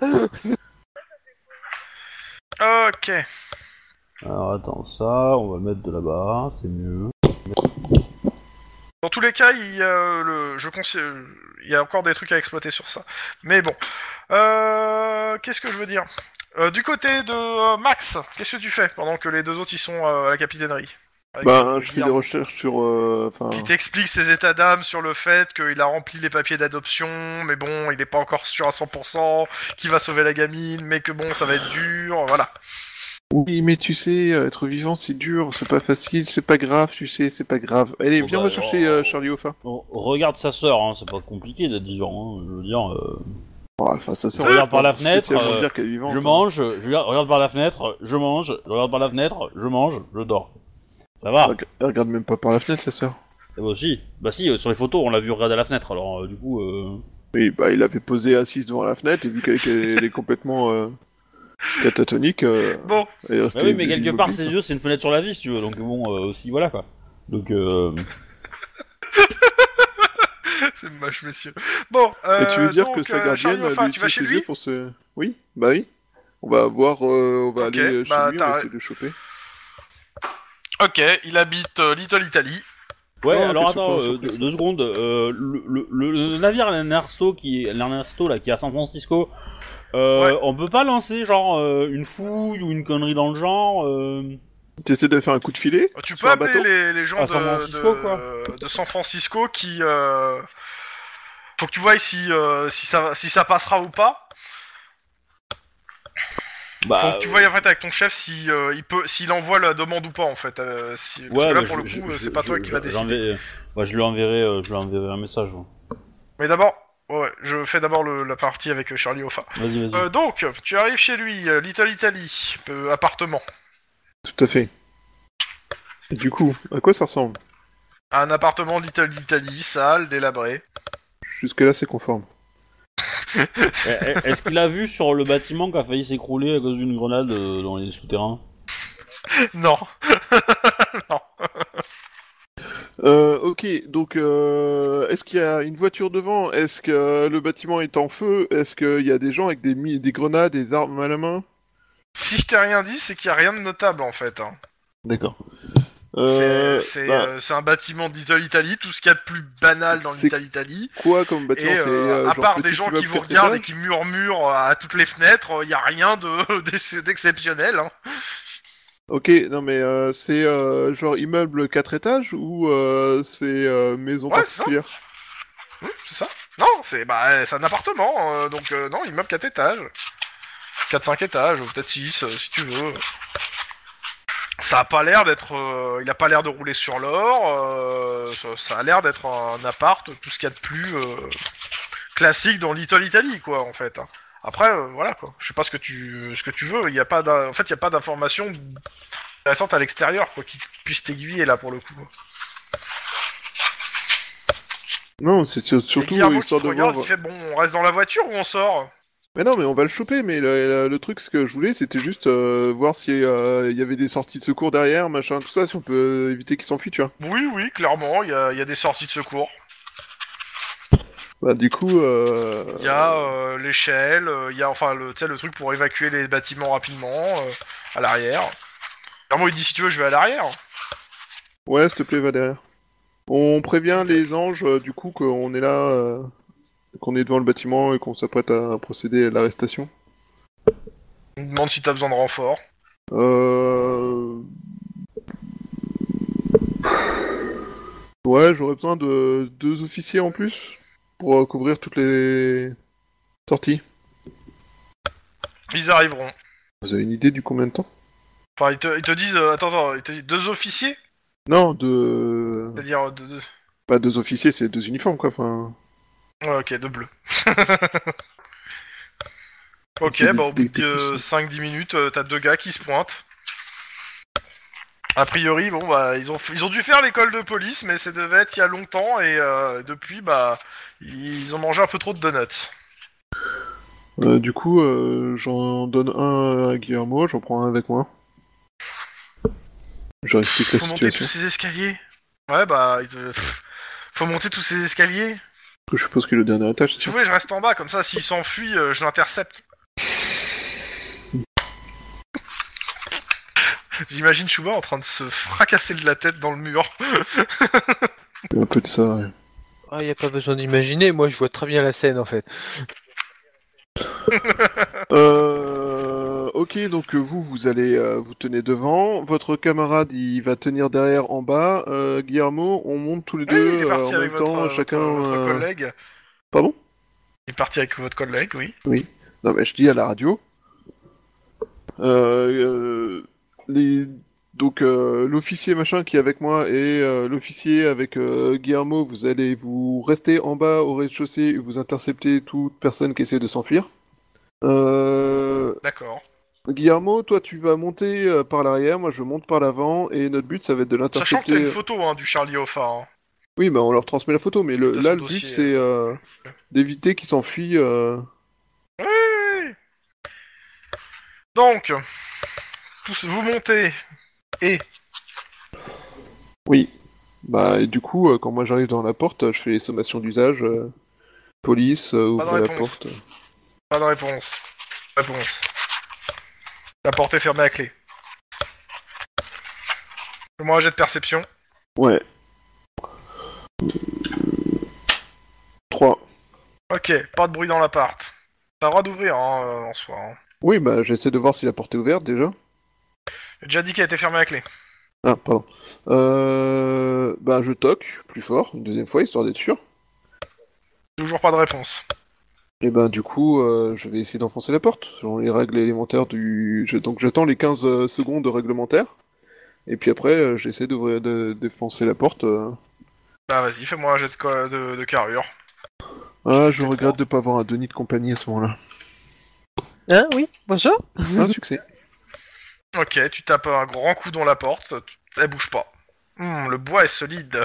Ok. Alors, attends, ça, on va le mettre de là-bas, c'est mieux. Dans tous les cas, il y a il y a encore des trucs à exploiter sur ça. Mais bon. Qu'est-ce que je veux dire? Du côté de Max, qu'est-ce que tu fais pendant que les deux autres ils sont à la capitainerie? Avec, Je fais des recherches sur... Qui t'explique ses états d'âme sur le fait qu'il a rempli les papiers d'adoption, mais bon, il est pas encore sûr à 100%, qu'il va sauver la gamine, mais que bon, ça va être dur, voilà. Oui, mais tu sais, être vivant c'est dur, c'est pas facile, c'est pas grave, tu sais, c'est pas grave. Allez, Bon, viens, on va chercher Charlie Hoffa. On regarde sa sœur, hein, c'est pas compliqué d'être vivant, hein, je veux dire... Enfin, ça sort. Regarde par la fenêtre, dire qu'elle est vivante, je hein. mange, regarde par la fenêtre, je mange, je regarde par la fenêtre, je mange, je dors. Ça va? Elle regarde même pas par la fenêtre, sa sœur. Bah aussi. Bah si, sur les photos, on l'a vu regarder à la fenêtre, alors du coup... Oui, il avait posé assise devant la fenêtre, et vu qu'elle est complètement catatonique, Bon, elle est restée Bah oui, mais quelque immobile. part, ses yeux, c'est une fenêtre sur la vie, si tu veux, donc bon, aussi, voilà, quoi. Donc, c'est moche, messieurs. Bon, Et tu veux dire donc, que sa gardienne Charlie Hoffa, lui tu vas utilise chez ses lui yeux pour se... Oui, bah oui. On va voir, on va Ok, aller chez bah, lui, on t'as- va essayer de le choper. Ok, il habite Little Italy. ouais, Non, alors qu'est-ce attends, qu'on peut- deux secondes, le navire l'Ernesto qui est à San Francisco, Ouais. on peut pas lancer, genre, une fouille ou une connerie dans le genre, T'essaies de faire un coup de filet Tu peux sur un appeler bateau les gens À San Francisco, quoi. de San Francisco qui... Faut que tu vois si ça passera ou pas. Faut bah... que tu vois en fait avec ton chef si s'il envoie la demande ou pas en fait. Parce que là bah, pour le coup c'est pas toi qui va décider. Je lui enverrai un message, ouais. Mais d'abord, ouais, je fais d'abord la partie avec Charlie Hoffa. Vas-y. Donc tu arrives chez lui, Little Italy, appartement. Tout à fait. Et du coup, à quoi ça ressemble? Un appartement Little Italy, sale, délabré. Jusque-là, c'est conforme. Est-ce qu'il a vu sur le bâtiment qui a failli s'écrouler à cause d'une grenade dans les souterrains? Non. Non. Ok, donc est-ce qu'il y a une voiture devant? Est-ce que le bâtiment est en feu? Est-ce qu'il y a des gens avec des grenades, des armes à la main? Si je t'ai rien dit, c'est qu'il y a rien de notable en fait. Hein. D'accord. C'est un bâtiment de Little Italy, tout ce qu'il y a de plus banal dans C'est Little Italy. Quoi comme bâtiment? Et C'est à genre part petit des gens qui immeuble vous 4 regardent et étages qui murmurent à toutes les fenêtres, il y a rien d'exceptionnel. Hein. Ok, non mais c'est genre immeuble 4 étages ou c'est maison Ouais, c'est ça. particulière? C'est ça? Non, c'est un appartement, donc non, immeuble 4 étages. 4-5 étages, peut-être 6, si tu veux. Ça a pas l'air d'être... il a pas l'air de rouler sur l'or, ça a l'air d'être un appart, tout ce qu'il y a de plus classique dans Little Italy, quoi, en fait. Après, voilà, quoi. Je sais pas ce que tu veux, il y a pas en fait, il y a pas d'informations intéressantes à l'extérieur, quoi, qui puissent t'aiguiller, là, pour le coup. Non, c'est surtout Et Guillermo qui histoire te de regarde, voir... il fait, bon, on reste dans la voiture ou on sort? Mais non, mais on va le choper, mais le truc, ce que je voulais, c'était juste voir si il y avait des sorties de secours derrière, machin, tout ça, si on peut éviter qu'il s'enfuit, tu vois. Oui, clairement, il y a des sorties de secours. Bah, du coup... Il y a l'échelle, il y a enfin le truc pour évacuer les bâtiments rapidement à l'arrière. Clairement, il dit si tu veux, je vais à l'arrière. Ouais, s'il te plaît, va derrière. On prévient les anges, du coup, qu'on est là, qu'on est devant le bâtiment et qu'on s'apprête à procéder à l'arrestation. Il me demande si t'as besoin de renfort. Ouais, j'aurais besoin de 2 officiers en plus pour couvrir toutes les sorties. Ils arriveront. Vous avez une idée du combien de temps? Enfin, ils te disent... attends, ils te disent 2 officiers. Non, de... C'est-à-dire Bah, 2 officiers, c'est 2 uniformes, quoi, enfin... Ouais, ok, 2 bleus. Ok, C'est bah au bout des de plus. 5-10 minutes, t'as 2 gars qui se pointent. A priori, bon bah ils ont dû faire l'école de police, mais ça devait être il y a longtemps et depuis bah ils ont mangé un peu trop de donuts. Du coup, j'en donne un à Guillermo, j'en prends un avec moi. Je leur explique la Faut monter situation. tous ces escaliers. Ouais bah faut monter tous ces escaliers. Parce que je suppose que le dernier étage, c'est Si ça? vous voulez, je reste en bas, comme ça s'il s'enfuit, je l'intercepte. J'imagine Chouba en train de se fracasser de la tête dans le mur. Il y a un peu de ça, ouais. Ah, y a pas besoin d'imaginer, moi je vois très bien la scène en fait. Ok, donc vous allez vous tenez devant. Votre camarade, il va tenir derrière en bas. Guillermo, on monte tous les Oui, il deux est en parti même avec temps, chacun... votre collègue. Pardon? Il est parti avec votre collègue, oui. Oui. Non, mais je dis à la radio. Les... Donc, l'officier machin qui est avec moi et l'officier avec Guillermo, vous allez vous rester en bas au rez-de-chaussée et vous intercepter toute personne qui essaie de s'enfuir. D'accord. Guillermo, toi tu vas monter par l'arrière, moi je monte par l'avant et notre but ça va être de Sachant que t'as une l'intercepter. photo hein, du Charlie Hoffa. Hein. Oui, bah on leur transmet la photo, mais T'as là son le but dossier, c'est d'éviter qu'ils s'enfuient. Oui. Donc, tous, vous montez et Oui. Bah et du coup, quand moi j'arrive dans la porte, je fais les sommations d'usage. Police, Pas de ouvre la réponse. porte. Pas de réponse. Réponse. La porte est fermée à clé. Fais-moi un jet de perception. Ouais. 3. Ok, pas de bruit dans l'appart. T'as le droit d'ouvrir hein, en soi. Hein. Oui, bah j'essaie de voir si la porte est ouverte déjà. J'ai déjà dit qu'elle était fermée à clé. Ah, pardon. Bah je toque plus fort, une deuxième fois, histoire d'être sûr. Toujours pas de réponse. Et ben du coup, je vais essayer d'enfoncer la porte, selon les règles élémentaires du... Donc j'attends les 15 secondes réglementaires, et puis après j'essaie de défoncer la porte. Bah vas-y, fais-moi un jet de carrure. Ah, Tu je fais regrette 3. de pas avoir un Denis de compagnie à ce moment-là. Hein, oui, bonjour. Un succès. Ok, tu tapes un grand coup dans la porte, elle bouge pas. Le bois est solide.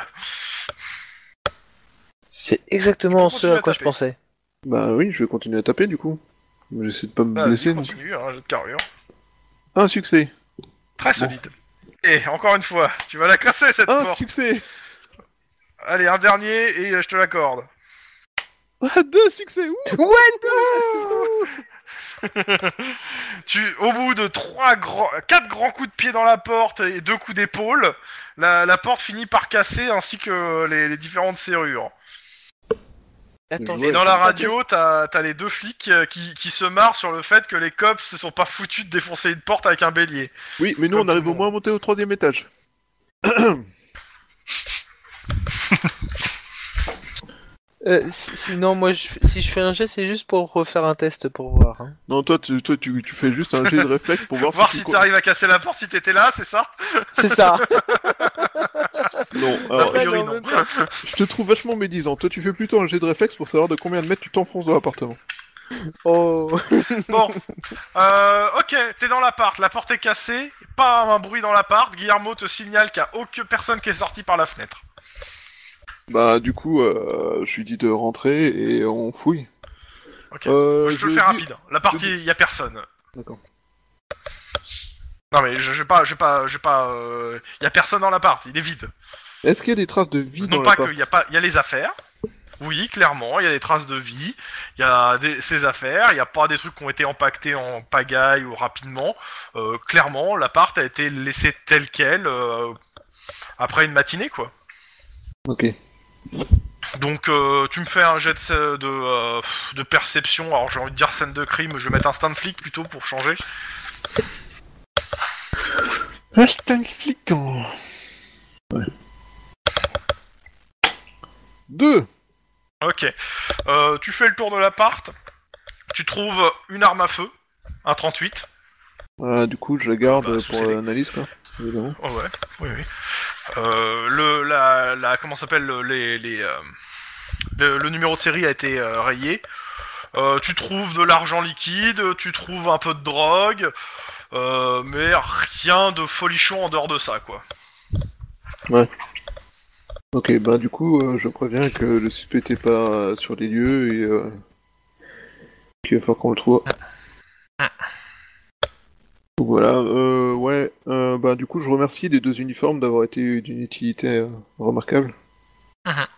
C'est exactement Tu peux ce à continuer à quoi je taper. pensais. Bah oui, je vais continuer à taper du coup. J'essaie de pas me Bah, blesser. vas-y, Donc... continue, un jet de carrure. Un succès. Très Bon. solide. Et encore une fois, tu vas la casser cette Un porte. succès. Allez, un dernier et je te l'accorde. Ah, 2 succès. Ouh. Au bout de 4 grands coups de pied dans la porte et 2 coups d'épaule, la porte finit par casser ainsi que les différentes serrures. Attends, Ouais, Et dans c'est la pas radio, t'as les 2 flics qui se marrent sur le fait que les cops se sont pas foutus de défoncer une porte avec un bélier. Oui, mais nous Comme on arrive tout le au moins à monter au 3e étage. sinon, moi, si je fais un jet, c'est juste pour refaire un test pour voir. Hein. Non, toi tu fais juste un jet de réflexe pour voir, Voir si si tu... t'arrives à casser la porte si t'étais là, c'est ça? C'est ça. Non, alors, A priori, non, non. même pas. je te trouve vachement médisant. Toi, tu fais plutôt un jet de réflexe pour savoir de combien de mètres tu t'enfonces dans l'appartement. Oh. Bon, ok, t'es dans l'appart, la porte est cassée, pas un bruit dans l'appart, Guillermo te signale qu'il n'y a aucune personne qui est sortie par la fenêtre. Bah, du coup, je lui dis de rentrer et on fouille. Ok, je te le fais dis- rapide, la partie, il y a personne. D'accord. Non mais je vais pas, y a personne dans l'appart, il est vide. Est-ce qu'il y a des traces de vie dans Non pas l'appart? qu'il y a les affaires. Oui, clairement, il y a des traces de vie, il y a ces affaires, il n'y a pas des trucs qui ont été empaquetés en pagaille ou rapidement. Clairement, l'appart a été laissé tel quel après une matinée, quoi. Ok. Donc, tu me fais un jet de perception, alors j'ai envie de dire scène de crime, je vais mettre instinct de flic plutôt pour changer. Hashtag fliquant. 2. Ok. Tu fais le tour de l'appart. Tu trouves une arme à feu, un 38. Du coup, je la garde Bah, pour sous-scellé. l'analyse, quoi. Évidemment. Oh ouais, oui. Comment ça s'appelle le numéro de série a été rayé. Tu trouves de l'argent liquide, tu trouves un peu de drogue, mais rien de folichon en dehors de ça, quoi. Ok, bah du coup, je préviens que le suspect n'était pas sur les lieux et qu'il va falloir qu'on le trouve. Donc voilà, bah du coup, je remercie les 2 uniformes d'avoir été d'une utilité remarquable. Mhm.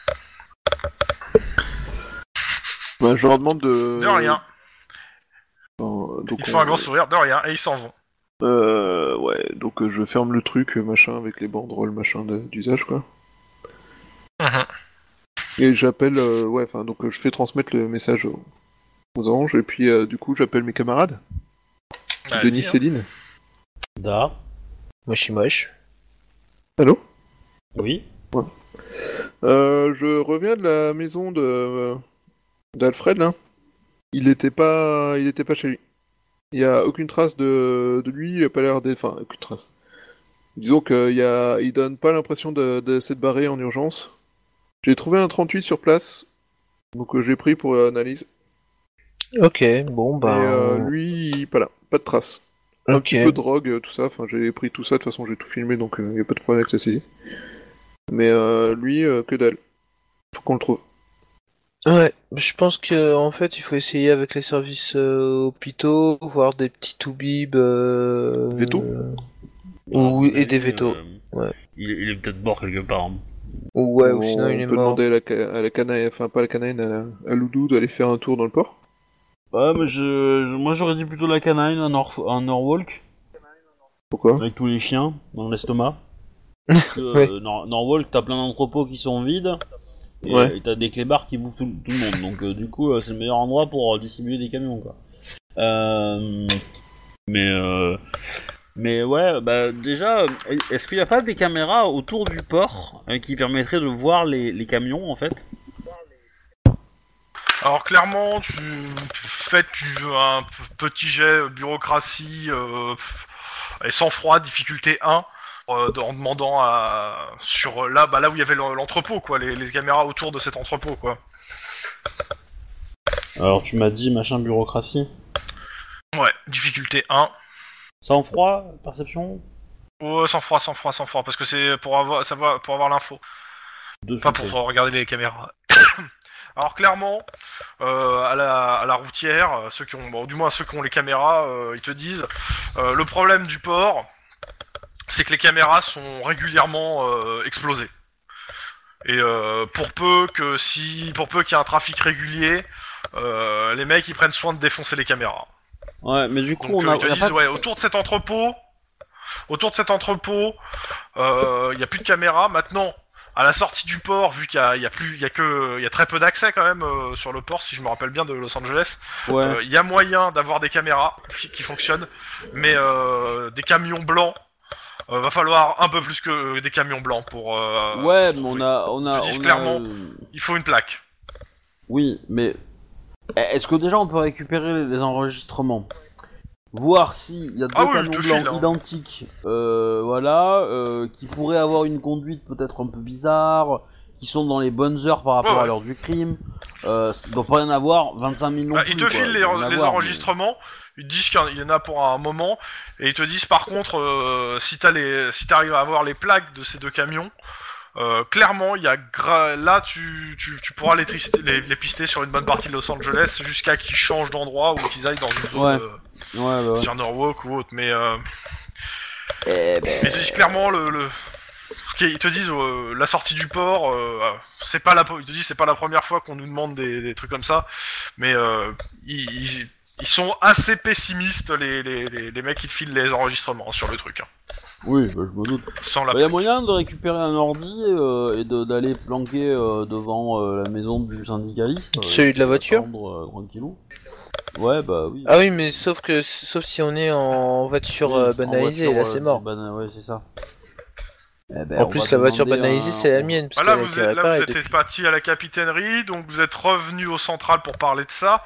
Bah, je leur demande de... De rien. Donc, Ils font un grand sourire, de rien, et ils s'en vont. donc je ferme le truc, machin, avec les banderoles, machin d'usage, quoi. Mhm. Et j'appelle, donc je fais transmettre le message aux anges, et puis du coup, j'appelle mes camarades. Denis, Vas-y, hein. Céline. Da. Moche. Allô? Oui. Je reviens de la maison d'Alfred, là. Il était pas chez lui. Il y a aucune trace de lui, il a pas l'air d'être... Enfin, aucune trace. Disons il donne pas l'impression de s'être barré en urgence. J'ai trouvé un 38 sur place, donc j'ai pris pour l'analyse. Ok, bon bah. Lui, pas là, pas de trace. Un Ok. petit peu de drogue, tout ça, enfin j'ai pris tout ça, de toute façon j'ai tout filmé, donc y a pas de problème avec la saisie. Mais lui, que dalle. Faut qu'on le trouve. Ouais, je pense que en fait il faut essayer avec les services hôpitaux, voir des petits toubibs. Veto Et des vétos. Ouais. Il est peut-être mort quelque part. Hein. Ou ouais, ou On sinon il est peut mort. demander à la canaille, enfin pas à la canaille, à Loudou d'aller faire un tour dans le port. Ouais, mais moi j'aurais dit plutôt la canine à Norwalk, Pourquoi? avec tous les chiens dans l'estomac. Parce que Ouais. Norwalk, t'as plein d'entrepôts qui sont vides, et Ouais. et t'as des clébards qui bouffent tout le monde. Donc du coup, c'est le meilleur endroit pour distribuer des camions, quoi. Euh, mais ouais, bah déjà, est-ce qu'il n'y a pas des caméras autour du port qui permettraient de voir les camions, en fait? Alors clairement, tu fais un petit jet bureaucratie et sang-froid, difficulté 1, en demandant sur là où il y avait l'entrepôt, quoi, les caméras autour de cet entrepôt, quoi. Alors tu m'as dit machin bureaucratie. Ouais, difficulté 1. Sang-froid, perception? Ouais, sang-froid, parce que c'est pour avoir l'info, Deux pas succès. pour regarder les caméras. Alors clairement, à la routière, ceux qui ont les caméras, ils te disent le problème du port, c'est que les caméras sont régulièrement explosées. Et pour peu qu'il y ait un trafic régulier, les mecs ils prennent soin de défoncer les caméras. Ouais, mais du coup, Donc ils te on a disent pas... ouais, autour de cet entrepôt, il y a plus de caméras. Maintenant, à la sortie du port, vu qu'il y a très peu d'accès quand même sur le port, si je me rappelle bien de Los Angeles, Ouais. il y a moyen d'avoir des caméras qui fonctionnent, mais des camions blancs, va falloir un peu plus que des camions blancs pour. Ouais, pour mais trouver. on a, Ils te disent on clairement, a... il faut une plaque. Oui, mais est-ce que déjà on peut récupérer les enregistrements? Voir s'il y a deux Ah oui, camions deux blancs fils, hein. identiques, qui pourraient avoir une conduite peut-être un peu bizarre, qui sont dans les bonnes heures par rapport Ouais, ouais. à l'heure du crime. Ça doit pas y en avoir 25 000 non Bah, plus. ils te quoi. filent Il doit y en les avoir, enregistrements, ils te disent qu'il y en a pour un moment, et ils te disent par contre, si t'arrives à avoir les plaques de ces deux camions, clairement, il y a là tu pourras les pister sur une bonne partie de Los Angeles jusqu'à qu'ils changent d'endroit ou qu'ils aillent dans une zone Ouais. mais... Ouais, bah ouais. sur Norwalk ou autre. Mais Eh ben... ils te disent clairement ils te disent la sortie du port, c'est pas ils te disent c'est pas la première fois qu'on nous demande des trucs comme ça, mais ils sont assez pessimistes les mecs qui te filent les enregistrements sur le truc, hein, Oui, bah, je me doute. sans la Il y a plaque. moyen de récupérer un ordi et d'aller planquer devant la maison du syndicaliste. Celui de la voiture attendre, tranquillou. Ouais, bah oui. Ah oui, mais sauf si on est en voiture Oui, en banalisée, voiture, là c'est mort. ouais, c'est ça. ben, En on plus, va la voiture demander banalisée, c'est la mienne. Parce Voilà, qu'elle a été réparée vous êtes depuis. parti à la capitainerie, donc vous êtes revenu au central pour parler de ça.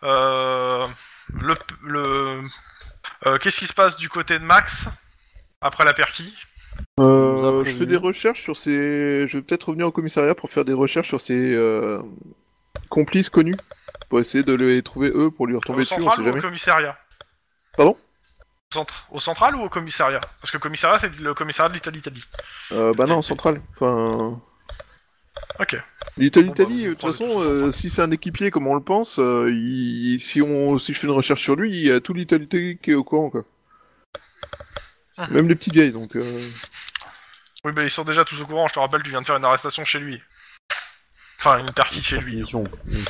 Qu'est-ce qui se passe du côté de Max après la perquis? nous a Je fais prévenu. des recherches sur ces. Je vais peut-être revenir au commissariat pour faire des recherches sur ces complices connus. Pour essayer de les trouver eux, pour lui Au retomber dessus, on central sait ou au jamais. commissariat? Pardon? Au central ou au commissariat? Parce que le commissariat, c'est le commissariat de l'Italie. Bah non, en centrale. Enfin. Ok. L'Italie, Bon, bah, vous de toute prenez façon, tous au central. si c'est un équipier comme on le pense, si je fais une recherche sur lui, il y a tout l'Italie qui est au courant, quoi. Ah. Même les petits gays, donc. Oui, bah ils sont déjà tous au courant, je te rappelle, tu viens de faire une arrestation chez lui. Enfin, une perquis chez lui. Mission.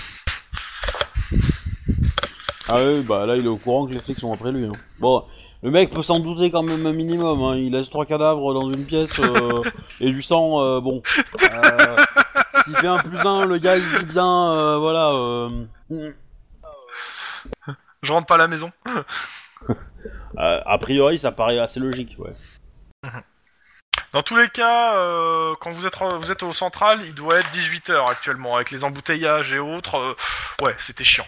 Ah oui, bah là il est au courant que les flics sont après lui. Hein. Bon, le mec peut s'en douter quand même un minimum. Hein. Il laisse 3 cadavres dans une pièce et du sang. Bon, s'il fait 1+1, le gars il se dit bien, voilà. Je rentre pas à la maison. A priori, ça paraît assez logique, ouais. Dans tous les cas, quand vous êtes au central, il doit être 18h actuellement, avec les embouteillages et autres. Ouais, c'était chiant.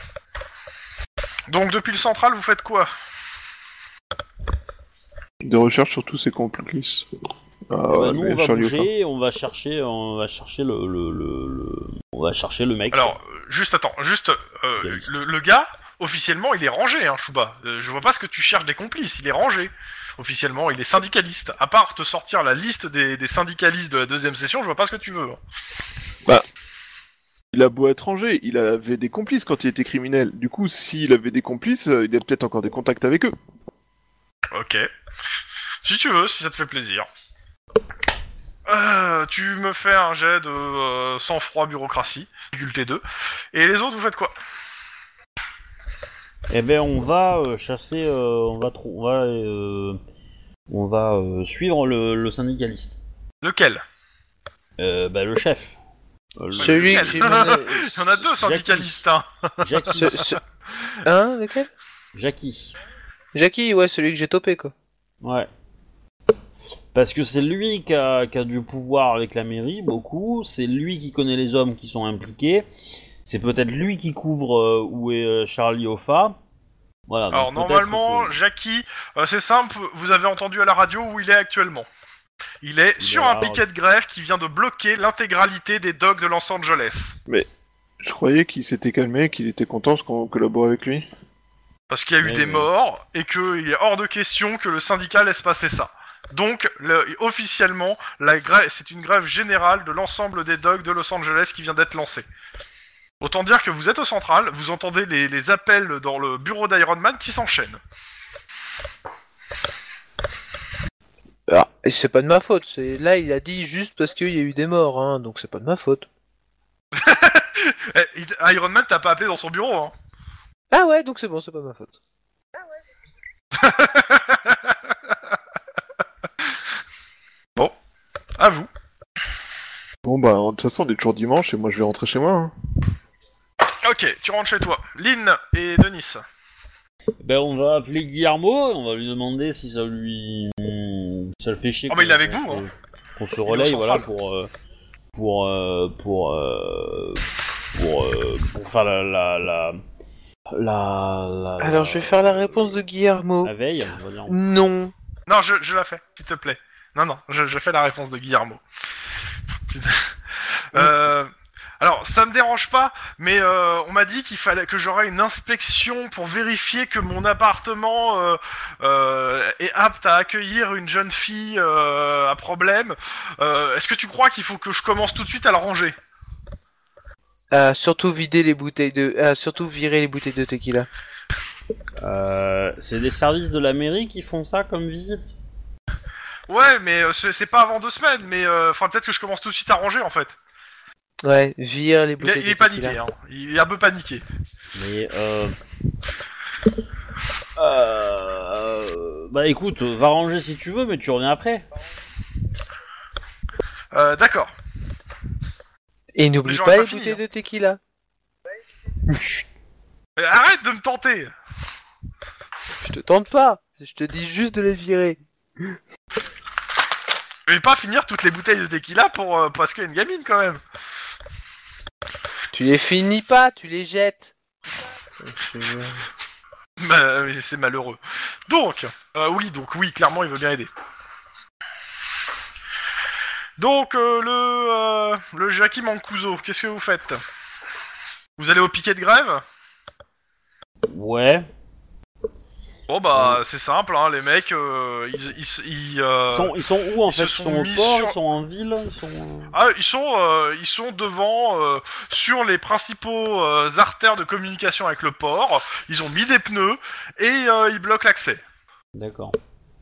Donc depuis le central, vous faites quoi? Des recherches sur tous ces complices. Bah, nous on va bouger, on va chercher le mec. Alors, juste attends, le gars, officiellement, il est rangé, hein, Chouba. Je vois pas ce que tu cherches des complices, il est rangé. Officiellement, il est syndicaliste. À part te sortir la liste des syndicalistes de la deuxième session, je vois pas ce que tu veux. Il a beau être rangé, il avait des complices quand il était criminel. Du coup, s'il avait des complices, il a peut-être encore des contacts avec eux. Ok. Si tu veux, si ça te fait plaisir. Tu me fais un jet de sang-froid bureaucratie, difficulté 2. Et les autres, vous faites quoi? Eh ben on va chasser, on va suivre le syndicaliste. Lequel? Bah le chef. Celui que j'ai mené... Il y en a deux syndicalistes, hein. Jackie. Hein, lequel? Jackie. Jackie, ouais, celui que j'ai topé, quoi. Ouais. Parce que c'est lui qui a du pouvoir avec la mairie, beaucoup. C'est lui qui connaît les hommes qui sont impliqués. C'est peut-être lui qui couvre où est Charlie Hoffa. Voilà. Alors donc normalement, que... Jackie, c'est simple, vous avez entendu à la radio où il est actuellement. Il est sur un piquet de grève qui vient de bloquer l'intégralité des docks de Los Angeles. Je croyais qu'il s'était calmé, qu'il était content qu'on collabore avec lui. Parce qu'il y a eu des morts et qu'il est hors de question que le syndicat laisse passer ça. Donc, officiellement, c'est une grève générale de l'ensemble des docks de Los Angeles qui vient d'être lancée. Autant dire que vous êtes au central, vous entendez les appels dans le bureau d'Iron Man qui s'enchaînent. Ah, et c'est pas de ma faute. Là, il a dit juste parce qu'il y a eu des morts, hein, donc c'est pas de ma faute. Iron Man t'a pas appelé dans son bureau, hein. Ah ouais, donc c'est bon, c'est pas ma faute. Bon, à vous. Bon bah, de toute façon, on est toujours dimanche et moi je vais rentrer chez moi. Hein. Ok, tu rentres chez toi. Lynn et Denis. Ben on va appeler Guillermo, on va lui demander si ça lui... ça le fait chier. Oh bah il est avec vous, hein. Qu'on se relaye, voilà, pour faire la Alors, je vais faire la réponse de Guillermo. la veille, on va dire. Non. Non, je la fais, s'il te plaît. Non, je fais la réponse de Guillermo. Alors, ça me dérange pas, mais on m'a dit qu'il fallait que j'aurais une inspection pour vérifier que mon appartement est apte à accueillir une jeune fille à problème. Est-ce que tu crois qu'il faut que je commence tout de suite à le ranger? Surtout vider les bouteilles de... surtout virer les bouteilles de tequila. C'est des services de la mairie qui font ça comme visite. Ouais, mais c'est pas avant 2 semaines, mais faudra peut-être que je commence tout de suite à ranger, en fait. Ouais, vire les bouteilles Il est de tequila. paniqué, hein. Il est un peu paniqué. Mais bah écoute, va ranger si tu veux, mais tu reviens après. D'accord. Et n'oublie j'aurais pas pas les fini, bouteilles hein. de tequila. Arrête de me tenter. Je te tente pas, je te dis juste de les virer. Je vais pas finir toutes les bouteilles de tequila pour parce qu'il y a une gamine quand même. Tu les finis pas, tu les jettes. Bah, mais c'est malheureux. Donc, oui, clairement, il veut bien aider. Donc, le Jackie Mancuso, qu'est-ce que vous faites? Vous allez au piquet de grève? Ouais. Bon bah c'est simple, hein, les mecs, ils Ils sont où en ils fait? se Ils sont sont au mis port, sur- ils sont en ville, ils sont... ils sont devant sur les principaux artères de communication avec le port. Ils ont mis des pneus et ils bloquent l'accès. D'accord.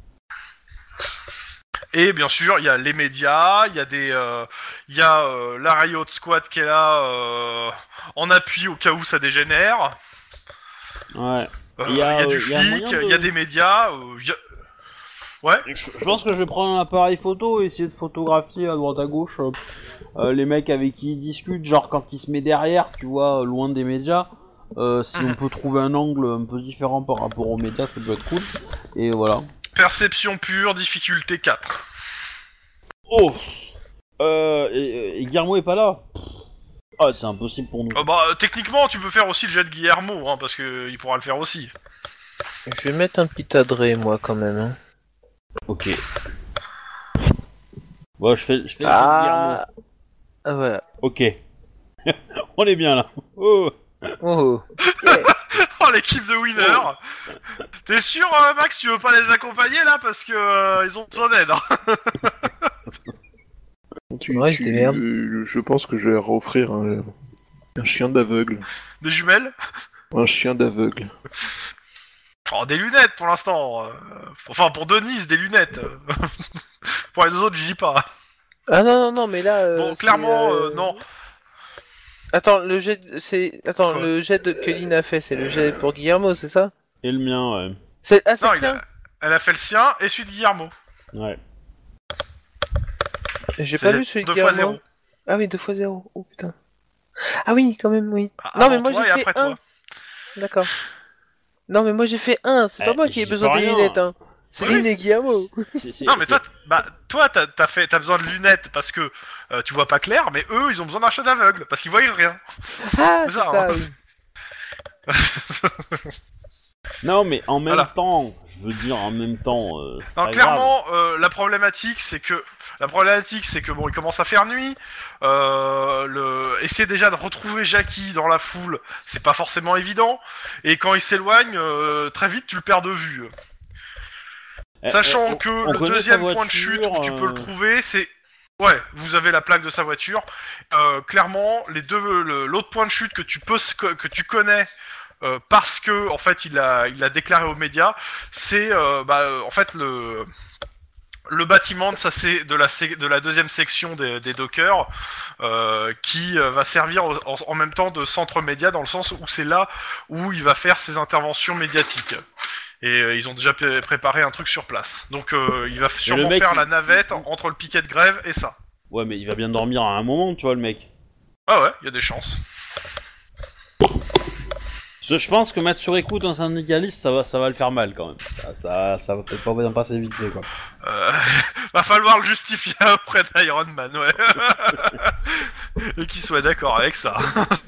Et bien sûr, il y a les médias, il y a la Riot Squad qui est là en appui au cas où ça dégénère. Ouais. Il y a du y a flic, moyen de- il y a des médias. Ouais. Je pense que je vais prendre un appareil photo et essayer de photographier à droite à gauche les mecs avec qui ils discutent, genre quand il se met derrière, tu vois, loin des médias. Si on peut trouver un angle un peu différent par rapport aux médias, ça peut être cool. Et voilà. Perception pure, difficulté 4. Oh et Guillermo est pas là. Ah, c'est impossible pour nous. Techniquement, tu peux faire aussi le jet de Guillermo, hein, parce que il pourra le faire aussi. Je vais mettre un petit adré, moi, quand même. Hein. Ok. Bon, je fais le jet de Ah, voilà. Guillermo. Ok. On est bien là. Oh. Oh. Oh, l'équipe de winner. T'es sûr, Max, tu veux pas les accompagner là, parce que ils ont besoin d'aide. Hein. Ouais, je démerde. Je pense que je vais leur offrir un chien d'aveugle. Des jumelles. Un chien d'aveugle. Oh, des lunettes pour l'instant. Enfin, pour Denise, des lunettes. Pour les deux autres, j'y dis pas. Ah non, mais là. Bon, c'est, clairement, non. Attends, le jet, Quoi le jet que Lynn a fait, c'est le jet pour Guillermo, c'est ça? Et le mien, ouais. C'est Non, le tien. elle a fait le sien et celui de Guillermo. Ouais. J'ai pas C'est lu celui de 2 fois Guillermo. 0. Ah oui, 2 fois 0. Oh putain. Ah oui, quand même, oui. Ah, Non, mais avant moi toi j'ai et fait après 1. toi. D'accord. Non, mais moi j'ai fait 1. C'est pas moi qui ai j'y besoin peux des rien. lunettes, hein. C'est Oui, Lynn et Guillermo. Non, mais toi, t'as besoin de lunettes parce que tu vois pas clair, mais eux, ils ont besoin d'un chat d'aveugle parce qu'ils voient rien. Ah, C'est c'est ça, ça, hein. oui. Non, mais en même Voilà. temps, je veux dire en même temps. C'est Non, pas clairement, la problématique, c'est que bon, il commence à faire nuit. Essayer déjà de retrouver Jackie dans la foule, c'est pas forcément évident. Et quand il s'éloigne, très vite, tu le perds de vue. grave. Sachant On que connaît le sa deuxième point de chute voiture, où tu peux le trouver, c'est... Ouais, vous avez la plaque de sa voiture. Clairement, l'autre point de chute que tu connais parce que en fait il a déclaré aux médias, c'est en fait le bâtiment de la deuxième section des dockers qui va servir en même temps de centre média dans le sens où c'est là où il va faire ses interventions médiatiques. Et ils ont déjà préparé un truc sur place. Donc il va sûrement mec, faire la navette entre le piquet de grève et ça. Ouais, mais il va bien dormir à un moment, tu vois, le mec. Ah ouais, il y a des chances. Je pense que mettre sur écoute un syndicaliste, ça va le faire mal quand même. Ça va peut-être pas bien passer vite fait, quoi. Va falloir le justifier auprès d'Iron Man, ouais. Et qu'il soit d'accord avec ça.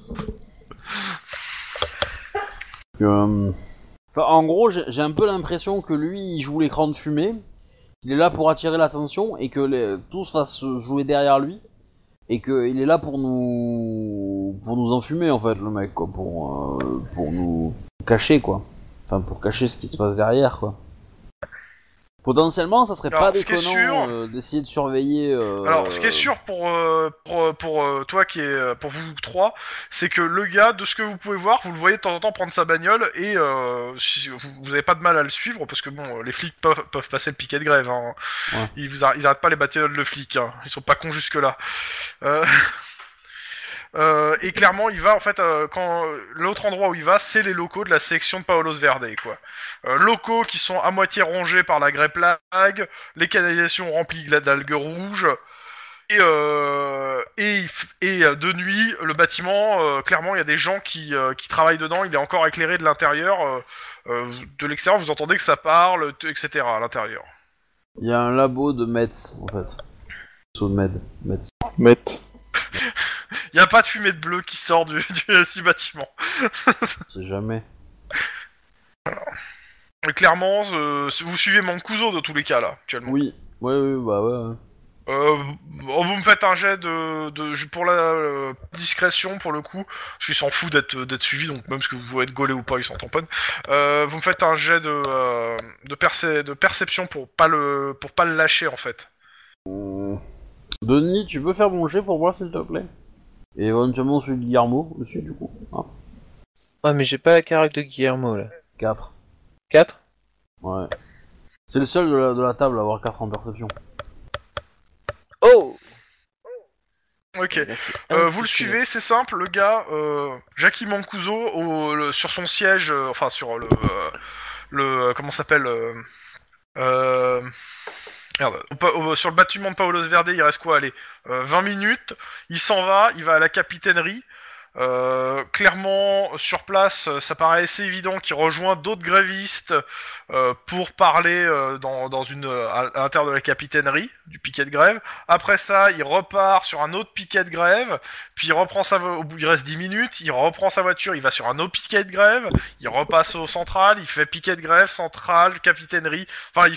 Enfin, en gros, j'ai un peu l'impression que lui, il joue l'écran de fumée. Il est là pour attirer l'attention et que tous va se jouer derrière lui. Et qu'il est là pour nous enfumer, en fait, le mec, quoi. Pour nous cacher, quoi. Enfin, pour cacher ce qui se passe derrière, quoi. Potentiellement, ça serait Alors, pas ce qui est déconnant sûr- d'essayer de surveiller... Alors, ce qui est sûr pour toi qui est pour vous trois, c'est que le gars, de ce que vous pouvez voir, vous le voyez de temps en temps prendre sa bagnole et si vous avez pas de mal à le suivre parce que bon, les flics peuvent passer le piquet de grève. Hein. Ouais. Ils arrêtent pas les bagnoles de flics. Hein. Ils sont pas cons jusque là. Et clairement, il va en fait quand l'autre endroit où il va, c'est les locaux de la section de Paolos Verde, quoi. Locaux qui sont à moitié rongés par la grey plague, les canalisations remplies d'algues rouges, et de nuit, le bâtiment, clairement, il y a des gens qui travaillent dedans. Il est encore éclairé de l'intérieur. De l'extérieur, vous entendez que ça parle, etc. à l'intérieur. Il y a un labo de Metz, en fait. Saut de med. Met. Y a pas de fumée de bleu qui sort du bâtiment. C'est jamais. Et clairement, vous suivez Mancuso de tous les cas là, actuellement. Oui. Ouais, bah ouais. Vous me faites un jet pour la discrétion pour le coup. Parce qu'il s'en fout d'être suivi, donc même si vous êtes gaulé ou pas, il s'en tamponne. Vous me faites un jet de perception pour pas le lâcher en fait. Denis, tu peux faire mon jet pour moi s'il te plaît? Et éventuellement celui de Guillermo aussi du coup. Hein. Ouais, mais j'ai pas la carac de Guillermo là. 4. 4? Ouais. C'est le seul de la table à avoir 4 en perception. Oh! Ok. Vous le suivez, c'est simple. Le gars, Jackie Mancuso, sur son siège, enfin sur le comment s'appelle merde, sur le bâtiment de Paolos Verde, il reste quoi? Allez, 20 minutes. Il s'en va, il va à la capitainerie. Clairement, sur place, ça paraît assez évident qu'il rejoint d'autres grévistes pour parler à l'intérieur de la capitainerie, du piquet de grève. Après ça, il repart sur un autre piquet de grève, puis il reprend au bout, il reste 10 minutes, il reprend sa voiture, il va sur un autre piquet de grève, il repasse au central, il fait piquet de grève, centrale, capitainerie, enfin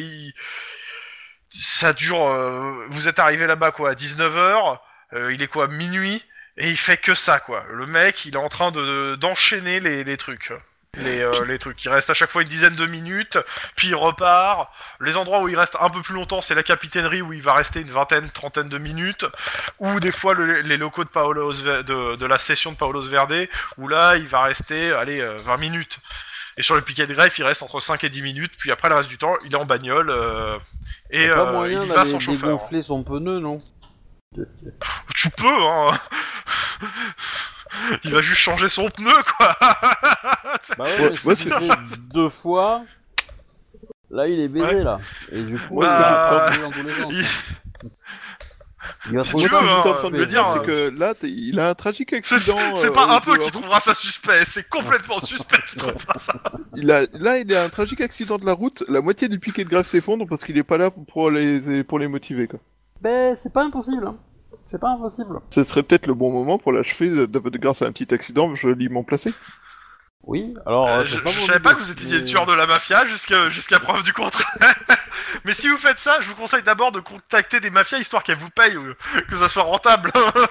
ça dure, vous êtes arrivé là-bas quoi, à 19h, il est quoi, minuit, et il fait que ça quoi. Le mec, il est en train d'enchaîner les trucs. Les trucs. Il reste à chaque fois une dizaine de minutes, puis il repart. Les endroits où il reste un peu plus longtemps, c'est la capitainerie où il va rester une vingtaine, trentaine de minutes, ou des fois les locaux de la session de Paolos Verde, où là il va rester, 20 minutes. Et sur le piquet de grève, il reste entre 5 et 10 minutes, puis après le reste du temps, il est en bagnole, et pas moyen il va son chauffeur. dégonfler son pneu, non? Tu peux, hein. Il va juste changer son pneu, quoi. Bah ouais, mais si tu fais 2 fois, là il est baisé, là. Et du coup, Bah, il dans tous les sens. Il va Si trop tu vite. veux, hein, en train de je veux me dire, dire, c'est que là, il a un tragique accident. C'est pas un peu qui trouvera ça suspect, c'est complètement suspect qu'il trouvera ça. Il a un tragique accident de la route. La moitié du piquet de grève s'effondre parce qu'il est pas là pour les motiver, quoi. Ben, c'est pas impossible. Hein. C'est pas impossible. Ce serait peut-être le bon moment pour l'achever grâce à un petit accident joliment placé. Oui, alors Je savais pas que vous étiez tueur de la mafia jusqu'à preuve du contraire. Mais si vous faites ça, je vous conseille d'abord de contacter des mafias histoire qu'elles vous payent, que ça soit rentable.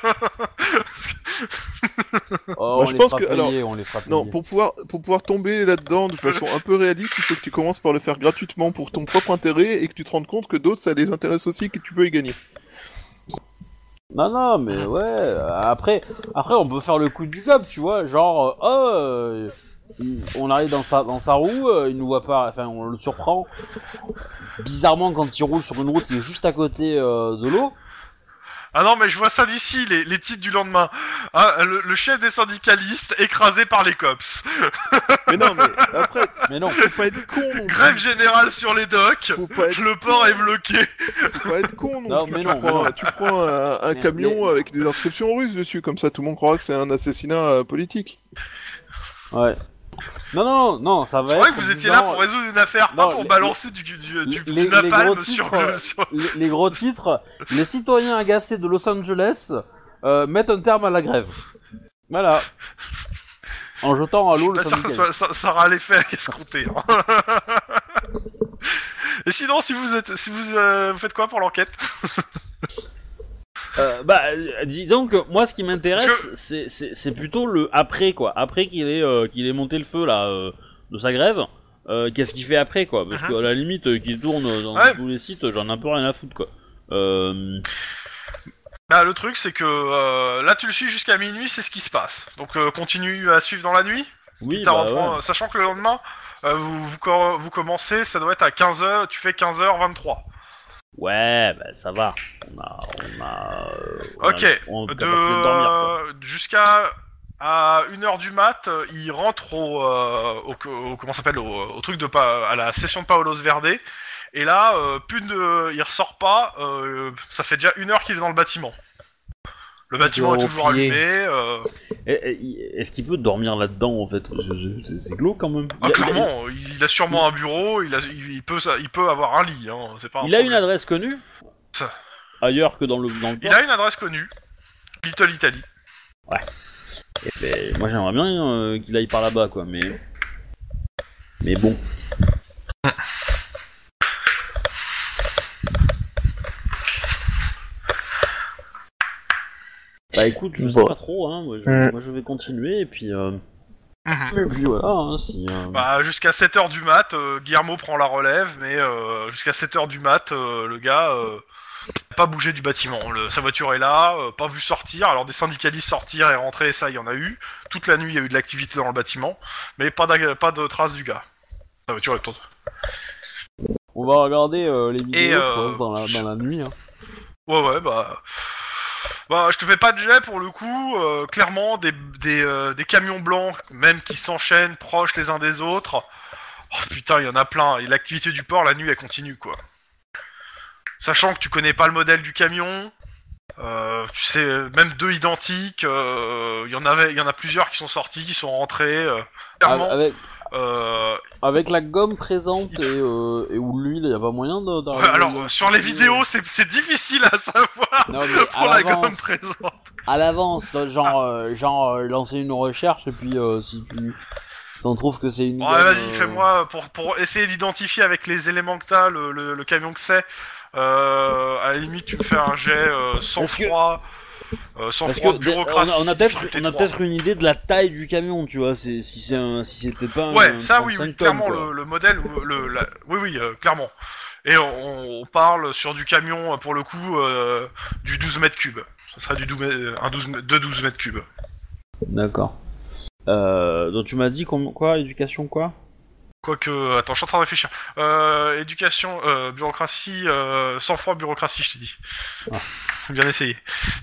Oh, Moi, on je les pense fera que- payer, alors, on les fera payer. Non, pour pouvoir tomber là-dedans de façon un peu réaliste, il faut que tu commences par le faire gratuitement pour ton propre intérêt et que tu te rendes compte que d'autres, ça les intéresse aussi et que tu peux y gagner. Non, mais ouais, après, on peut faire le coup du cop, tu vois, genre, on arrive dans sa roue, il nous voit pas, enfin, on le surprend. Bizarrement, quand il roule sur une route qui est juste à côté de l'eau. Ah non, mais je vois ça d'ici, les titres du lendemain. Ah, le chef des syndicalistes écrasé par les cops. Mais non, mais après, Mais non, faut pas être con non plus. Grève générale sur les docks. Faut pas être, Le port est bloqué. faut pas être con non, Non, plus. mais Tu non, prends, mais non. tu prends un Mais- camion avec des inscriptions russes dessus, comme ça tout le monde croira que c'est un assassinat politique. ouais. Non, ça va Je être. croyais que vous étiez là pour résoudre une affaire, Non, pas pour les- balancer du les napalm gros sur titres, le... sur- les gros titres, les citoyens agacés de Los Angeles mettent un terme à la grève. Voilà. En jetant à l'eau le Pas sûr que syndicat. ça aura l'effet escompté. Hein. Et sinon, vous faites quoi pour l'enquête? Disons que moi, ce qui m'intéresse, Parce c'est plutôt le après, quoi. Après qu'il ait monté le feu là de sa grève, qu'est-ce qu'il fait après, quoi. Parce qu'à la limite, qu'il tourne dans Ouais. tous les sites, j'en ai un peu rien à foutre, quoi. Bah, le truc, c'est que là, tu le suis jusqu'à minuit, c'est ce qui se passe. Donc, continue à suivre dans la nuit. Oui, Quitte à bah reprendre- ouais. Sachant que le lendemain, vous commencez, ça doit être à 15h, tu fais 15h23. Ouais, bah ça va. On a Ok. on a capacité de dormir, quoi. Jusqu'à à 1h du mat, il rentre au comment ça s'appelle au truc à la session de Paolos Verde. Et là, il ressort pas. Ça fait déjà 1 heure qu'il est dans le bâtiment. Le bâtiment est toujours plié. allumé. Est-ce qu'il peut dormir là-dedans, en fait? C'est glauque, quand même. Clairement, il a sûrement un bureau. Il peut avoir un lit. Hein, c'est pas. Il a une adresse connue? Ça. ailleurs que dans le port. Il a une adresse connue, Little Italy. Et ben, moi j'aimerais bien qu'il aille par là-bas, quoi, mais bon. Bah écoute, je sais pas trop, hein, moi je vais continuer, et puis voilà, hein, si... Bah, jusqu'à 7h du mat, Guillermo prend la relève, mais jusqu'à 7h du mat, le gars n'a pas bougé du bâtiment. Sa voiture est là, pas vu sortir. Alors des syndicalistes sortir et rentrer, ça il y en a eu. Toute la nuit il y a eu de l'activité dans le bâtiment, mais pas de traces du gars. Sa voiture est tournée. On va regarder les vidéos, je pense, dans la nuit. Hein. Ouais, bah, je te fais pas de jet pour le coup. Clairement, des camions blancs, même qui s'enchaînent proches les uns des autres. Oh putain, il y en a plein. Et l'activité du port, la nuit, elle continue, quoi. Sachant que tu connais pas le modèle du camion, tu sais, même deux identiques. Il y en a plusieurs qui sont sortis, qui sont rentrés. Clairement. Avec la gomme présente et où l'huile, il y a pas moyen d'arriver. Ouais, alors sur les vidéos, c'est difficile à savoir. Non, mais pour la gomme présente. À l'avance, genre lancer une recherche et puis si on trouve que c'est une. Ouais, vas-y, fais-moi pour essayer d'identifier avec les éléments que t'as le camion que c'est. À la limite, tu me fais un jet sans froid. Bureaucratie. On a peut-être une idée de la taille du camion, tu vois. Si c'était pas. Ouais, ça oui, clairement le modèle, oui, clairement. Et on parle sur du camion pour le coup du 12 mètres cubes. Ça serait du 12 mètres cubes. D'accord. Donc tu m'as dit quoi, éducation quoi? Quoique, attends, je suis en train de réfléchir. Éducation, bureaucratie, sang-froid, bureaucratie, je t'ai dit. Ah. Bien essayé.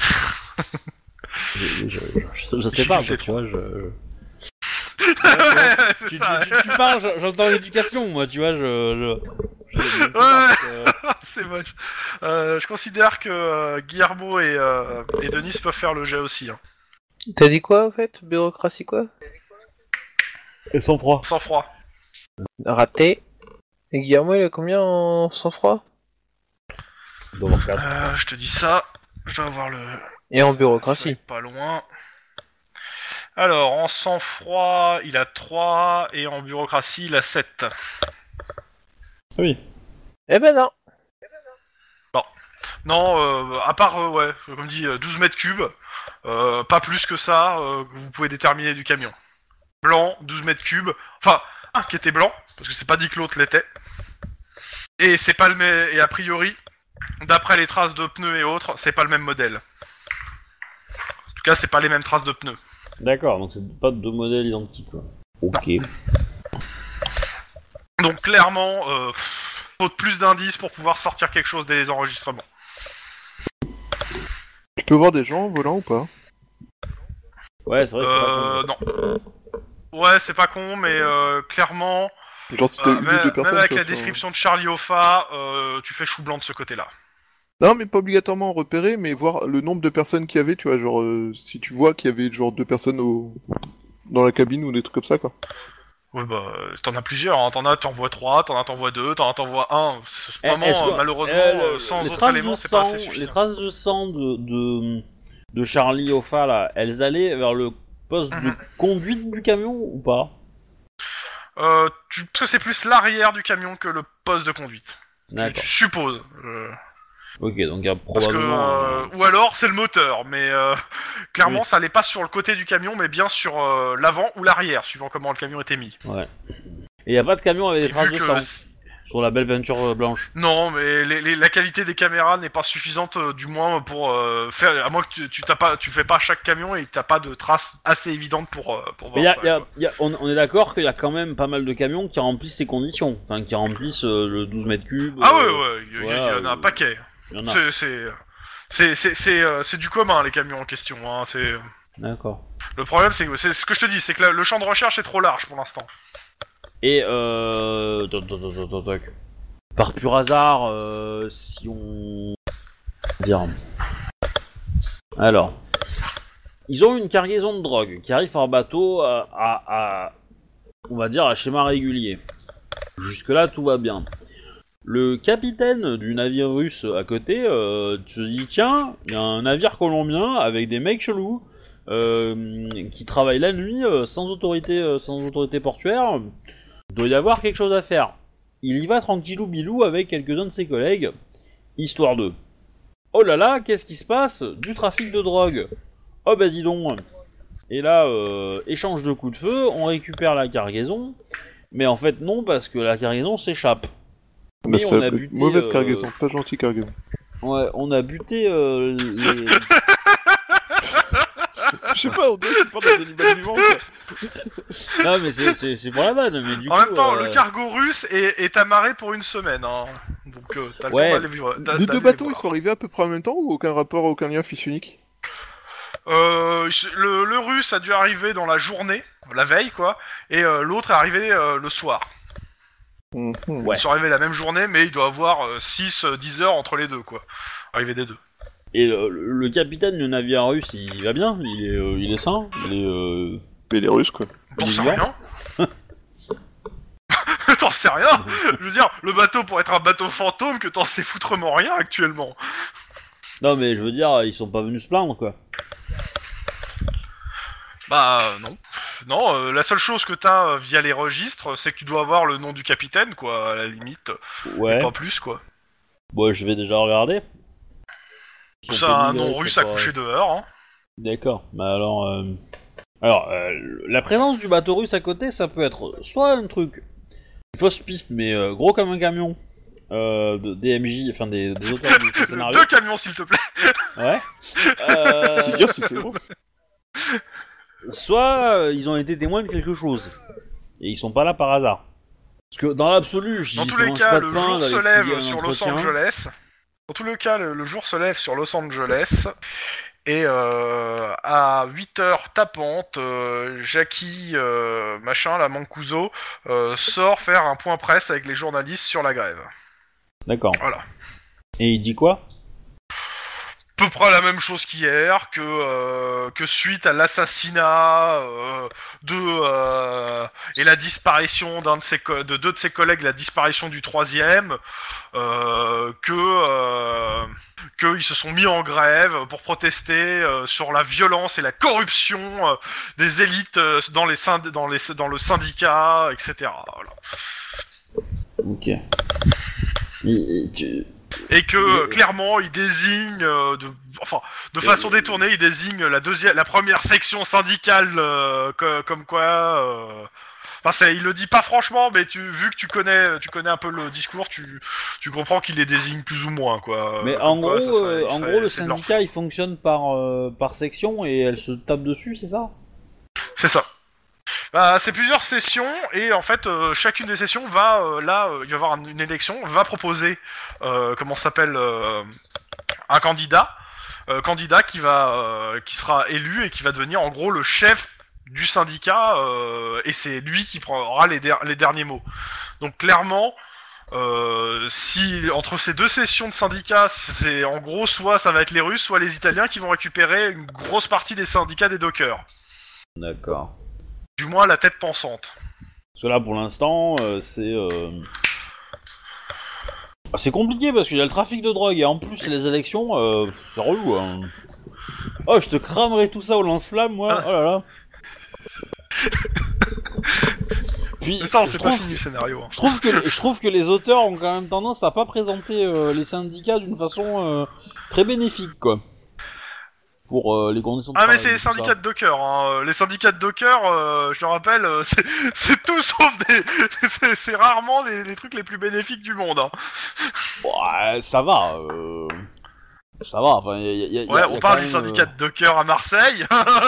je sais pas, tu vois, tu parles, j'entends l'éducation, moi, tu vois, c'est moche. Je considère que Guillermo et Denis peuvent faire le jet aussi. Hein. T'as dit quoi, en fait? Bureaucratie quoi? Et sang-froid. Sang-froid. Raté. Et Guillermo, il a combien en sang-froid? Je te dis ça. Je dois avoir le... Et en bureaucratie. Pas loin. Alors, en sang-froid, il a 3, et en bureaucratie, il a 7. Oui. Eh ben non. Non, à part, ouais, comme dit, 12 mètres cubes, pas plus que ça, que vous pouvez déterminer du camion. Blanc, 12 mètres cubes, enfin, un qui était blanc, parce que c'est pas dit que l'autre l'était. Et c'est pas et a priori, d'après les traces de pneus et autres, c'est pas le même modèle. En tout cas, c'est pas les mêmes traces de pneus. D'accord, donc c'est pas deux modèles identiques, quoi. Ok. Donc clairement, faut plus d'indices pour pouvoir sortir quelque chose des enregistrements. Tu peux voir des gens volants ou pas? Ouais, c'est vrai que c'est pas con. Non. Ouais, c'est pas con, mais clairement... Genre si t'as une ou deux personnes... Même avec la description de Charlie Hoffa, tu fais chou blanc de ce côté-là. Non, mais pas obligatoirement repérer, mais voir le nombre de personnes qu'il y avait, tu vois, genre, si tu vois qu'il y avait genre 2 personnes dans la cabine ou des trucs comme ça, quoi. Ouais, bah, t'en as plusieurs, hein. T'en vois 3, t'en vois 2, t'en vois 1. Vraiment, malheureusement, sans autres éléments, c'est pas assez suffisant. Les traces de sang de Charlie Hoffa, là, elles allaient vers le poste de conduite du camion ou pas? Parce que c'est plus l'arrière du camion que le poste de conduite. Tu supposes. Ok, donc il y a probablement... ou alors c'est le moteur, mais clairement oui. Ça allait pas sur le côté du camion, mais bien sur l'avant ou l'arrière, suivant comment le camion était mis. Ouais. Et il y a pas de camion avec des traces de sang sur la belle peinture blanche. Non, mais la qualité des caméras n'est pas suffisante, du moins pour faire... À moins que tu fais pas chaque camion et que t'as pas de traces assez évidentes pour voir ça. On est d'accord qu'il y a quand même pas mal de camions qui remplissent ces conditions. Enfin, qui remplissent le 12 mètres cubes. Ah ouais, il y en a un paquet. C'est du commun les camions en question. Hein, c'est... D'accord. Le problème, c'est ce que je te dis, c'est que le champ de recherche est trop large pour l'instant. Et par pur hasard, si on dire, alors, ils ont une cargaison de drogue qui arrive par bateau à on va dire à schéma régulier. Jusque là, tout va bien. Le capitaine du navire russe à côté se dit tiens, il y a un navire colombien avec des mecs chelous qui travaillent la nuit sans autorité portuaire. Il doit y avoir quelque chose à faire. Il y va tranquillou bilou avec quelques-uns de ses collègues, histoire de. Oh là là, qu'est-ce qui se passe? Du trafic de drogue. Oh bah dis donc. Et là, échange de coups de feu, on récupère la cargaison. Mais en fait non, parce que la cargaison s'échappe. Bah, Mais on a buté, mauvaise cargaison, pas gentille cargaison. Ouais, on a buté les... Je sais pas, on dirait que tu parles d'un animal vivant, quoi. Non mais c'est pour la vanne, mais du coup... En même temps, le cargo russe est amarré pour une semaine, hein. Donc t'as le temps d'aller vivre. Les deux bateaux, ils sont arrivés à peu près en même temps ou aucun rapport, aucun lien fils unique? Le russe a dû arriver dans la journée, la veille quoi, et l'autre est arrivé le soir. Ouais. Ils sont arrivés la même journée, mais il doit avoir 6-10 heures entre les deux quoi. Arrivé des deux. Et le capitaine du navire russe, il va bien? Il est sain? Mais les Russes, quoi. T'en sais rien. T'en sais rien. Je veux dire, le bateau pour être un bateau fantôme, que t'en sais foutrement rien actuellement. Non mais je veux dire, ils sont pas venus se plaindre quoi. Bah non. Non, la seule chose que t'as via les registres, c'est que tu dois avoir le nom du capitaine, quoi, à la limite. Ouais. Pas plus, quoi. Bon, je vais déjà regarder. C'est un nom russe à coucher dehors, hein. D'accord, bah alors... la présence du bateau russe à côté, ça peut être soit un truc, une fausse piste, mais gros comme un camion, des MJ, enfin des auteurs du scénario. 2 camions, s'il te plaît. Ouais. C'est dire si c'est bon. Soit ils ont été témoins de quelque chose, et ils sont pas là par hasard. Parce que dans l'absolu, je Dans dis, tous ça les mange cas, pas de le pain jour d'aller se fouiller lève un sur Los entretien. Angeles. Dans tous les cas, le jour se lève sur Los Angeles. Et à 8h tapante, Jackie, machin, la Mancuso, sort faire un point presse avec les journalistes sur la grève. D'accord. Voilà. Et il dit quoi? Peu près la même chose qu'hier, que suite à l'assassinat et la disparition de deux de ses collègues, la disparition du troisième, qu'ils se sont mis en grève pour protester sur la violence et la corruption des élites dans le syndicat, etc. Voilà. Ok. Et que clairement, il désigne, de façon détournée, il désigne la première section syndicale, comme quoi. Il le dit pas franchement, mais vu que tu connais un peu le discours, tu comprends qu'il les désigne plus ou moins, quoi. Mais en gros, le syndicat, il fonctionne par section et elle se tape dessus, c'est ça? C'est ça. Bah, c'est plusieurs sessions et en fait chacune des sessions va il va y avoir une élection, va proposer comment ça s'appelle un candidat qui sera élu et qui va devenir en gros le chef du syndicat et c'est lui qui prendra les derniers mots. Donc clairement si entre ces deux sessions de syndicats, c'est en gros soit ça va être les Russes, soit les Italiens qui vont récupérer une grosse partie des syndicats des dockers. D'accord. Du moins la tête pensante. Parce que là, pour l'instant, c'est compliqué parce qu'il y a le trafic de drogue et en plus les élections, c'est relou. Hein. Oh, je te cramerai tout ça au lance-flamme, moi. Oh là là. Puis, mais ça, on sait pas fini le scénario. Hein. Je trouve que les auteurs ont quand même tendance à pas présenter les syndicats d'une façon très bénéfique, quoi. Pour les conditions de travail. travail. Ah mais c'est les syndicats de dockers, hein. Les syndicats de dockers, je te rappelle, c'est tout sauf c'est rarement les trucs les plus bénéfiques du monde. Hein. Ouais, ça va. Ça va. Enfin, on parle du syndicat de dockers à Marseille.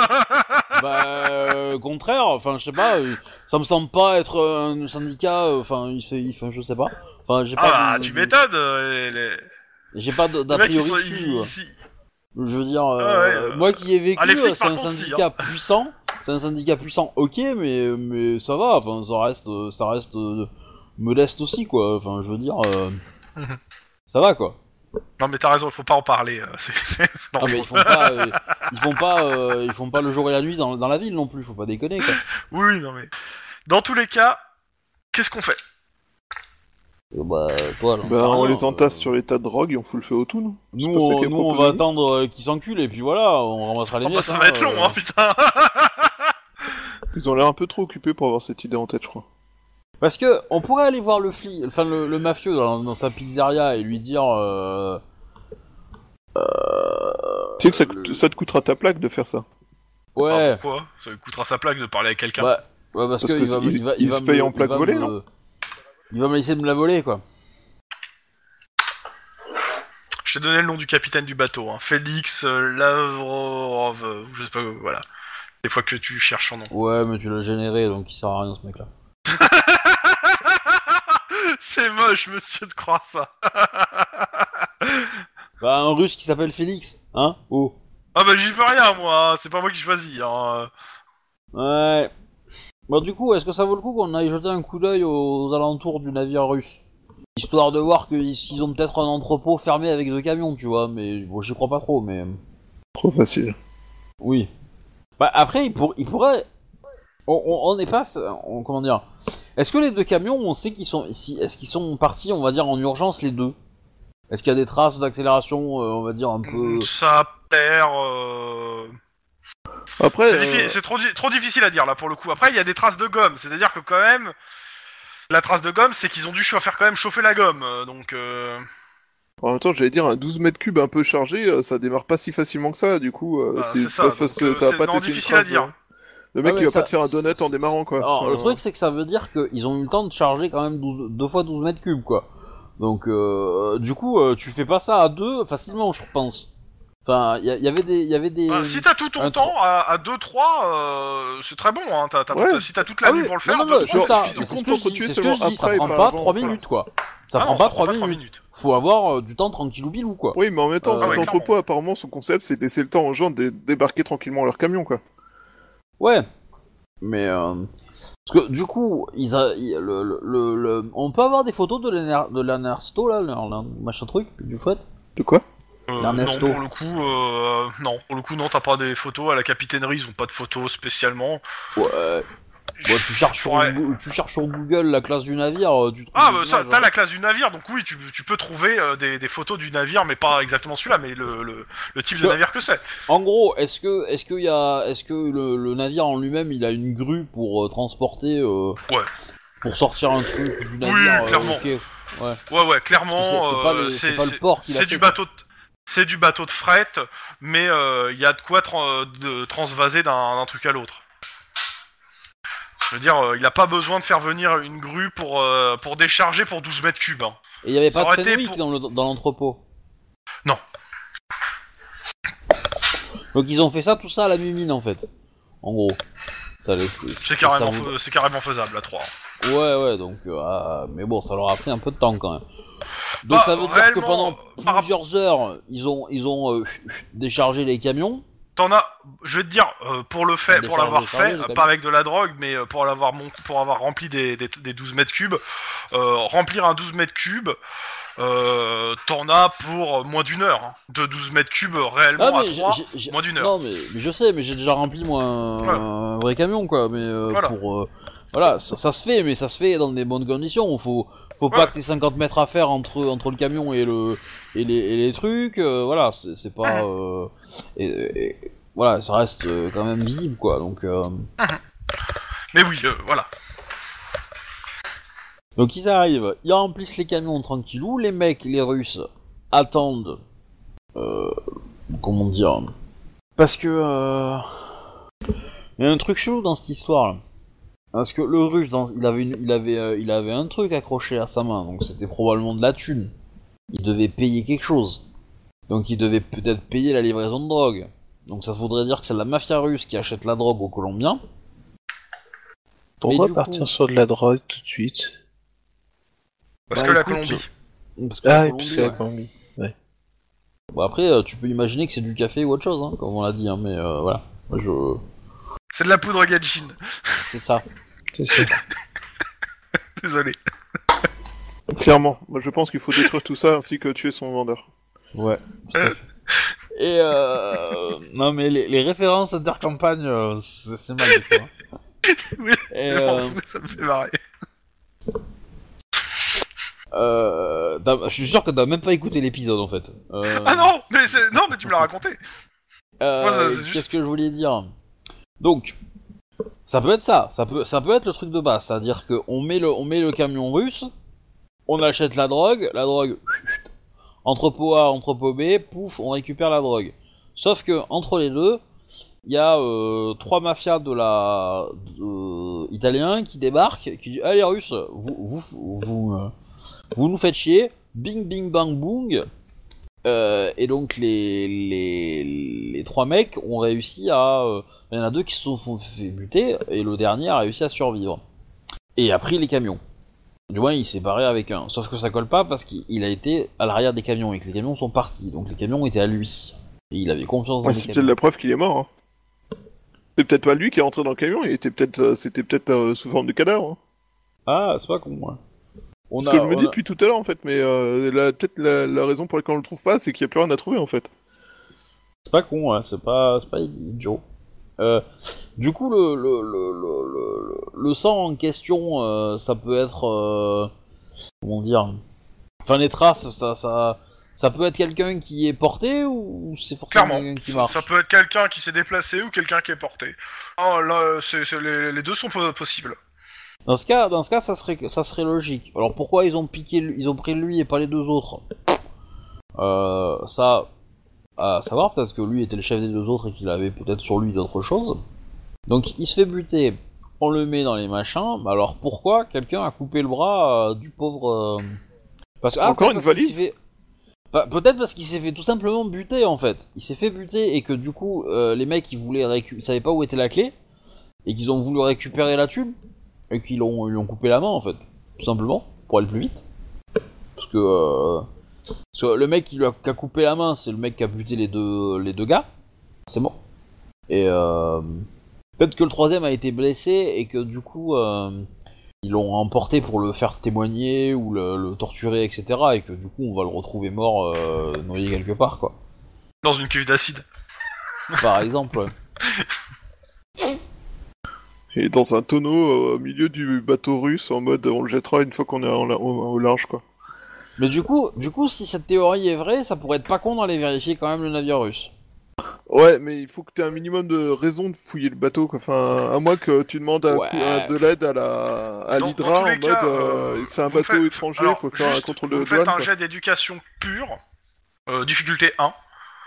Bah, contraire. Enfin, je sais pas. Ça me semble pas être un syndicat. Enfin, je sais pas. Enfin, j'ai pas. Tu m'étonnes. J'ai pas d'a priori dessus. Je veux dire, moi qui ai vécu, c'est un syndicat puissant. C'est un syndicat puissant, ok, mais ça va. Enfin, ça reste modeste aussi, quoi. Enfin, je veux dire, ça va, quoi. Non, mais t'as raison, il faut pas en parler. Ah, mais ils font pas le jour et la nuit dans la ville non plus. Faut pas déconner, quoi. Oui, non mais dans tous les cas, qu'est-ce qu'on fait? Bah, toi, j'en sais Bah, on rien, les entasse sur les tas de drogue et on fout le feu au tout, non? Nous, C'est pas ça qui est on va proposé. attendre qu'ils s'enculent et puis voilà, on ramassera les Oh, bah, miettes. ça va être long, hein, putain. Ils ont l'air un peu trop occupés pour avoir cette idée en tête, je crois. Parce que on pourrait aller voir le flic, enfin le mafieux dans sa pizzeria et lui dire. Tu sais que ça te coûtera ta plaque de faire ça. Ouais. Pourquoi? Ça lui coûtera sa plaque de parler à quelqu'un. Ouais, parce Parce que que il va se paye me- en plaque il va volée, me- non Il va me laisser me la voler, quoi. Je t'ai donné le nom du capitaine du bateau, hein. Félix Lavrov, je sais pas, voilà. Des fois que tu cherches son nom. Ouais, mais tu l'as généré, donc il sert à rien ce mec-là. C'est moche, monsieur, de croire ça. Bah, un russe qui s'appelle Félix, hein? Oh. Ah bah j'y peux rien, moi, hein. C'est pas moi qui choisis, hein. Ouais. Bon, du coup, est-ce que ça vaut le coup qu'on aille jeter un coup d'œil aux alentours du navire russe? Histoire de voir qu'ils ont peut-être un entrepôt fermé avec 2 camions, tu vois, mais bon, j'y crois pas trop, mais... Trop facile. Oui. Bah, après, il pourrait... On n'est pas... comment dire... Est-ce que les 2 camions, on sait qu'ils sont... Est-ce qu'ils sont partis, on va dire, en urgence, les 2? Est-ce qu'il y a des traces d'accélération, on va dire, un peu... Ça perd... Après, C'est trop difficile à dire, là, pour le coup. Après, il y a des traces de gomme, c'est-à-dire que quand même... La trace de gomme, c'est qu'ils ont dû faire quand même chauffer la gomme, donc... en même temps, j'allais dire, un 12 mètres cubes un peu chargé, ça démarre pas si facilement que ça, du coup, c'est ça, donc, ça va pas non, te laisser une difficile à trace, dire. Le mec, Ah, il mais va ça- pas te faire un donut en démarrant, quoi. Alors, Enfin, le truc, c'est que ça veut dire qu'ils ont eu le temps de charger quand même 2 fois 12 mètres cubes, quoi. Donc, du coup, tu fais pas ça à 2 facilement, je pense. Enfin, il y avait des... Si t'as tout ton un temps à 2-3, c'est très bon, hein. Ouais. Si t'as toute la Ah nuit oui, pour le faire, non, non, 2-3, c'est genre, ça, tu mais c'est ce comptes que je entre dis, tuer c'est ce que seulement je dis, ça après et prend pas pas avant, 3 voilà. minutes, quoi. Ça Ah prend non, pas ça 3 prend pas 3 minutes. minutes. Faut avoir du temps tranquillou bilou, quoi. Oui, mais en même temps, cet ouais, entrepôt, apparemment, son concept, c'est de laisser le temps aux gens de débarquer tranquillement leur camion, quoi. Ouais. Mais, parce que, du coup, on peut avoir des photos de l'Ernesto, là, le machin truc, du chouette. De quoi? Non, Ernesto. pour le coup, non, t'as pas des photos à la capitainerie, ils ont pas de photos spécialement. Ouais. Bon, tu cherches sur Google la classe du navire, tu trouves Ah, des bah ça, images, t'as hein. la classe du navire, donc oui, tu peux trouver des photos du navire, mais pas exactement celui-là, mais le type de navire que c'est. En gros, est-ce que le navire en lui-même, il a une grue pour transporter, Ouais. pour sortir un truc du navire, clairement. ok. Ouais. Ouais, clairement, C'est pas le port qui l'a c'est fait, du quoi. bateau. C'est du bateau de fret, mais il y a de quoi transvaser d'un truc à l'autre. Je veux dire, il a pas besoin de faire venir une grue pour décharger pour 12 mètres cubes. Hein. Et il y avait Ça pas aurait de été Fenwick pour- dans l'entrepôt. Non. Donc ils ont fait ça, tout ça à la mimine en fait. En gros. C'est carrément faisable à 3. Ouais, donc... mais bon, ça leur a pris un peu de temps quand même. Donc Bah, ça veut dire que réellement, pendant plusieurs heures, ils ont déchargé les camions. T'en as, je vais te dire, pour l'avoir décharger, fait, quand même. pas avec de la drogue, mais pour avoir rempli des 12 mètres cubes, remplir un 12 mètres cubes, t'en as pour moins d'une heure. Hein. De 12 mètres cubes réellement à 3, moins d'une heure. Non, mais je sais, mais j'ai déjà rempli moi un vrai camion quoi. Mais Voilà. voilà, ça se fait, mais ça se fait dans des bonnes conditions. Faut pas que t'aies 50 mètres à faire entre le camion et les trucs. Voilà, c'est pas. Voilà, ça reste quand même visible quoi. Donc. Mais oui, voilà. Donc ils arrivent, ils remplissent les camions tranquillou, les mecs, les Russes, attendent... comment dire... Parce que... Il y a un truc chelou dans cette histoire là. Parce que le Russe, il avait un truc accroché à sa main, donc c'était probablement de la thune. Il devait payer quelque chose. Donc il devait peut-être payer la livraison de drogue. Donc ça voudrait dire que c'est la mafia russe qui achète la drogue aux Colombiens. Pourquoi du partir coup- sur de la drogue tout de suite? Parce Bah, que la écoute, Colombie. Parce que Ah la oui, Colombie, parce que la ouais. Colombie. Bon après, tu peux imaginer que c'est du café ou autre chose, hein, comme on l'a dit, hein, mais voilà. Moi, C'est de la poudre Genshin. c'est ça. C'est ça. Désolé. Clairement, moi je pense qu'il faut détruire tout ça ainsi que tuer son vendeur. Ouais. Et non mais les références intercampagne, c'est mal des fois. Hein. Oui, Et, ça me fait marrer. Je suis sûr que t'as même pas écouté l'épisode en fait. Ah non, mais tu me l'as raconté. Moi, c'est juste... Qu'est-ce que je voulais dire? Donc, ça peut être ça peut être le truc de base, c'est-à-dire qu'on met le camion russe, on achète la drogue, entrepôt A, entrepôt B, pouf, on récupère la drogue. Sauf que entre les deux, il y a 3 mafias italiens qui débarquent, qui disent allez Russes, vous nous faites chier, bing bing bang boong. Et donc les 3 mecs ont réussi à... Il y en a 2 qui se sont fait buter, et le dernier a réussi à survivre. Et a pris les camions. Du moins il s'est barré avec un. Sauf que ça colle pas parce qu'il a été à l'arrière des camions et que les camions sont partis. Donc les camions étaient à lui. Et il avait confiance dans les c'est camions. peut-être la preuve qu'il est mort. Hein. C'est peut-être pas lui qui est rentré dans le camion, c'était peut-être sous forme de cadavre. Hein. Ah, c'est pas con, ouais. Ce que je me dis depuis tout à l'heure en fait, mais peut-être la raison pour laquelle on le trouve pas, c'est qu'il y a plus rien à trouver en fait. C'est pas con, ouais, c'est pas idiot. Du coup, le sang en question, ça peut être... comment dire... Enfin, les traces, ça peut être quelqu'un qui est porté ou c'est forcément quelqu'un qui marche? Ça peut être quelqu'un qui s'est déplacé ou quelqu'un qui est porté. Oh, là, les deux sont possibles. Dans ce cas, ça serait logique. Alors pourquoi ils ont pris lui et pas les 2 autres? Ça, à savoir, peut-être que lui était le chef des 2 autres et qu'il avait peut-être sur lui d'autres choses. Donc il se fait buter, on le met dans les machins, mais alors pourquoi quelqu'un a coupé le bras du pauvre... Parce que, encore une valise peut-être parce qu'il s'est fait tout simplement buter en fait. Il s'est fait buter et que du coup, les mecs ils savaient pas où était la clé, et qu'ils ont voulu récupérer la thune. Et qu'ils lui ont coupé la main en fait, tout simplement, pour aller plus vite. Parce que le mec qui a coupé la main, c'est le mec qui a buté les deux gars. C'est mort. Et peut-être que le 3ème a été blessé et que du coup ils l'ont emporté pour le faire témoigner ou le torturer, etc. Et que du coup on va le retrouver mort, noyé quelque part quoi. Dans une cuve d'acide. Par exemple, ouais. Et dans un tonneau au milieu du bateau russe, en mode on le jettera une fois qu'on est au large, quoi. Mais du coup, si cette théorie est vraie, ça pourrait être pas con d'aller vérifier quand même le navire russe. Ouais, mais il faut que tu aies un minimum de raison de fouiller le bateau, quoi. Enfin, à moins que tu demandes de l'aide à l'Hydra en mode c'est un bateau étranger, il faut faire un contrôle de douane. Vous faites un jet d'éducation pure, difficulté 1.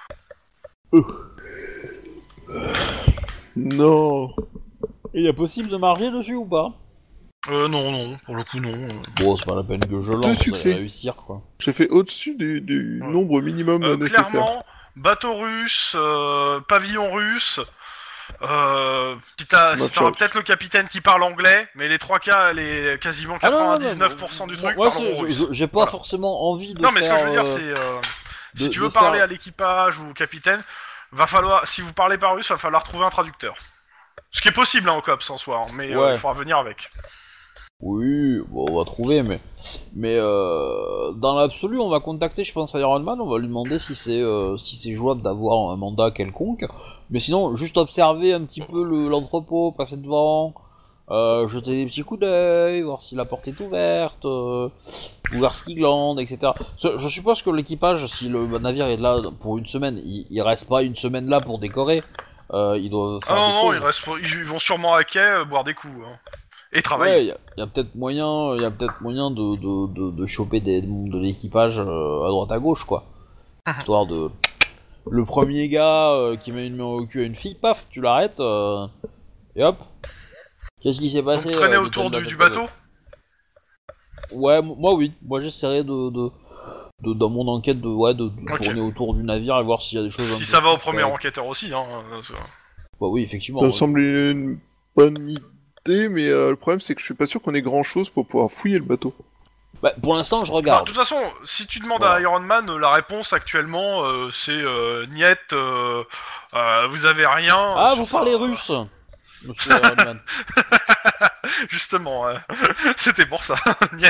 Non. Il est possible de marger dessus ou pas? Non, pour le coup non. Bon, c'est pas la peine que je lance, succès. Réussir quoi. J'ai fait au-dessus du nombre minimum nécessaire. Clairement, bateau russe, pavillon russe. Si t'auras peut-être le capitaine qui parle anglais, mais les 3 cas, quasiment 99% du truc parlent russe. J'ai pas forcément envie de. Non, mais faire, ce que je veux dire, c'est si tu veux parler à l'équipage ou au capitaine, va falloir, si vous parlez pas russe, va falloir trouver un traducteur. Ce qui est possible en COPS en soi, mais il faudra venir avec. Oui, bon, on va trouver, mais dans l'absolu, on va contacter, je pense, Iron Man, on va lui demander si c'est jouable d'avoir un mandat quelconque, mais sinon, juste observer un petit peu l'entrepôt, passer devant, jeter des petits coups d'œil, voir si la porte est ouverte, voir ce qui glande, etc. Je suppose que l'équipage, si le navire est là pour une semaine, il reste pas une semaine là pour décorer. Ils doivent faire des choses. Ils vont sûrement à quai boire des coups et travailler. Ouais, il y a peut-être moyen, de choper de l'équipage à droite à gauche quoi. Histoire de le premier gars qui met une main au cul à une fille, paf, tu l'arrêtes et hop. Qu'est-ce qui s'est passé? Donc traîner autour du bateau. Ouais, moi oui, moi j'essaierai dans mon enquête de tourner autour du navire et voir s'il y a des choses. Si ça va au premier enquêteur aussi, hein. Bah oui, effectivement. Ça me semble une bonne idée, mais le problème c'est que je suis pas sûr qu'on ait grand chose pour pouvoir fouiller le bateau. Bah, pour l'instant, je regarde. De toute façon, si tu demandes à Iron Man, la réponse actuellement c'est niet, vous avez rien. Ah, vous parlez russe, monsieur Iron Man. Justement, c'était pour ça, niet.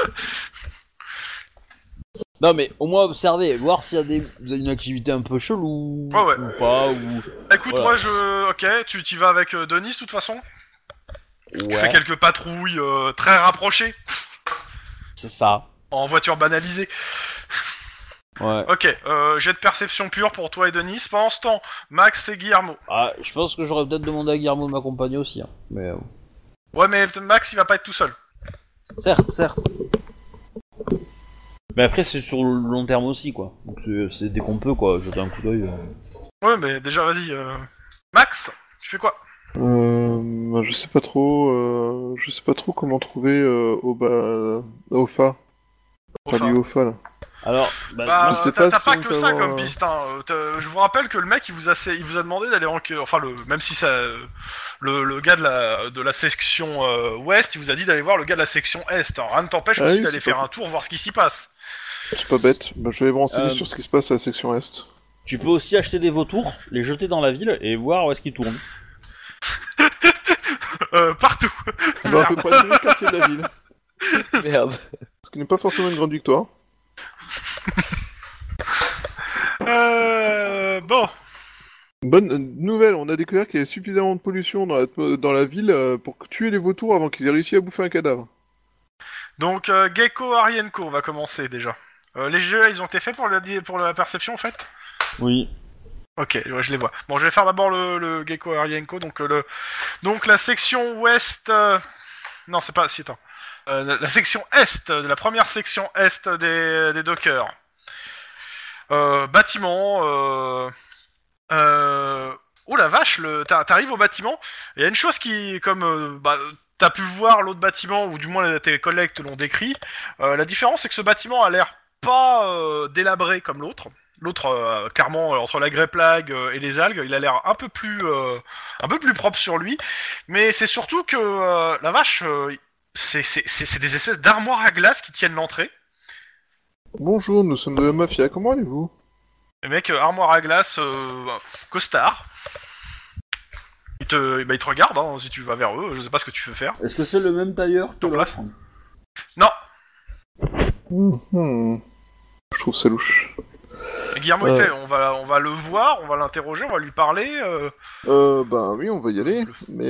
Non mais au moins observer, voir s'il y a une activité un peu chelou ou pas ou. Écoute, voilà. Moi tu vas avec Denis de toute façon. Ouais. Tu fais quelques patrouilles très rapprochées. C'est ça. en voiture banalisée. Ouais. Ok, jet de perception pure pour toi et Denis. Pendant ce temps, Max et Guillermo. Ah, je pense que j'aurais peut-être demandé à Guillermo de m'accompagner aussi, hein. Mais Ouais, mais Max, il va pas être tout seul. certes. Mais après, c'est sur le long terme aussi, quoi. Donc c'est dès qu'on peut, quoi, jeter un coup d'œil. Ouais, mais déjà, vas-y. Max, tu fais quoi? Bah, je sais pas trop. Je sais pas trop comment trouver Ofa. Enfin, lui Ofa là. Alors, Bah, je sais t'as pas pas si on que peut ça avoir, comme piste. Hein. Je vous rappelle que le mec, il vous a demandé d'aller enfin même si ça, le gars de la section ouest, il vous a dit d'aller voir le gars de la section est. Hein. Rien ne t'empêche Ah aussi oui, d'aller c'est faire pas un tour, voir ce qui s'y passe. C'est pas bête. Bah, je vais me renseigner Euh, sur ce qui se passe à la section Est. tu peux aussi acheter des vautours, les jeter dans la ville et voir où est-ce qu'ils tournent. Partout. Dans à peu près tous les quartiers de la ville. Merde. Ce qui n'est pas forcément une grande victoire. Bon. Bonne nouvelle, on a découvert qu'il y avait suffisamment de pollution dans la ville pour tuer les vautours avant qu'ils aient réussi à bouffer un cadavre. Donc Gecko Arienko, on va commencer déjà. Les jeux, ils ont été faits pour la perception en fait. Oui. Ok, ouais, je les vois. Bon, je vais faire d'abord le Gecko Arienko, donc la section ouest. Non, c'est pas. Si, attends. La section est, de la première section est des dockers. Bâtiment. Oh la vache, t'arrives au bâtiment. Il y a une chose qui, comme t'as pu voir l'autre bâtiment, ou du moins tes collègues te l'ont décrit. La différence, c'est que ce bâtiment a l'air pas délabré comme l'autre. L'autre, clairement, entre la grey plague et les algues, il a l'air un peu plus propre sur lui. Mais c'est surtout que la vache, c'est des espèces d'armoires à glace qui tiennent l'entrée. Bonjour, nous sommes de la mafia, comment allez-vous? Les mecs, armoire à glace, costard. Ils te regardent, hein, si tu vas vers eux, je sais pas ce que tu veux faire. Est-ce que c'est le même tailleur que Sur place. l'autre? Non, Je trouve ça louche. Guillermo, il fait, on va le voir, on va l'interroger, on va lui parler. Bah oui, on va y aller, mais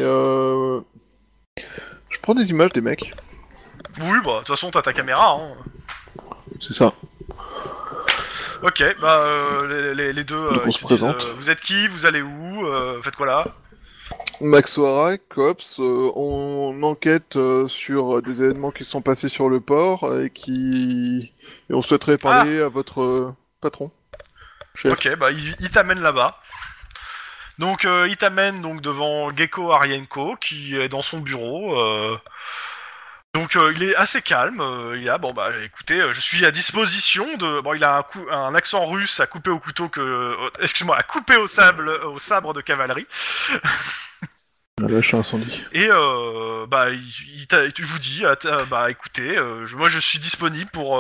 je prends des images des mecs. Oui, bah, de toute façon, t'as ta caméra, hein. C'est ça. Ok, bah, les deux, Donc on ils se te présente. disent, vous êtes qui, vous allez où, faites quoi là? Max O'Hara, Cops, on enquête sur des événements qui se sont passés sur le port et on souhaiterait parler à votre patron. Chef. Ok, bah, il t'amène là-bas. Donc, il t'amène donc devant Gecko Arienko, qui est dans son bureau. Donc, il est assez calme. Il a, bon, bah, écoutez, je suis à disposition de. Bon, il a un accent russe à couper au couteau excuse-moi, à couper au sabre de cavalerie. Ah, lâche un incendie. Et bah, il vous dit, bah, écoutez, moi, je suis disponible pour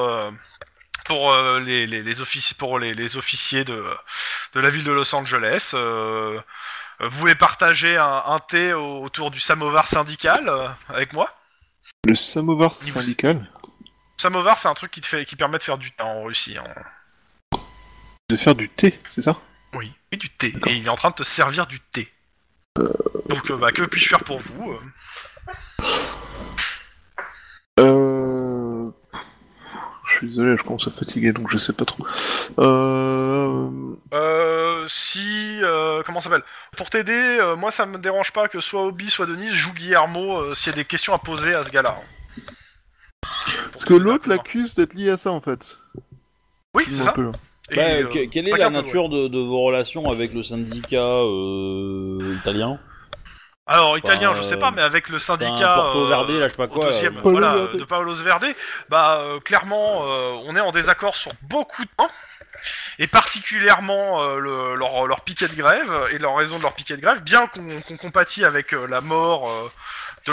les officiers de la ville de Los Angeles. Vous voulez partager un thé autour du samovar syndical avec moi? Le samovar syndical? Samovar, c'est un truc qui permet de faire du thé en Russie. Hein. De faire du thé, c'est ça? Oui, du thé. Et il est en train de te servir du thé. Donc, bah, que puis-je faire pour vous? Je suis désolé, je commence à fatiguer, donc je sais pas trop. Comment ça s'appelle? Pour t'aider, moi ça me dérange pas que soit Obi, soit Denis joue Guillermo s'il y a des questions à poser à ce gars-là. Parce que l'autre l'accuse d'être lié à ça, en fait. Oui, c'est ça. Et, quelle est pas la qu'un peu, nature de vos relations avec le syndicat italien? Alors, italien, Enfin, je sais pas, mais avec le syndicat Porto Verde, là, je sais pas quoi, deuxième, Paolo voilà, Verde. de Paolo Verde, bah clairement, on est en désaccord sur beaucoup de points, et particulièrement leur piquet de grève et leur raison de leur piquet de grève, bien qu'on compatit avec la mort de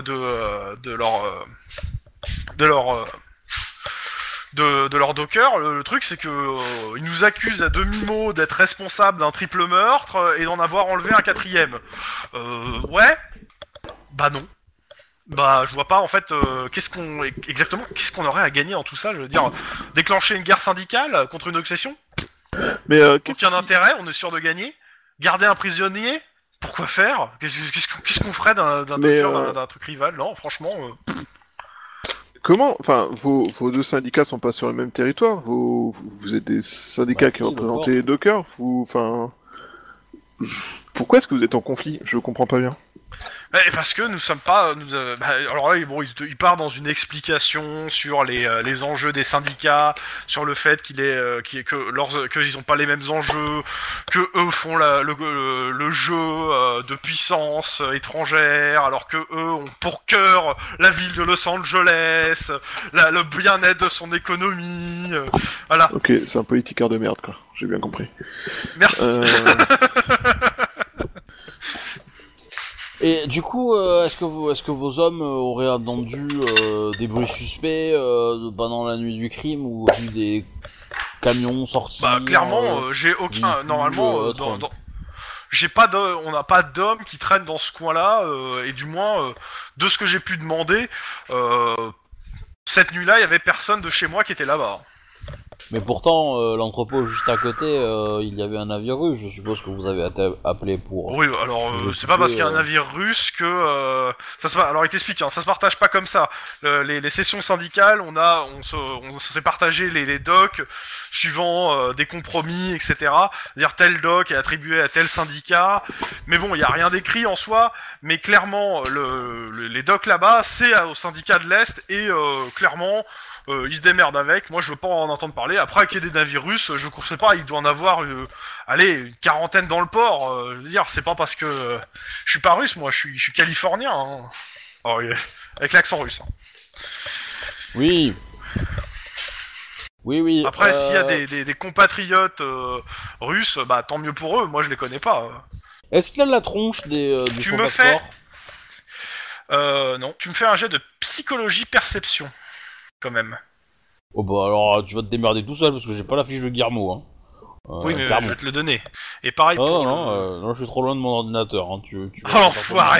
leur docker. Le truc, c'est que ils nous accusent à demi-mot d'être responsables d'un triple meurtre et d'en avoir enlevé un quatrième. Ouais. Bah non. Bah je vois pas en fait qu'est-ce qu'on aurait à gagner en tout ça. Je veux dire, déclencher une guerre syndicale contre une obsession. Mais Aucun intérêt. On est sûr de gagner. Garder un prisonnier. Pourquoi faire? Qu'est-ce qu'on ferait d'un Mais, docker d'un truc rival? Non, franchement. Comment, enfin, vos deux syndicats sont pas sur le même territoire. Vous êtes des syndicats qui représentent les dockers. Pourquoi est-ce que vous êtes en conflit? Je comprends pas bien. Parce que nous sommes pas. Alors là, bon, il part dans une explication sur les enjeux des syndicats, sur le fait qu'ils ont pas les mêmes enjeux, que eux font le jeu de puissance étrangère, alors que eux ont pour cœur la ville de Los Angeles, le bien-être de son économie. Voilà. Ok, c'est un politicard de merde, quoi. J'ai bien compris. Merci. Et du coup, est-ce que vos hommes auraient entendu des bruits suspects pendant la nuit du crime ou vu des camions sortis? Bah clairement, j'ai aucun. Normalement, on n'a pas d'hommes qui traînent dans ce coin-là, et du moins, de ce que j'ai pu demander, cette nuit-là, il y avait personne de chez moi qui était là-bas. Mais pourtant, l'entrepôt juste à côté, il y avait un navire russe, je suppose que vous avez été appelé pour... Oui, alors, c'est pas parce qu'il y a un navire russe que... Alors, il t'explique, hein, ça se partage pas comme ça. Les sessions syndicales, on s'est partagé les docs suivant des compromis, etc. C'est-à-dire, tel doc est attribué à tel syndicat. Mais bon, il y a rien d'écrit en soi, mais clairement, les docs là-bas, c'est au syndicat de l'Est, et clairement... ils se démerdent avec, moi je veux pas en entendre parler. Après qu'il y ait des navires russes, je sais pas, il doit en avoir une quarantaine dans le port. Je veux dire, c'est pas parce que je suis pas russe, moi je suis californien. Hein. Oh, avec l'accent russe. Hein. Oui. Oui. Après, s'il y a des compatriotes russes, bah tant mieux pour eux, moi je les connais pas. Est-ce qu'il y a de la tronche du Tu son me passeport? Non, tu me fais un jet de psychologie-perception. Quand même. Oh bah alors tu vas te démerder tout seul parce que j'ai pas la fiche de Guillermo. Hein. Oui, mais clairement. je vais te le donner. Et pareil pour... Non, je suis trop loin de mon ordinateur. Hein. Tu oh l'enfoiré.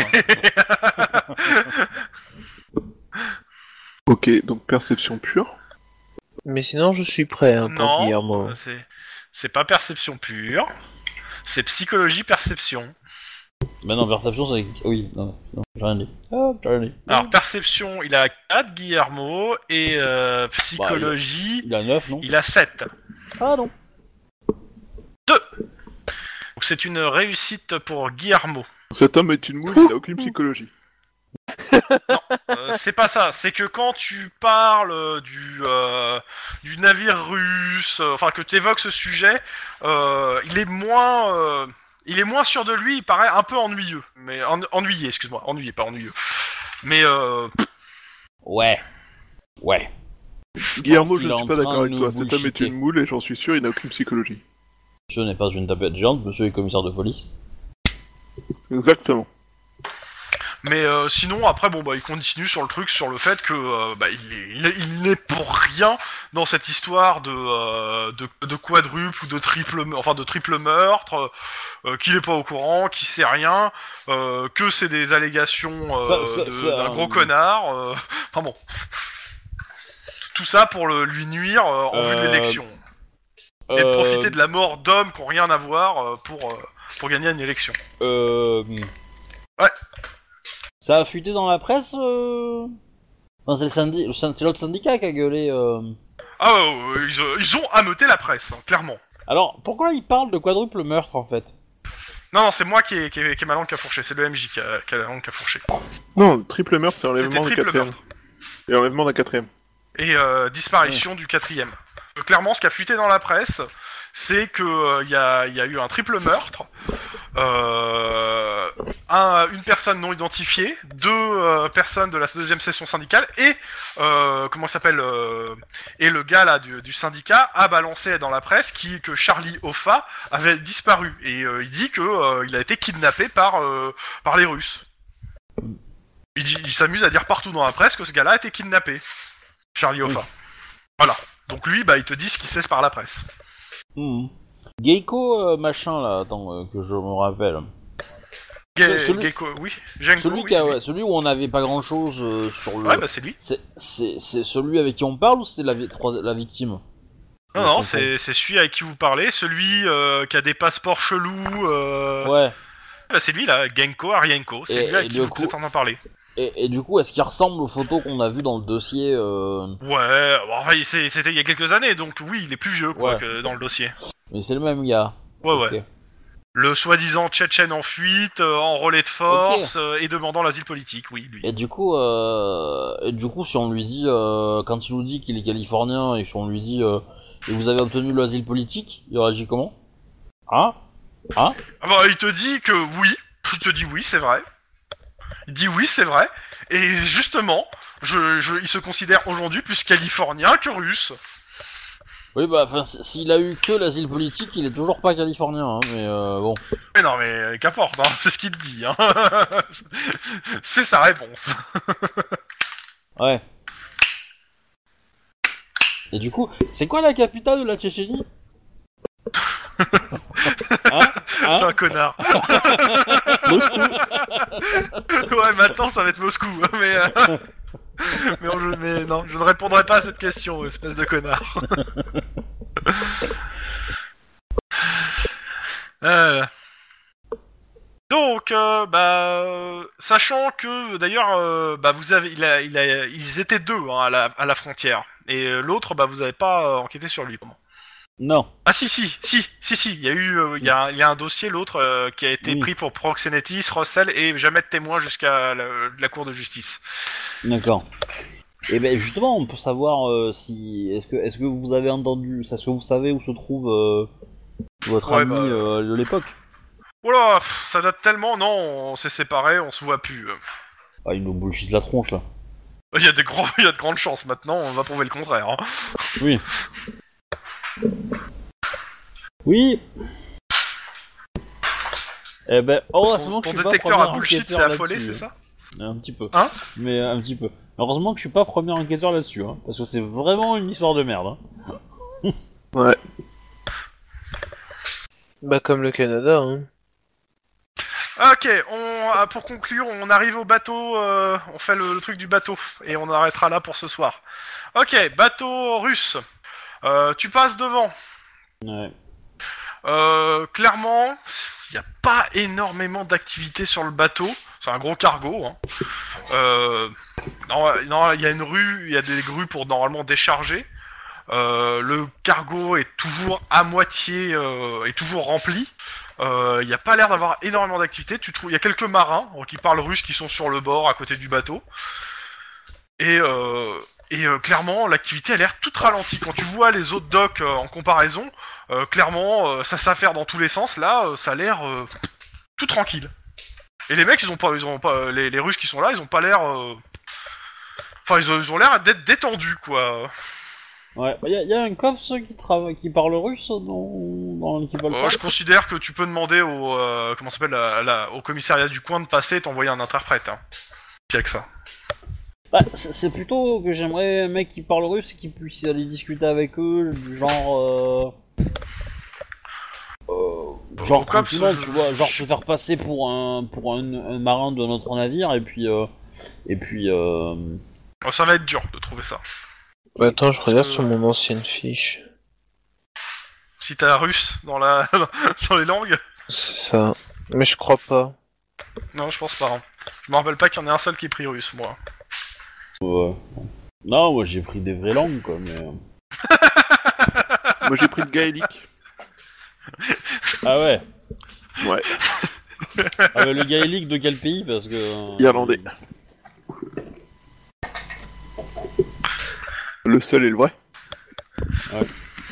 Ok, donc perception pure. Mais sinon, je suis prêt, hein, pour Guillermo. Non, c'est pas perception pure. C'est psychologie-perception. Mais non, perception c'est... Oui, non, j'ai rien dit. J'ai rien dit. Alors, perception, il a 4, Guillermo, et psychologie... Il a 9, non? Il a 7. Ah non. 2. Donc c'est une réussite pour Guillermo. Cet homme est une moule, il a aucune psychologie. C'est pas ça, c'est que quand tu parles du navire russe, enfin que tu évoques ce sujet, il est moins sûr de lui, il paraît un peu ennuyeux. Mais ennuyé, excuse-moi, ennuyé, pas ennuyeux. Mais Ouais. Guillermo, qu'il je est ne suis en pas train d'accord de avec nous toi. Cet homme est bullshiter. une moule et j'en suis sûr, il n'a aucune psychologie. Monsieur n'est pas une tapette géante, monsieur est commissaire de police. Exactement. Mais sinon, après, bon, bah, il continue sur le truc, sur le fait que il n'est pour rien dans cette histoire de quadruple ou de triple meurtre, qu'il est pas au courant, qu'il sait rien, que c'est des allégations d'un gros connard. Enfin bon, tout ça pour lui nuire en vue de l'élection et de profiter de la mort d'hommes qui ont rien à voir pour gagner une élection. Ouais. Ça a fuité dans la presse Non, c'est l'autre syndicat qui a gueulé. Ah, ils ont ameuté la presse, hein, clairement. Alors, pourquoi il parle de quadruple meurtre en fait? Non, c'est moi qui ai ma langue qui a fourché, c'est le MJ qui a la langue qui a fourché. Non, triple meurtre, c'est enlèvement C'était du triple quatrième. Et enlèvement d'un quatrième. Et disparition du quatrième. Clairement, ce qui a fuité dans la presse, c'est que y a eu un triple meurtre, une personne non identifiée, 2 personnes de la deuxième session syndicale et comment il s'appelle et le gars là du syndicat a balancé dans la presse que Charlie Hoffa avait disparu et il dit que il a été kidnappé par les Russes. Il s'amuse à dire partout dans la presse que ce gars-là a été kidnappé, Charlie Hoffa. Voilà. Donc lui, bah, il te dit ce qu'il sait par la presse. Geico, machin là, attends, que je me rappelle. Geico, oui. Genko, celui où on n'avait pas grand chose sur le. Ouais, bah c'est lui. C'est celui avec qui on parle ou c'est la victime? Non, c'est celui avec qui vous parlez, celui qui a des passeports chelous. Ouais. Bah c'est lui là, Genko Arienko, c'est lui avec qui vous êtes en train de parler. Et du coup, est-ce qu'il ressemble aux photos qu'on a vues dans le dossier Ouais, bon, enfin, c'était il y a quelques années, donc oui, il est plus vieux quoi Ouais. que dans le dossier. Mais c'est le même gars. Ouais, Ok. ouais. Le soi-disant Tchétchène en fuite, en relais de force, et demandant l'asile politique, oui, lui. Et du coup, si on lui dit, quand il nous dit qu'il est californien et si on lui dit, et vous avez obtenu l'asile politique, il réagit comment? Hein? Ah bah, il te dit que oui, il te dit oui, c'est vrai. Il dit oui, c'est vrai, et justement, il se considère aujourd'hui plus californien que russe. Oui, bah, enfin, s'il a eu que l'asile politique, il est toujours pas californien, hein, mais bon. Mais non, mais qu'importe, hein, c'est ce qu'il te dit, hein. C'est sa réponse. Ouais. Et du coup, c'est quoi la capitale de la Tchétchénie? C'est un connard. Ouais, maintenant ça va être Moscou, mais non, je ne répondrai pas à cette question, espèce de connard. Donc, sachant que d'ailleurs, ils étaient deux hein, à la frontière, et l'autre, vous avez pas enquêté sur lui. Comment? Non. Ah si, il y a eu, il y a un dossier l'autre qui a été pris pour proxénétisme, recel et jamais de témoin jusqu'à la cour de justice. D'accord. Et ben justement, on peut savoir si est-ce que vous avez entendu, est-ce que vous savez où se trouve votre ami de l'époque? Oula, ça date tellement, non, on s'est séparés, on se voit plus. Ah, il nous bullshit la tronche là. Il y a de grandes chances maintenant, on va prouver le contraire. Hein. Oui. Oui. Eh ben, heureusement que ton je suis pas détecteur premier à bullshit enquêteur c'est affolé, là-dessus, c'est ça? Un petit peu. Hein? Mais un petit peu. Heureusement que je suis pas premier enquêteur là-dessus, hein, parce que c'est vraiment une histoire de merde. Hein. Ouais. Bah comme le Canada, hein. Ok, pour conclure, on arrive au bateau, on fait le truc du bateau, et on arrêtera là pour ce soir. Ok, bateau russe. Tu passes devant. Ouais. Clairement, il n'y a pas énormément d'activité sur le bateau. C'est un gros cargo. Hein. Non, il y a une rue, il y a des grues pour normalement décharger. Le cargo est toujours à moitié, est toujours rempli. Il n'y a pas l'air d'avoir énormément d'activité. Il y a quelques marins qui parlent russe qui sont sur le bord à côté du bateau. Et clairement, l'activité a l'air toute ralentie. Quand tu vois les autres docks en comparaison, clairement, ça s'affaire dans tous les sens. Là, ça a l'air tout tranquille. Et les mecs, ils ont pas, les Russes qui sont là, ils ont pas l'air. Enfin, ils ont l'air d'être détendus, quoi. Ouais. Y a un cops qui parle russe dans l'équipe Alpha. Je considère que tu peux demander au comment s'appelle au commissariat du coin de passer et t'envoyer un interprète. Hein. S'il y a que ça. Bah, c'est plutôt que j'aimerais un mec qui parle russe et qui puisse aller discuter avec eux, du genre tranquillement, tu vois, genre se faire passer pour un marin de notre navire et puis Ça va être dur de trouver ça. Bah attends, je regarde sur mon ancienne fiche. Si t'as russe dans les langues. C'est ça. Mais je crois pas. Non, je pense pas. Hein. Je me rappelle pas qu'il y en ait un seul qui est pris russe, moi. non, moi j'ai pris des vraies langues quoi, mais Moi j'ai pris le gaélique. ah ouais. Ouais. Ah bah, le gaélique de quel pays parce que Irlandais. Le seul et le vrai. Ouais.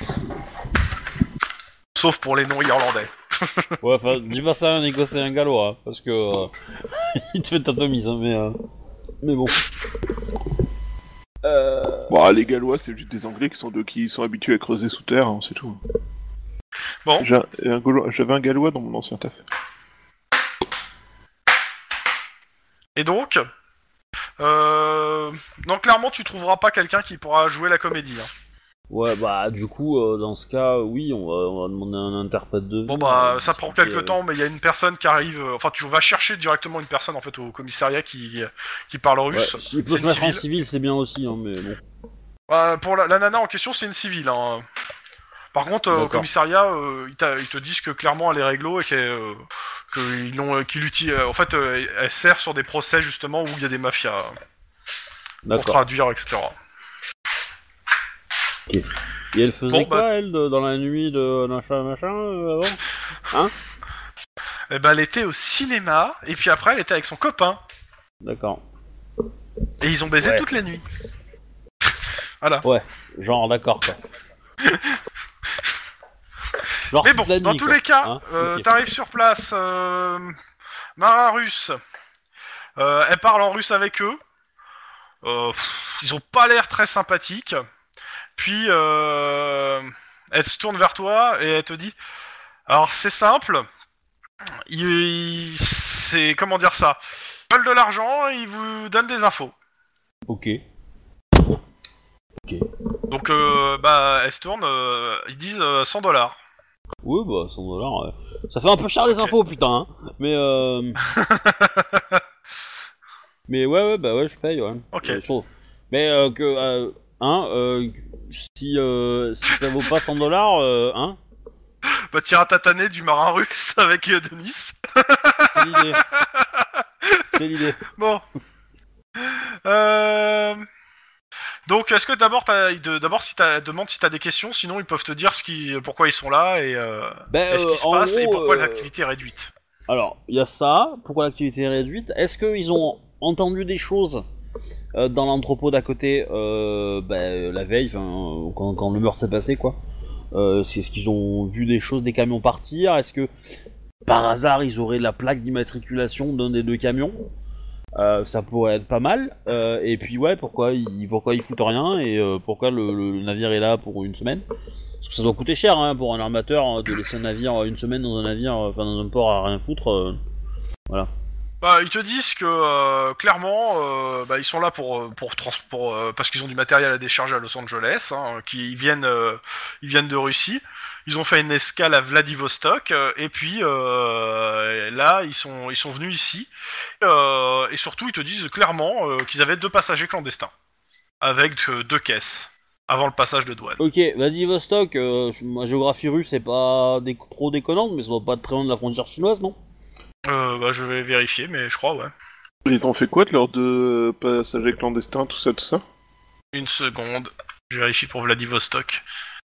Sauf pour les non-irlandais. Ouais, enfin, dis pas ça à un Écossais et un Gallois, hein, parce que il te fait tatomise, hein, mais bon. Bon, les Gallois, c'est juste des Anglais qui sont habitués à creuser sous terre, hein, c'est tout. Bon. J'avais un Gallois dans mon ancien taf. Et donc, non, clairement, tu trouveras pas quelqu'un qui pourra jouer la comédie. Hein. Ouais, bah du coup, dans ce cas, oui, on va demander un interprète de. Bon bah, ça prend quelques temps, mais il y a une personne qui arrive. Enfin, tu vas chercher directement une personne en fait au commissariat qui parle russe. Ouais, s'il peut se mettre en civil, c'est bien aussi, hein, mais bon. Pour la nana en question, c'est une civile. Hein. Par contre, au commissariat, ils te disent que clairement elle est réglo et qu'ils l'utilisent. En fait, elle sert sur des procès justement où il y a des mafias pour traduire, etc. Okay. Et elle faisait quoi, elle, dans la nuit de machin avant Hein Eh ben, elle était au cinéma, et puis après, elle était avec son copain. D'accord. Et ils ont baisé toute la nuit. Voilà. Ouais, genre, d'accord, quoi. Genre mais bon, nuit, dans tous les cas, okay. T'arrives sur place, Mara russe, elle parle en russe avec eux. Ils ont pas l'air très sympathiques. Puis, elle se tourne vers toi et elle te dit... Alors, c'est simple. C'est... Comment dire ça ? Ils veulent de l'argent et ils vous donnent des infos. Ok. Donc, elle se tourne, ils disent $100. Oui, bah, $100, ça fait un peu cher les infos, putain, hein. Mais, mais ouais, je paye, ouais. Ok. Mais, si ça vaut pas $100, hein. Bah, t'iras tataner du marin russe avec Denis. C'est l'idée. Bon. Donc, est-ce que d'abord demande si t'as des questions, sinon ils peuvent te dire pourquoi ils sont là et ce qui se passe et pourquoi l'activité est réduite. Alors, il y a ça, pourquoi l'activité est réduite. Est-ce qu'ils ont entendu des choses dans l'entrepôt d'à côté la veille, quand le meurtre s'est passé, quoi. Est-ce qu'ils ont vu des choses, des camions partir? Est-ce que par hasard ils auraient la plaque d'immatriculation d'un des deux camions? Ça pourrait être pas mal. Et puis ouais, pourquoi ils foutent rien et pourquoi le navire est là pour une semaine? Parce que ça doit coûter cher, hein, pour un armateur de laisser un navire une semaine dans un navire, dans un port à rien foutre. Voilà. Bah, ils te disent que clairement, ils sont là pour parce qu'ils ont du matériel à décharger à Los Angeles, hein, ils viennent de Russie. Ils ont fait une escale à Vladivostok et puis là ils sont venus ici et surtout ils te disent clairement qu'ils avaient 2 passagers clandestins avec 2 caisses avant le passage de douane. Ok, Vladivostok, ma géographie russe c'est pas trop déconnante, mais ça doit pas être très loin de la frontière chinoise, non? Je vais vérifier, mais je crois, ouais. Ils ont fait quoi de leurs 2 passagers clandestins, tout ça? Une seconde, je vérifie pour Vladivostok.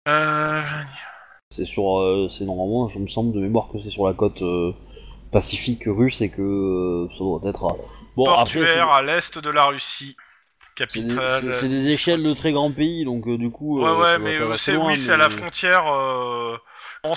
C'est c'est normalement, je me semble de mémoire que c'est sur la côte pacifique russe et que ça doit être portuaire à l'est de la Russie. Capitale. C'est des échelles de très grands pays, donc du coup. Ouais, mais c'est à la frontière. Non,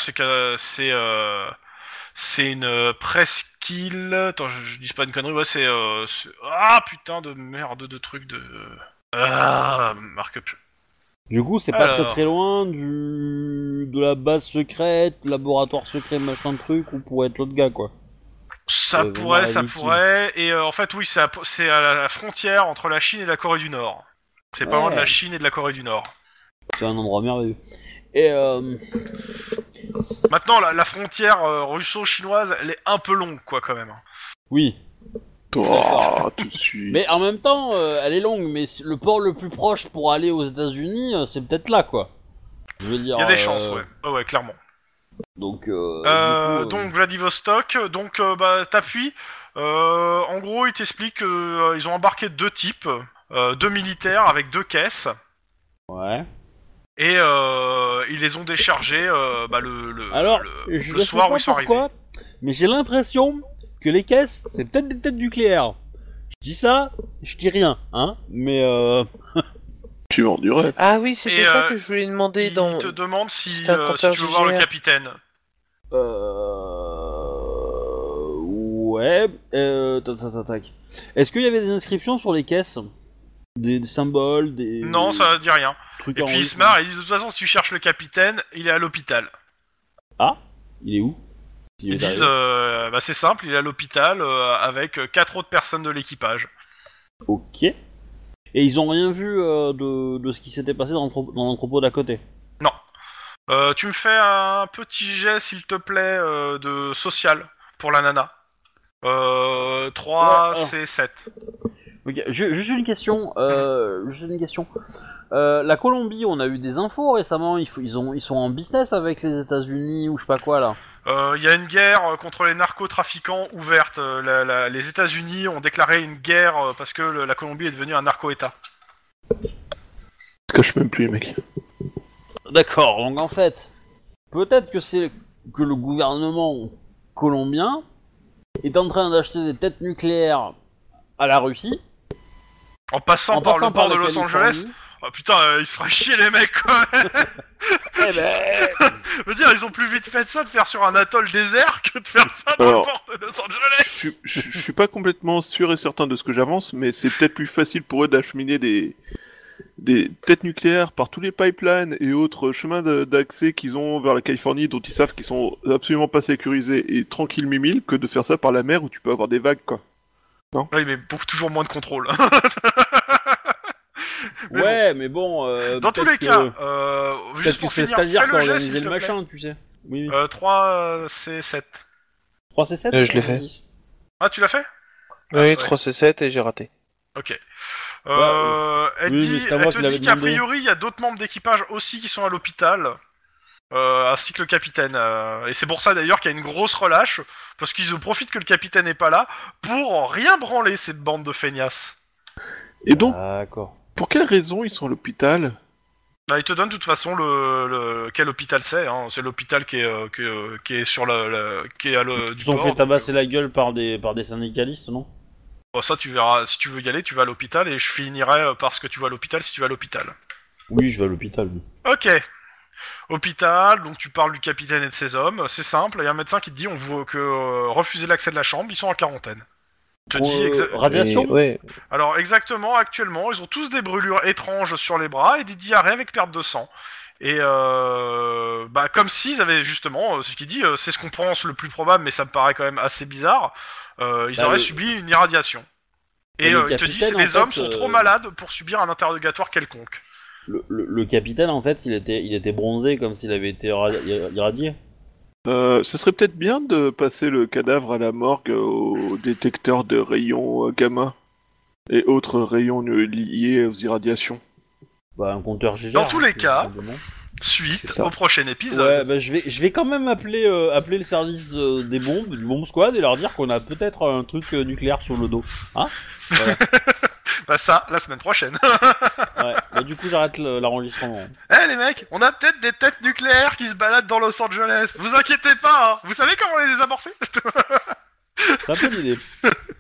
c'est une presqu'île. Attends, je dis pas une connerie. Ouais, c'est putain de merde de trucs de. Marque. Du coup, c'est pas très loin de la base secrète, laboratoire secret, machin truc, ou pourrait être l'autre gars, quoi. Ça pourrait. Et en fait, oui, c'est à la frontière entre la Chine et la Corée du Nord. C'est pas loin de la Chine et de la Corée du Nord. C'est un endroit merveilleux. Et maintenant, la frontière russo-chinoise, elle est un peu longue, quoi, quand même. Oui. Oh, tout de suite. Mais en même temps, elle est longue, mais le port le plus proche pour aller aux États-Unis, c'est peut-être là, quoi. Je veux dire. Il y a des chances, ouais. Ouais, clairement. Donc, donc Vladivostok, t'appuies. En gros, ils t'expliquent qu'ils ont embarqué 2 types, 2 militaires avec 2 caisses. Ouais. Et ils les ont déchargés le je soir où ils sont pourquoi, arrivés. Mais j'ai l'impression que les caisses, c'est peut-être des têtes nucléaires. Je dis ça, je dis rien, hein. Mais Tu vends du rêve. Ah oui, c'était ça que je voulais demander Ils dans. te demandent si tu compteur veux voir le GGR. capitaine. Ouais. Tac. Est-ce qu'il y avait des inscriptions sur les caisses, des symboles, des. Non, ça dit rien. Trucs Et en puis ils russe, se marrent et ils disent de toute façon, si tu cherches le capitaine, il est à l'hôpital. Ah, il est où? Ils disent, c'est simple, il est à l'hôpital avec 4 autres personnes de l'équipage. Ok. Et ils ont rien vu de ce qui s'était passé dans l'entrepôt d'à côté? Non. Tu me fais un petit jet, s'il te plaît, de social pour la nana. 3, Ouais, c'est 7. Ok, juste une question. La Colombie, on a eu des infos récemment. Ils sont en business avec les États-Unis ou je sais pas quoi là. Il y a une guerre contre les narcotrafiquants ouverte. Les États-Unis ont déclaré une guerre parce que la Colombie est devenue un narco-État. Je cache même plus les mecs. D'accord. Donc en fait, peut-être que le gouvernement colombien est en train d'acheter des têtes nucléaires à la Russie. En passant par le port de la Los Angeles. Oh putain, ils se feraient chier les mecs quand même. Eh ben. Je veux dire, ils ont plus vite fait ça de faire sur un atoll désert que de faire ça dans le port de Los Angeles. Je suis pas complètement sûr et certain de ce que j'avance, mais c'est peut-être plus facile pour eux d'acheminer des têtes nucléaires par tous les pipelines et autres chemins d'accès qu'ils ont vers la Californie, dont ils savent qu'ils sont absolument pas sécurisés et tranquilles mimile, que de faire ça par la mer où tu peux avoir des vagues, quoi. Oui, mais toujours moins de contrôle. Mais bon. Dans tous les cas, peut-être juste que pour c'est finir, c'est-à-dire fais qui a le jet, organisé s'il le te plaît. machin, tu sais. Oui. 3 C7. 3 C7 Je l'ai fait. Ah, tu l'as fait? Oui, ouais. 3C7 et j'ai raté. Ok. Oui, Elle mais dit, c'est à moi elle qui te l'avais dit qu'a demandé. priori, il y a d'autres membres d'équipage aussi qui sont à l'hôpital, ainsi que le capitaine. Et c'est pour ça d'ailleurs qu'il y a une grosse relâche, parce qu'ils profitent que le capitaine n'est pas là, pour rien branler, cette bande de feignasses. Et donc, D'accord. pour quelle raison ils sont à l'hôpital? Bah, il te donne de toute façon quel hôpital c'est. Hein. C'est l'hôpital qui est sur qui est à le. Ils se sont fait tabasser la gueule par des syndicalistes, non? Bon, ça tu verras. Si tu veux y aller, tu vas à l'hôpital et je finirai par ce que tu vas à l'hôpital si tu vas à l'hôpital. Oui, je vais à l'hôpital. Oui. Ok. Hôpital, donc tu parles du capitaine et de ses hommes. C'est simple. Il y a un médecin qui te dit on veut que refuser l'accès de la chambre. Ils sont en quarantaine. Te dit Radiation. Ouais. Alors exactement, actuellement, ils ont tous des brûlures étranges sur les bras et des diarrhées avec perte de sang. Et comme s'ils avaient justement, c'est ce qu'il dit, c'est ce qu'on pense le plus probable, mais ça me paraît quand même assez bizarre. Ils auraient subi une irradiation. Et il te dit que les hommes sont trop malades pour subir un interrogatoire quelconque. Le capitaine, en fait, il était bronzé comme s'il avait été irradié. Ce serait peut-être bien de passer le cadavre à la morgue au détecteur de rayons gamma et autres rayons liés aux irradiations. Bah, un compteur Gégère. Dans tous les cas, suite au prochain épisode. Ouais, bah, je vais quand même appeler le service des bombes, du bomb squad, et leur dire qu'on a peut-être un truc nucléaire sur le dos. Hein? Voilà. Bah ça, la semaine prochaine. Ouais, bah du coup j'arrête l'enregistrement. Eh les mecs, on a peut-être des têtes nucléaires qui se baladent dans Los Angeles. Vous inquiétez pas, hein. Vous savez comment on les a amorcés? C'est un peu l'idée.